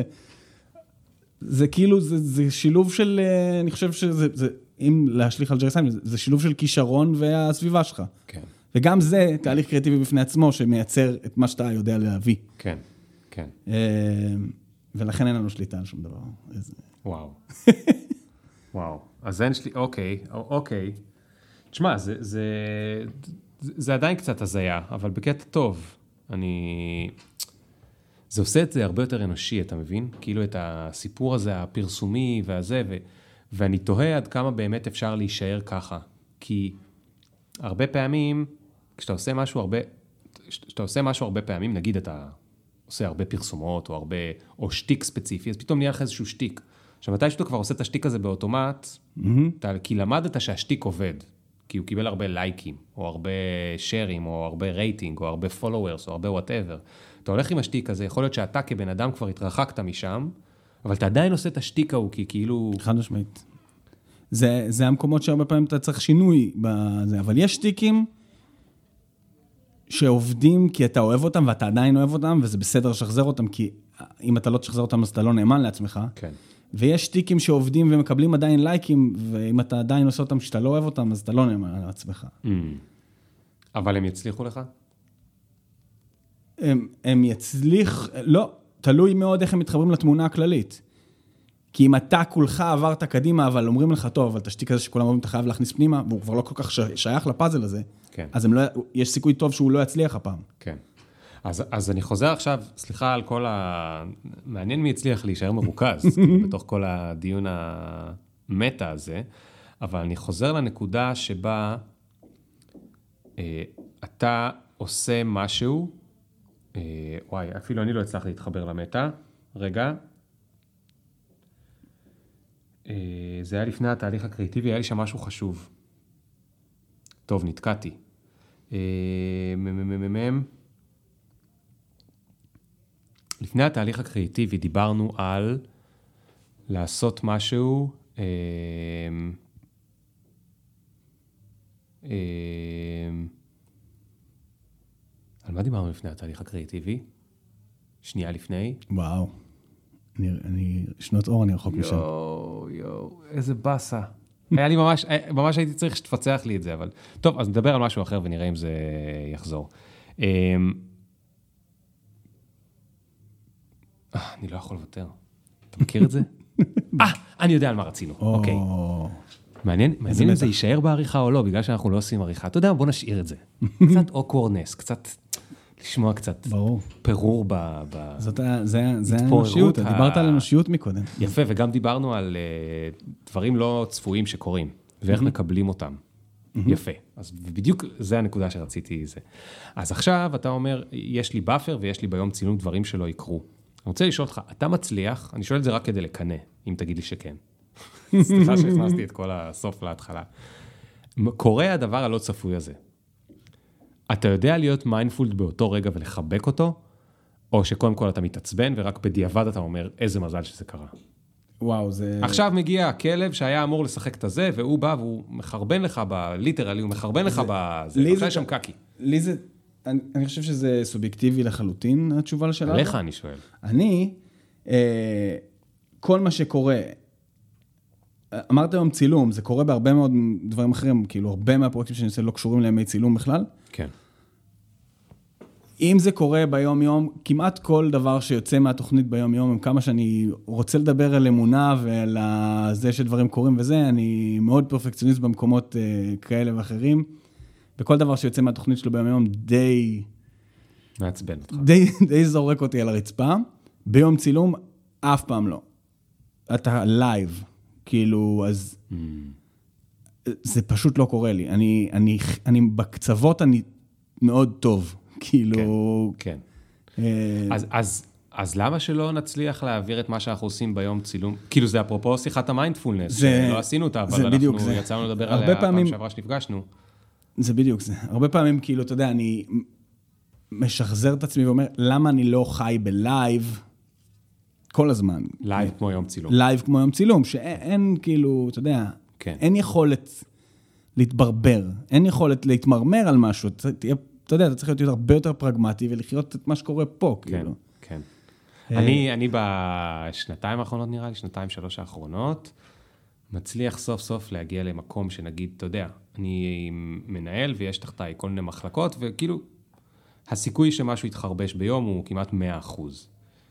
זה כאילו, זה, זה שילוב של, אני חושב שזה, זה, אם להשליך על ג'רי סיינפלד, זה שילוב של כישרון והסביבה שלך. כן. וגם זה תהליך קריאטיבי בפני עצמו, שמייצר את מה שאתה יודע להביא. כן, כן. ולכן אין לנו שליטה על שום דבר. וואו. וואו. אז אין שלי, אוקיי, אוקיי. תשמע, זה, זה, זה עדיין קצת הזיה, אבל בקטע טוב. אני... זה עושה את זה הרבה יותר אנושי, אתה מבין? כאילו את הסיפור הזה, הפרסומי והזה, ו... ואני תוהה עד כמה באמת אפשר להישאר ככה. כי הרבה פעמים, כשאתה עושה משהו הרבה, כשאתה עושה משהו הרבה פעמים, נגיד אתה עושה הרבה פרסומות, או הרבה, או שטיק ספציפי, אז פתאום נהיה לך איזשהו שטיק. עכשיו, מתי שאתה כבר עושה את השטיק הזה באוטומט, mm-hmm. אתה, כי למדת שהשטיק עובד. כי הוא קיבל הרבה לייקים, או הרבה שרים, או הרבה רייטינג, או הרבה פולוורס, או הרבה whatever. אתה הולך עם השטיק הזה, יכול להיות שאתה כבן אדם כבר התרחקת משם, אבל אתה עדיין עושה את השטיק ההוא, כי כאילו... חד משמעית. זה, זה המקומות שהרבה פעמים אתה צריך שינוי בזה, אבל יש שטיקים שעובדים כי אתה אוהב אותם, ואתה עדיין אוהב אותם, וזה בסדר לשחזר אותם, כי אם אתה לא תשחזר אותם, אז אתה לא נאמן לעצמך. כן. ויש שטיקים שעובדים ומקבלים עדיין לייקים, ואם אתה עדיין עושה אותם שאתה לא אוהב אותם, אז אתה לא נאמן לעצמך. Mm. אבל הם יצליחו לך? הם, הם יצליח, לא, תלוי מאוד איך הם מתחברים לתמונה הכללית. כי אם אתה כולך עברת קדימה, אבל אומרים לך, טוב, אבל תשתיק הזה שכולם אומרים, אתה חייב להכניס פנימה, והוא כבר לא כל כך שייך לפאזל הזה, כן. אז לא, יש סיכוי טוב שהוא לא יצליח הפעם. כן. אז, אז אני חוזר עכשיו, סליחה על כל ה... מעניין מי הצליח להישאר מרוכז, בתוך כל הדיון המטה הזה, אבל אני חוזר לנקודה שבה אה, אתה עושה משהו, אה, וואי, אפילו אני לא הצלח להתחבר למטה, רגע, אה, זה היה לפני התהליך הקריאיטיבי, היה לי שם משהו חשוב. טוב, נתקעתי. אה, מממממם. לפני התהליך הקריאיטיבי דיברנו על לעשות משהו, אה, אה, על מה דיברנו לפני התהליך הקריאיטיבי? שנייה לפני. וואו, אני, אני, שנות אור אני רחוק משם. יואו, יואו, איזה בסה. היה לי ממש, ממש הייתי צריך שתפצח לי את זה, אבל טוב, אז נדבר על משהו אחר ונראה אם זה יחזור. אה, אני לא יכול לוותר. אתה מכיר את זה? אה, אני יודע על מה רצינו. אוקיי. מעניין, מעניין אם זה יישאר בעריכה או לא, בגלל שאנחנו לא עושים עריכה. אתה יודע, בוא נשאיר את זה. קצת אוקוורנס, קצת לשמוע קצת פירור ב... זאת, זה האנושיות, דיברת על אנושיות מקודם. יפה, וגם דיברנו על דברים לא צפויים שקורים, ואיך מקבלים אותם. יפה. אז בדיוק זה הנקודה שרציתי זה. אז עכשיו אתה אומר, יש לי באפר ויש לי ביום צילום דברים שלא יקרו. אני רוצה לשאול אותך, אתה מצליח, אני שואל את זה רק כדי לקנה, אם תגיד לי שכן. סליחה שהכנסתי את כל הסוף להתחלה. קורה הדבר הלא צפוי הזה. אתה יודע להיות מיינדפול באותו רגע ולחבק אותו, או שקודם כל אתה מתעצבן ורק בדיעבד אתה אומר, איזה מזל שזה קרה. וואו, זה... עכשיו מגיע הכלב שהיה אמור לשחק את הזה, והוא בא והוא מחרבן לך בליטרלי, הוא מחרבן לך בזה, אחרי שם קקי. לי זה... אני, אני חושב שזה סובייקטיבי לחלוטין, התשובה לשאלה. עליך אני שואל. אני, אה, כל מה שקורה, אמרת היום צילום, זה קורה בהרבה מאוד דברים אחרים, כאילו הרבה מהפרויקטים שאני עושה לא קשורים לימי צילום בכלל. כן. אם זה קורה ביום יום, כמעט כל דבר שיוצא מהתוכנית ביום יום, עם כמה שאני רוצה לדבר על אמונה ועל זה שדברים קורים וזה, אני מאוד פרפקציוניסט במקומות אה, כאלה ואחרים. וכל דבר שיוצא מהתוכנית שלו ביום יום די... מעצבן אותך. די, די זורק אותי על הרצפה. ביום צילום, אף פעם לא. אתה לייב, כאילו, אז... Mm. זה פשוט לא קורה לי. אני, אני, אני בקצוות אני מאוד טוב, כאילו... כן, כן. אה... אז, אז, אז למה שלא נצליח להעביר את מה שאנחנו עושים ביום צילום? כאילו, זה אפרופו שיחת המיינדפולנס, זה, שלא עשינו אותה, אבל אנחנו בדיוק, זה... יצאנו לדבר עליה פעמים... פעם שעברה שנפגשנו. זה בדיוק זה. הרבה פעמים, כאילו, אתה יודע, אני משחזר את עצמי ואומר, למה אני לא חי בלייב כל הזמן? לייב כמו יום צילום. לייב כמו יום צילום, שאין, כאילו, אתה יודע, כן. אין יכולת להתברבר, אין יכולת להתמרמר על משהו. אתה, אתה יודע, אתה צריך להיות הרבה יותר פרגמטי ולחיות את מה שקורה פה, כן, כאילו. כן. אני, אני בשנתיים האחרונות, נראה לי, שנתיים, שלוש האחרונות, מצליח סוף סוף להגיע למקום שנגיד, אתה יודע, אני מנהל ויש תחתיי כל מיני מחלקות, וכאילו, הסיכוי שמשהו יתחרבש ביום הוא כמעט מאה אחוז.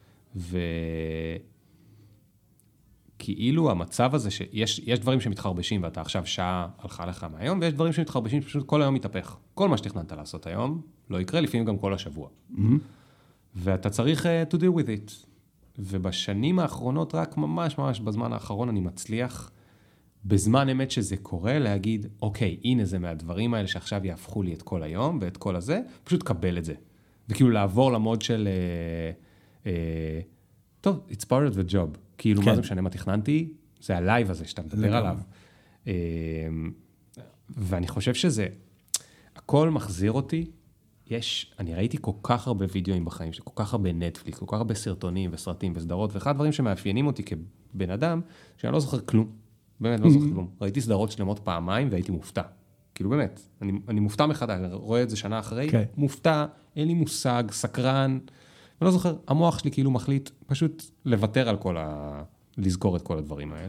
וכאילו המצב הזה שיש יש דברים שמתחרבשים, ואתה עכשיו שעה הלכה לך מהיום, ויש דברים שמתחרבשים שפשוט כל היום מתהפך. כל מה שתכננת לעשות היום, לא יקרה, לפעמים גם כל השבוע. Mm-hmm. ואתה צריך uh, to deal with it. ובשנים האחרונות, רק ממש ממש בזמן האחרון, אני מצליח בזמן אמת שזה קורה, להגיד, אוקיי, הנה זה מהדברים האלה שעכשיו יהפכו לי את כל היום ואת כל הזה, פשוט קבל את זה. וכאילו לעבור למוד של, אה, אה, טוב, it's part of the job. כאילו, כן. מה זה משנה מה תכננתי? זה הלייב הזה שאתה מדבר עליו. אה, ואני חושב שזה, הכל מחזיר אותי, יש, אני ראיתי כל כך הרבה וידאוים בחיים, כל כך הרבה נטפליקס, כל כך הרבה סרטונים וסרטים וסדרות, ואחד הדברים שמאפיינים אותי כבן אדם, שאני לא זוכר כלום, באמת לא זוכר כלום. ראיתי סדרות שלמות פעמיים והייתי מופתע. כאילו באמת, אני, אני מופתע מחדש, אני רואה את זה שנה אחרי, okay. מופתע, אין לי מושג, סקרן, אני לא זוכר, המוח שלי כאילו מחליט פשוט לוותר על כל ה... לזכור את כל הדברים האלה.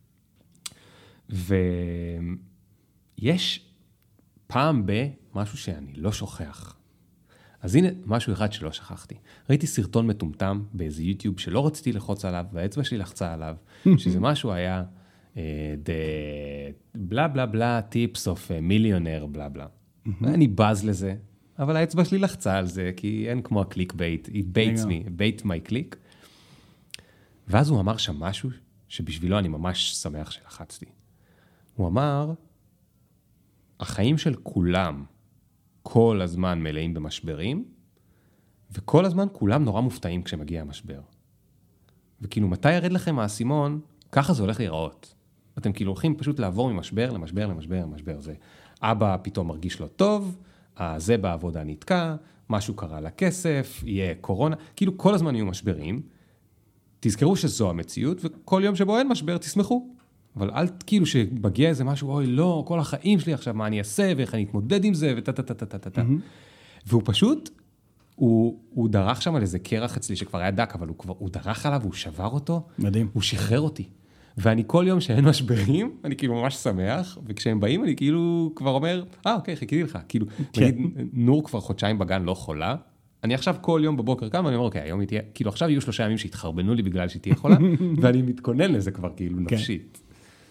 ויש פעם במשהו שאני לא שוכח. אז הנה משהו אחד שלא שכחתי. ראיתי סרטון מטומטם באיזה יוטיוב שלא רציתי לחוץ עליו, והאצבע שלי לחצה עליו, שזה משהו היה בלה בלה בלה טיפס אוף מיליונר בלה בלה. אני בז לזה, אבל האצבע שלי לחצה על זה, כי אין כמו הקליק בייט, it baits me, bait my click. ואז הוא אמר שם משהו שבשבילו אני ממש שמח שלחצתי. הוא אמר, החיים של כולם כל הזמן מלאים במשברים, וכל הזמן כולם נורא מופתעים כשמגיע המשבר. וכאילו, מתי ירד לכם האסימון, ככה זה הולך להיראות. אתם כאילו הולכים פשוט לעבור ממשבר למשבר למשבר למשבר. זה אבא פתאום מרגיש לא טוב, זה בעבודה נתקע, משהו קרה לכסף, יהיה קורונה, כאילו כל הזמן יהיו משברים, תזכרו שזו המציאות, וכל יום שבו אין משבר, תשמחו. אבל אל כאילו שבגיע איזה משהו, אוי לא, כל החיים שלי עכשיו, מה אני אעשה, ואיך אני אתמודד עם זה, וטטטטטטטט. והוא פשוט, הוא, הוא דרך שם על איזה קרח אצלי שכבר היה דק, אבל הוא, כבר, הוא דרך עליו, הוא שבר אותו. מדהים. הוא שחרר אותי. ואני כל יום שאין משברים, אני כאילו ממש שמח, וכשהם באים אני כאילו כבר אומר, אה, אוקיי, חיכיתי לך. כאילו, נגיד, נור כבר חודשיים בגן לא חולה, אני עכשיו כל יום בבוקר קם, ואני אומר, אוקיי, היום היא תהיה, כאילו עכשיו יהיו שלושה ימים שהתחרבנו לי בגלל שהיא תהיה חולה, ואני מתכונן לזה כבר כאילו נפשית.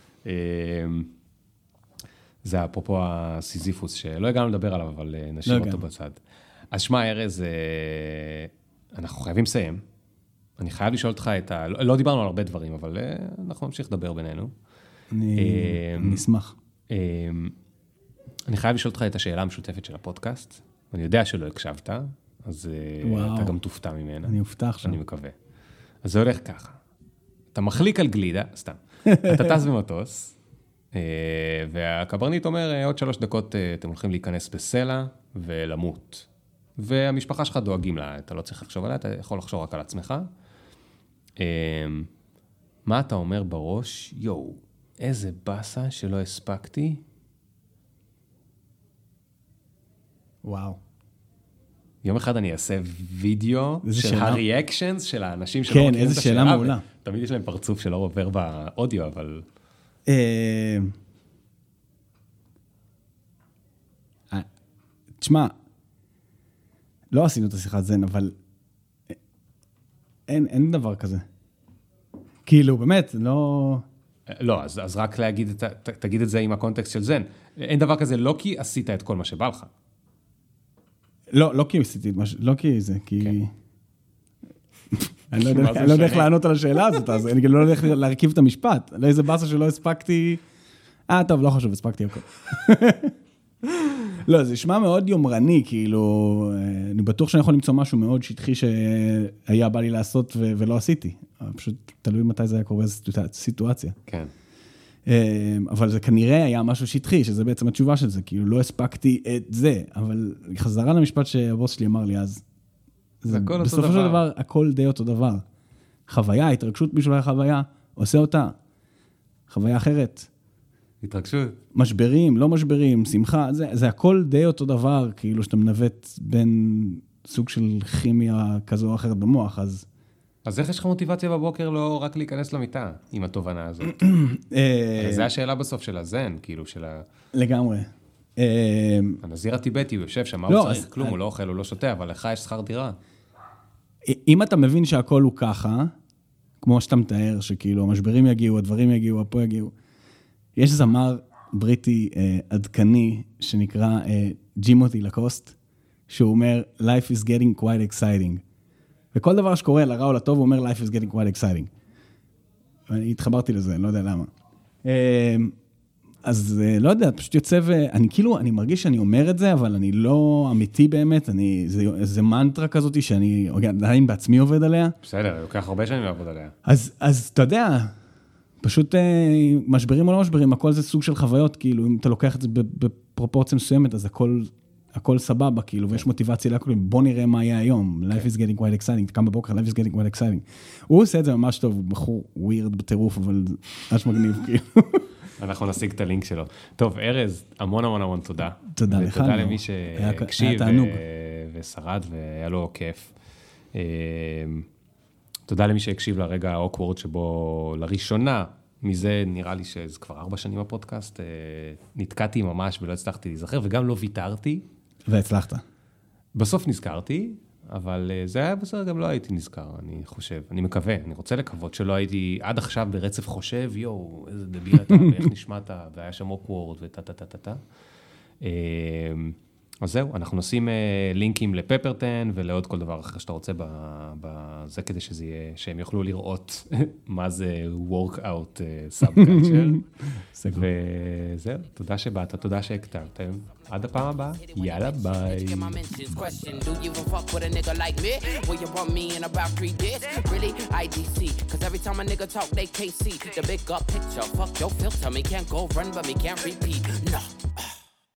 זה אפרופו הסיזיפוס, שלא הגענו לדבר עליו, אבל נשאיר אותו בצד. אז שמע, ארז, אנחנו חייבים לסיים. אני חייב לשאול אותך את ה... לא דיברנו על הרבה דברים, אבל אנחנו נמשיך לדבר בינינו. אני אשמח. אני חייב לשאול אותך את השאלה המשותפת של הפודקאסט. אני יודע שלא הקשבת, אז אתה גם תופתע ממנה. אני אופתע עכשיו. אני מקווה. אז זה הולך ככה. אתה מחליק על גלידה, סתם. אתה טס במטוס, והקברניט אומר, עוד שלוש דקות אתם הולכים להיכנס בסלע ולמות. והמשפחה שלך דואגים לה, אתה לא צריך לחשוב עליה, אתה יכול לחשוב רק על עצמך. מה אתה אומר בראש? יואו, איזה בסה שלא הספקתי. וואו. יום אחד אני אעשה וידאו של הריאקשנס של האנשים שלא כן, איזה שאלה מעולה. תמיד יש להם פרצוף שלא עובר באודיו, אבל... תשמע, לא עשינו את השיחת זן, אבל אין, אין דבר כזה. כאילו, באמת, לא... לא, אז, אז רק להגיד, ת, ת, תגיד את זה עם הקונטקסט של זן. אין דבר כזה, לא כי עשית את כל מה שבא לך. לא, לא כי עשיתי את מה ש... לא כי זה, כי... כן. אני לא יודע, אני לא יודע איך לענות על השאלה הזאת, אז אני לא יודע איך להרכיב את המשפט. לא איזה בסה שלא הספקתי... אה, טוב, לא חשוב, הספקתי הכל. לא, זה נשמע מאוד יומרני, כאילו, אני בטוח שאני יכול למצוא משהו מאוד שטחי שהיה בא לי לעשות ולא עשיתי. פשוט תלוי מתי זה היה קורה איזו סיטואציה. כן. אבל זה כנראה היה משהו שטחי, שזה בעצם התשובה של זה, כאילו לא הספקתי את זה, אבל חזרה למשפט שהבוס שלי אמר לי אז, בסופו של דבר, הכל די אותו דבר. חוויה, התרגשות בשביל החוויה, עושה אותה. חוויה אחרת. התרגשות. משברים, לא משברים, שמחה, זה, זה הכל די אותו דבר, כאילו שאתה מנווט בין סוג של כימיה כזו או אחרת במוח, אז... אז איך יש לך מוטיבציה בבוקר לא רק להיכנס למיטה עם התובנה הזאת? זה השאלה בסוף של הזן, כאילו של ה... לגמרי. הנזיר הטיבטי, הוא יושב שם, הוא צריך כלום, הוא לא אוכל, הוא לא שותה, אבל לך יש שכר דירה. אם אתה מבין שהכל הוא ככה, כמו שאתה מתאר, שכאילו המשברים יגיעו, הדברים יגיעו, הפה יגיעו, יש זמר בריטי עדכני שנקרא ג'ימותי לקוסט, שהוא אומר, life is getting quite exciting. וכל דבר שקורה לרע או לטוב, הוא אומר, life is getting quite exciting. ואני התחברתי לזה, אני לא יודע למה. אז לא יודע, פשוט יוצא ואני כאילו, אני מרגיש שאני אומר את זה, אבל אני לא אמיתי באמת, אני, זה, זה מנטרה כזאת שאני עדיין בעצמי עובד עליה. בסדר, לוקח הרבה שנים לעבוד עליה. אז, אז אתה יודע, פשוט משברים או לא משברים, הכל זה סוג של חוויות, כאילו, אם אתה לוקח את זה בפרופורציה מסוימת, אז הכל, הכל סבבה, כאילו, ויש מוטיבציה להכל, בוא נראה מה יהיה היום, life is getting quite exciting, אתה קם בבוקר, life is getting quite exciting. הוא עושה את זה ממש טוב, הוא בחור ווירד בטירוף, אבל ממש מגניב, כאילו. אנחנו נשיג את הלינק שלו. טוב, ארז, המון המון המון תודה. תודה לך. ותודה למי שהקשיב ושרד, והיה לו כיף. תודה למי שהקשיב לרגע האוקוורד שבו לראשונה, מזה נראה לי שזה כבר ארבע שנים הפודקאסט, נתקעתי ממש ולא הצלחתי להיזכר, וגם לא ויתרתי. והצלחת. בסוף נזכרתי, אבל זה היה בסדר, גם לא הייתי נזכר, אני חושב, אני מקווה, אני רוצה לקוות שלא הייתי עד עכשיו ברצף חושב, יואו, איזה דביל אתה, ואיך נשמעת, והיה שם אוקוורד, וטה-טה-טה-טה. אז זהו, אנחנו נשים לינקים לפפרטן ולעוד כל דבר אחר שאתה רוצה בזה, כדי שזה יהיה, שהם יוכלו לראות מה זה workout subculture. וזהו, תודה שבאת, תודה שהקטרתם. עד הפעם הבאה, יאללה, ביי. Nah.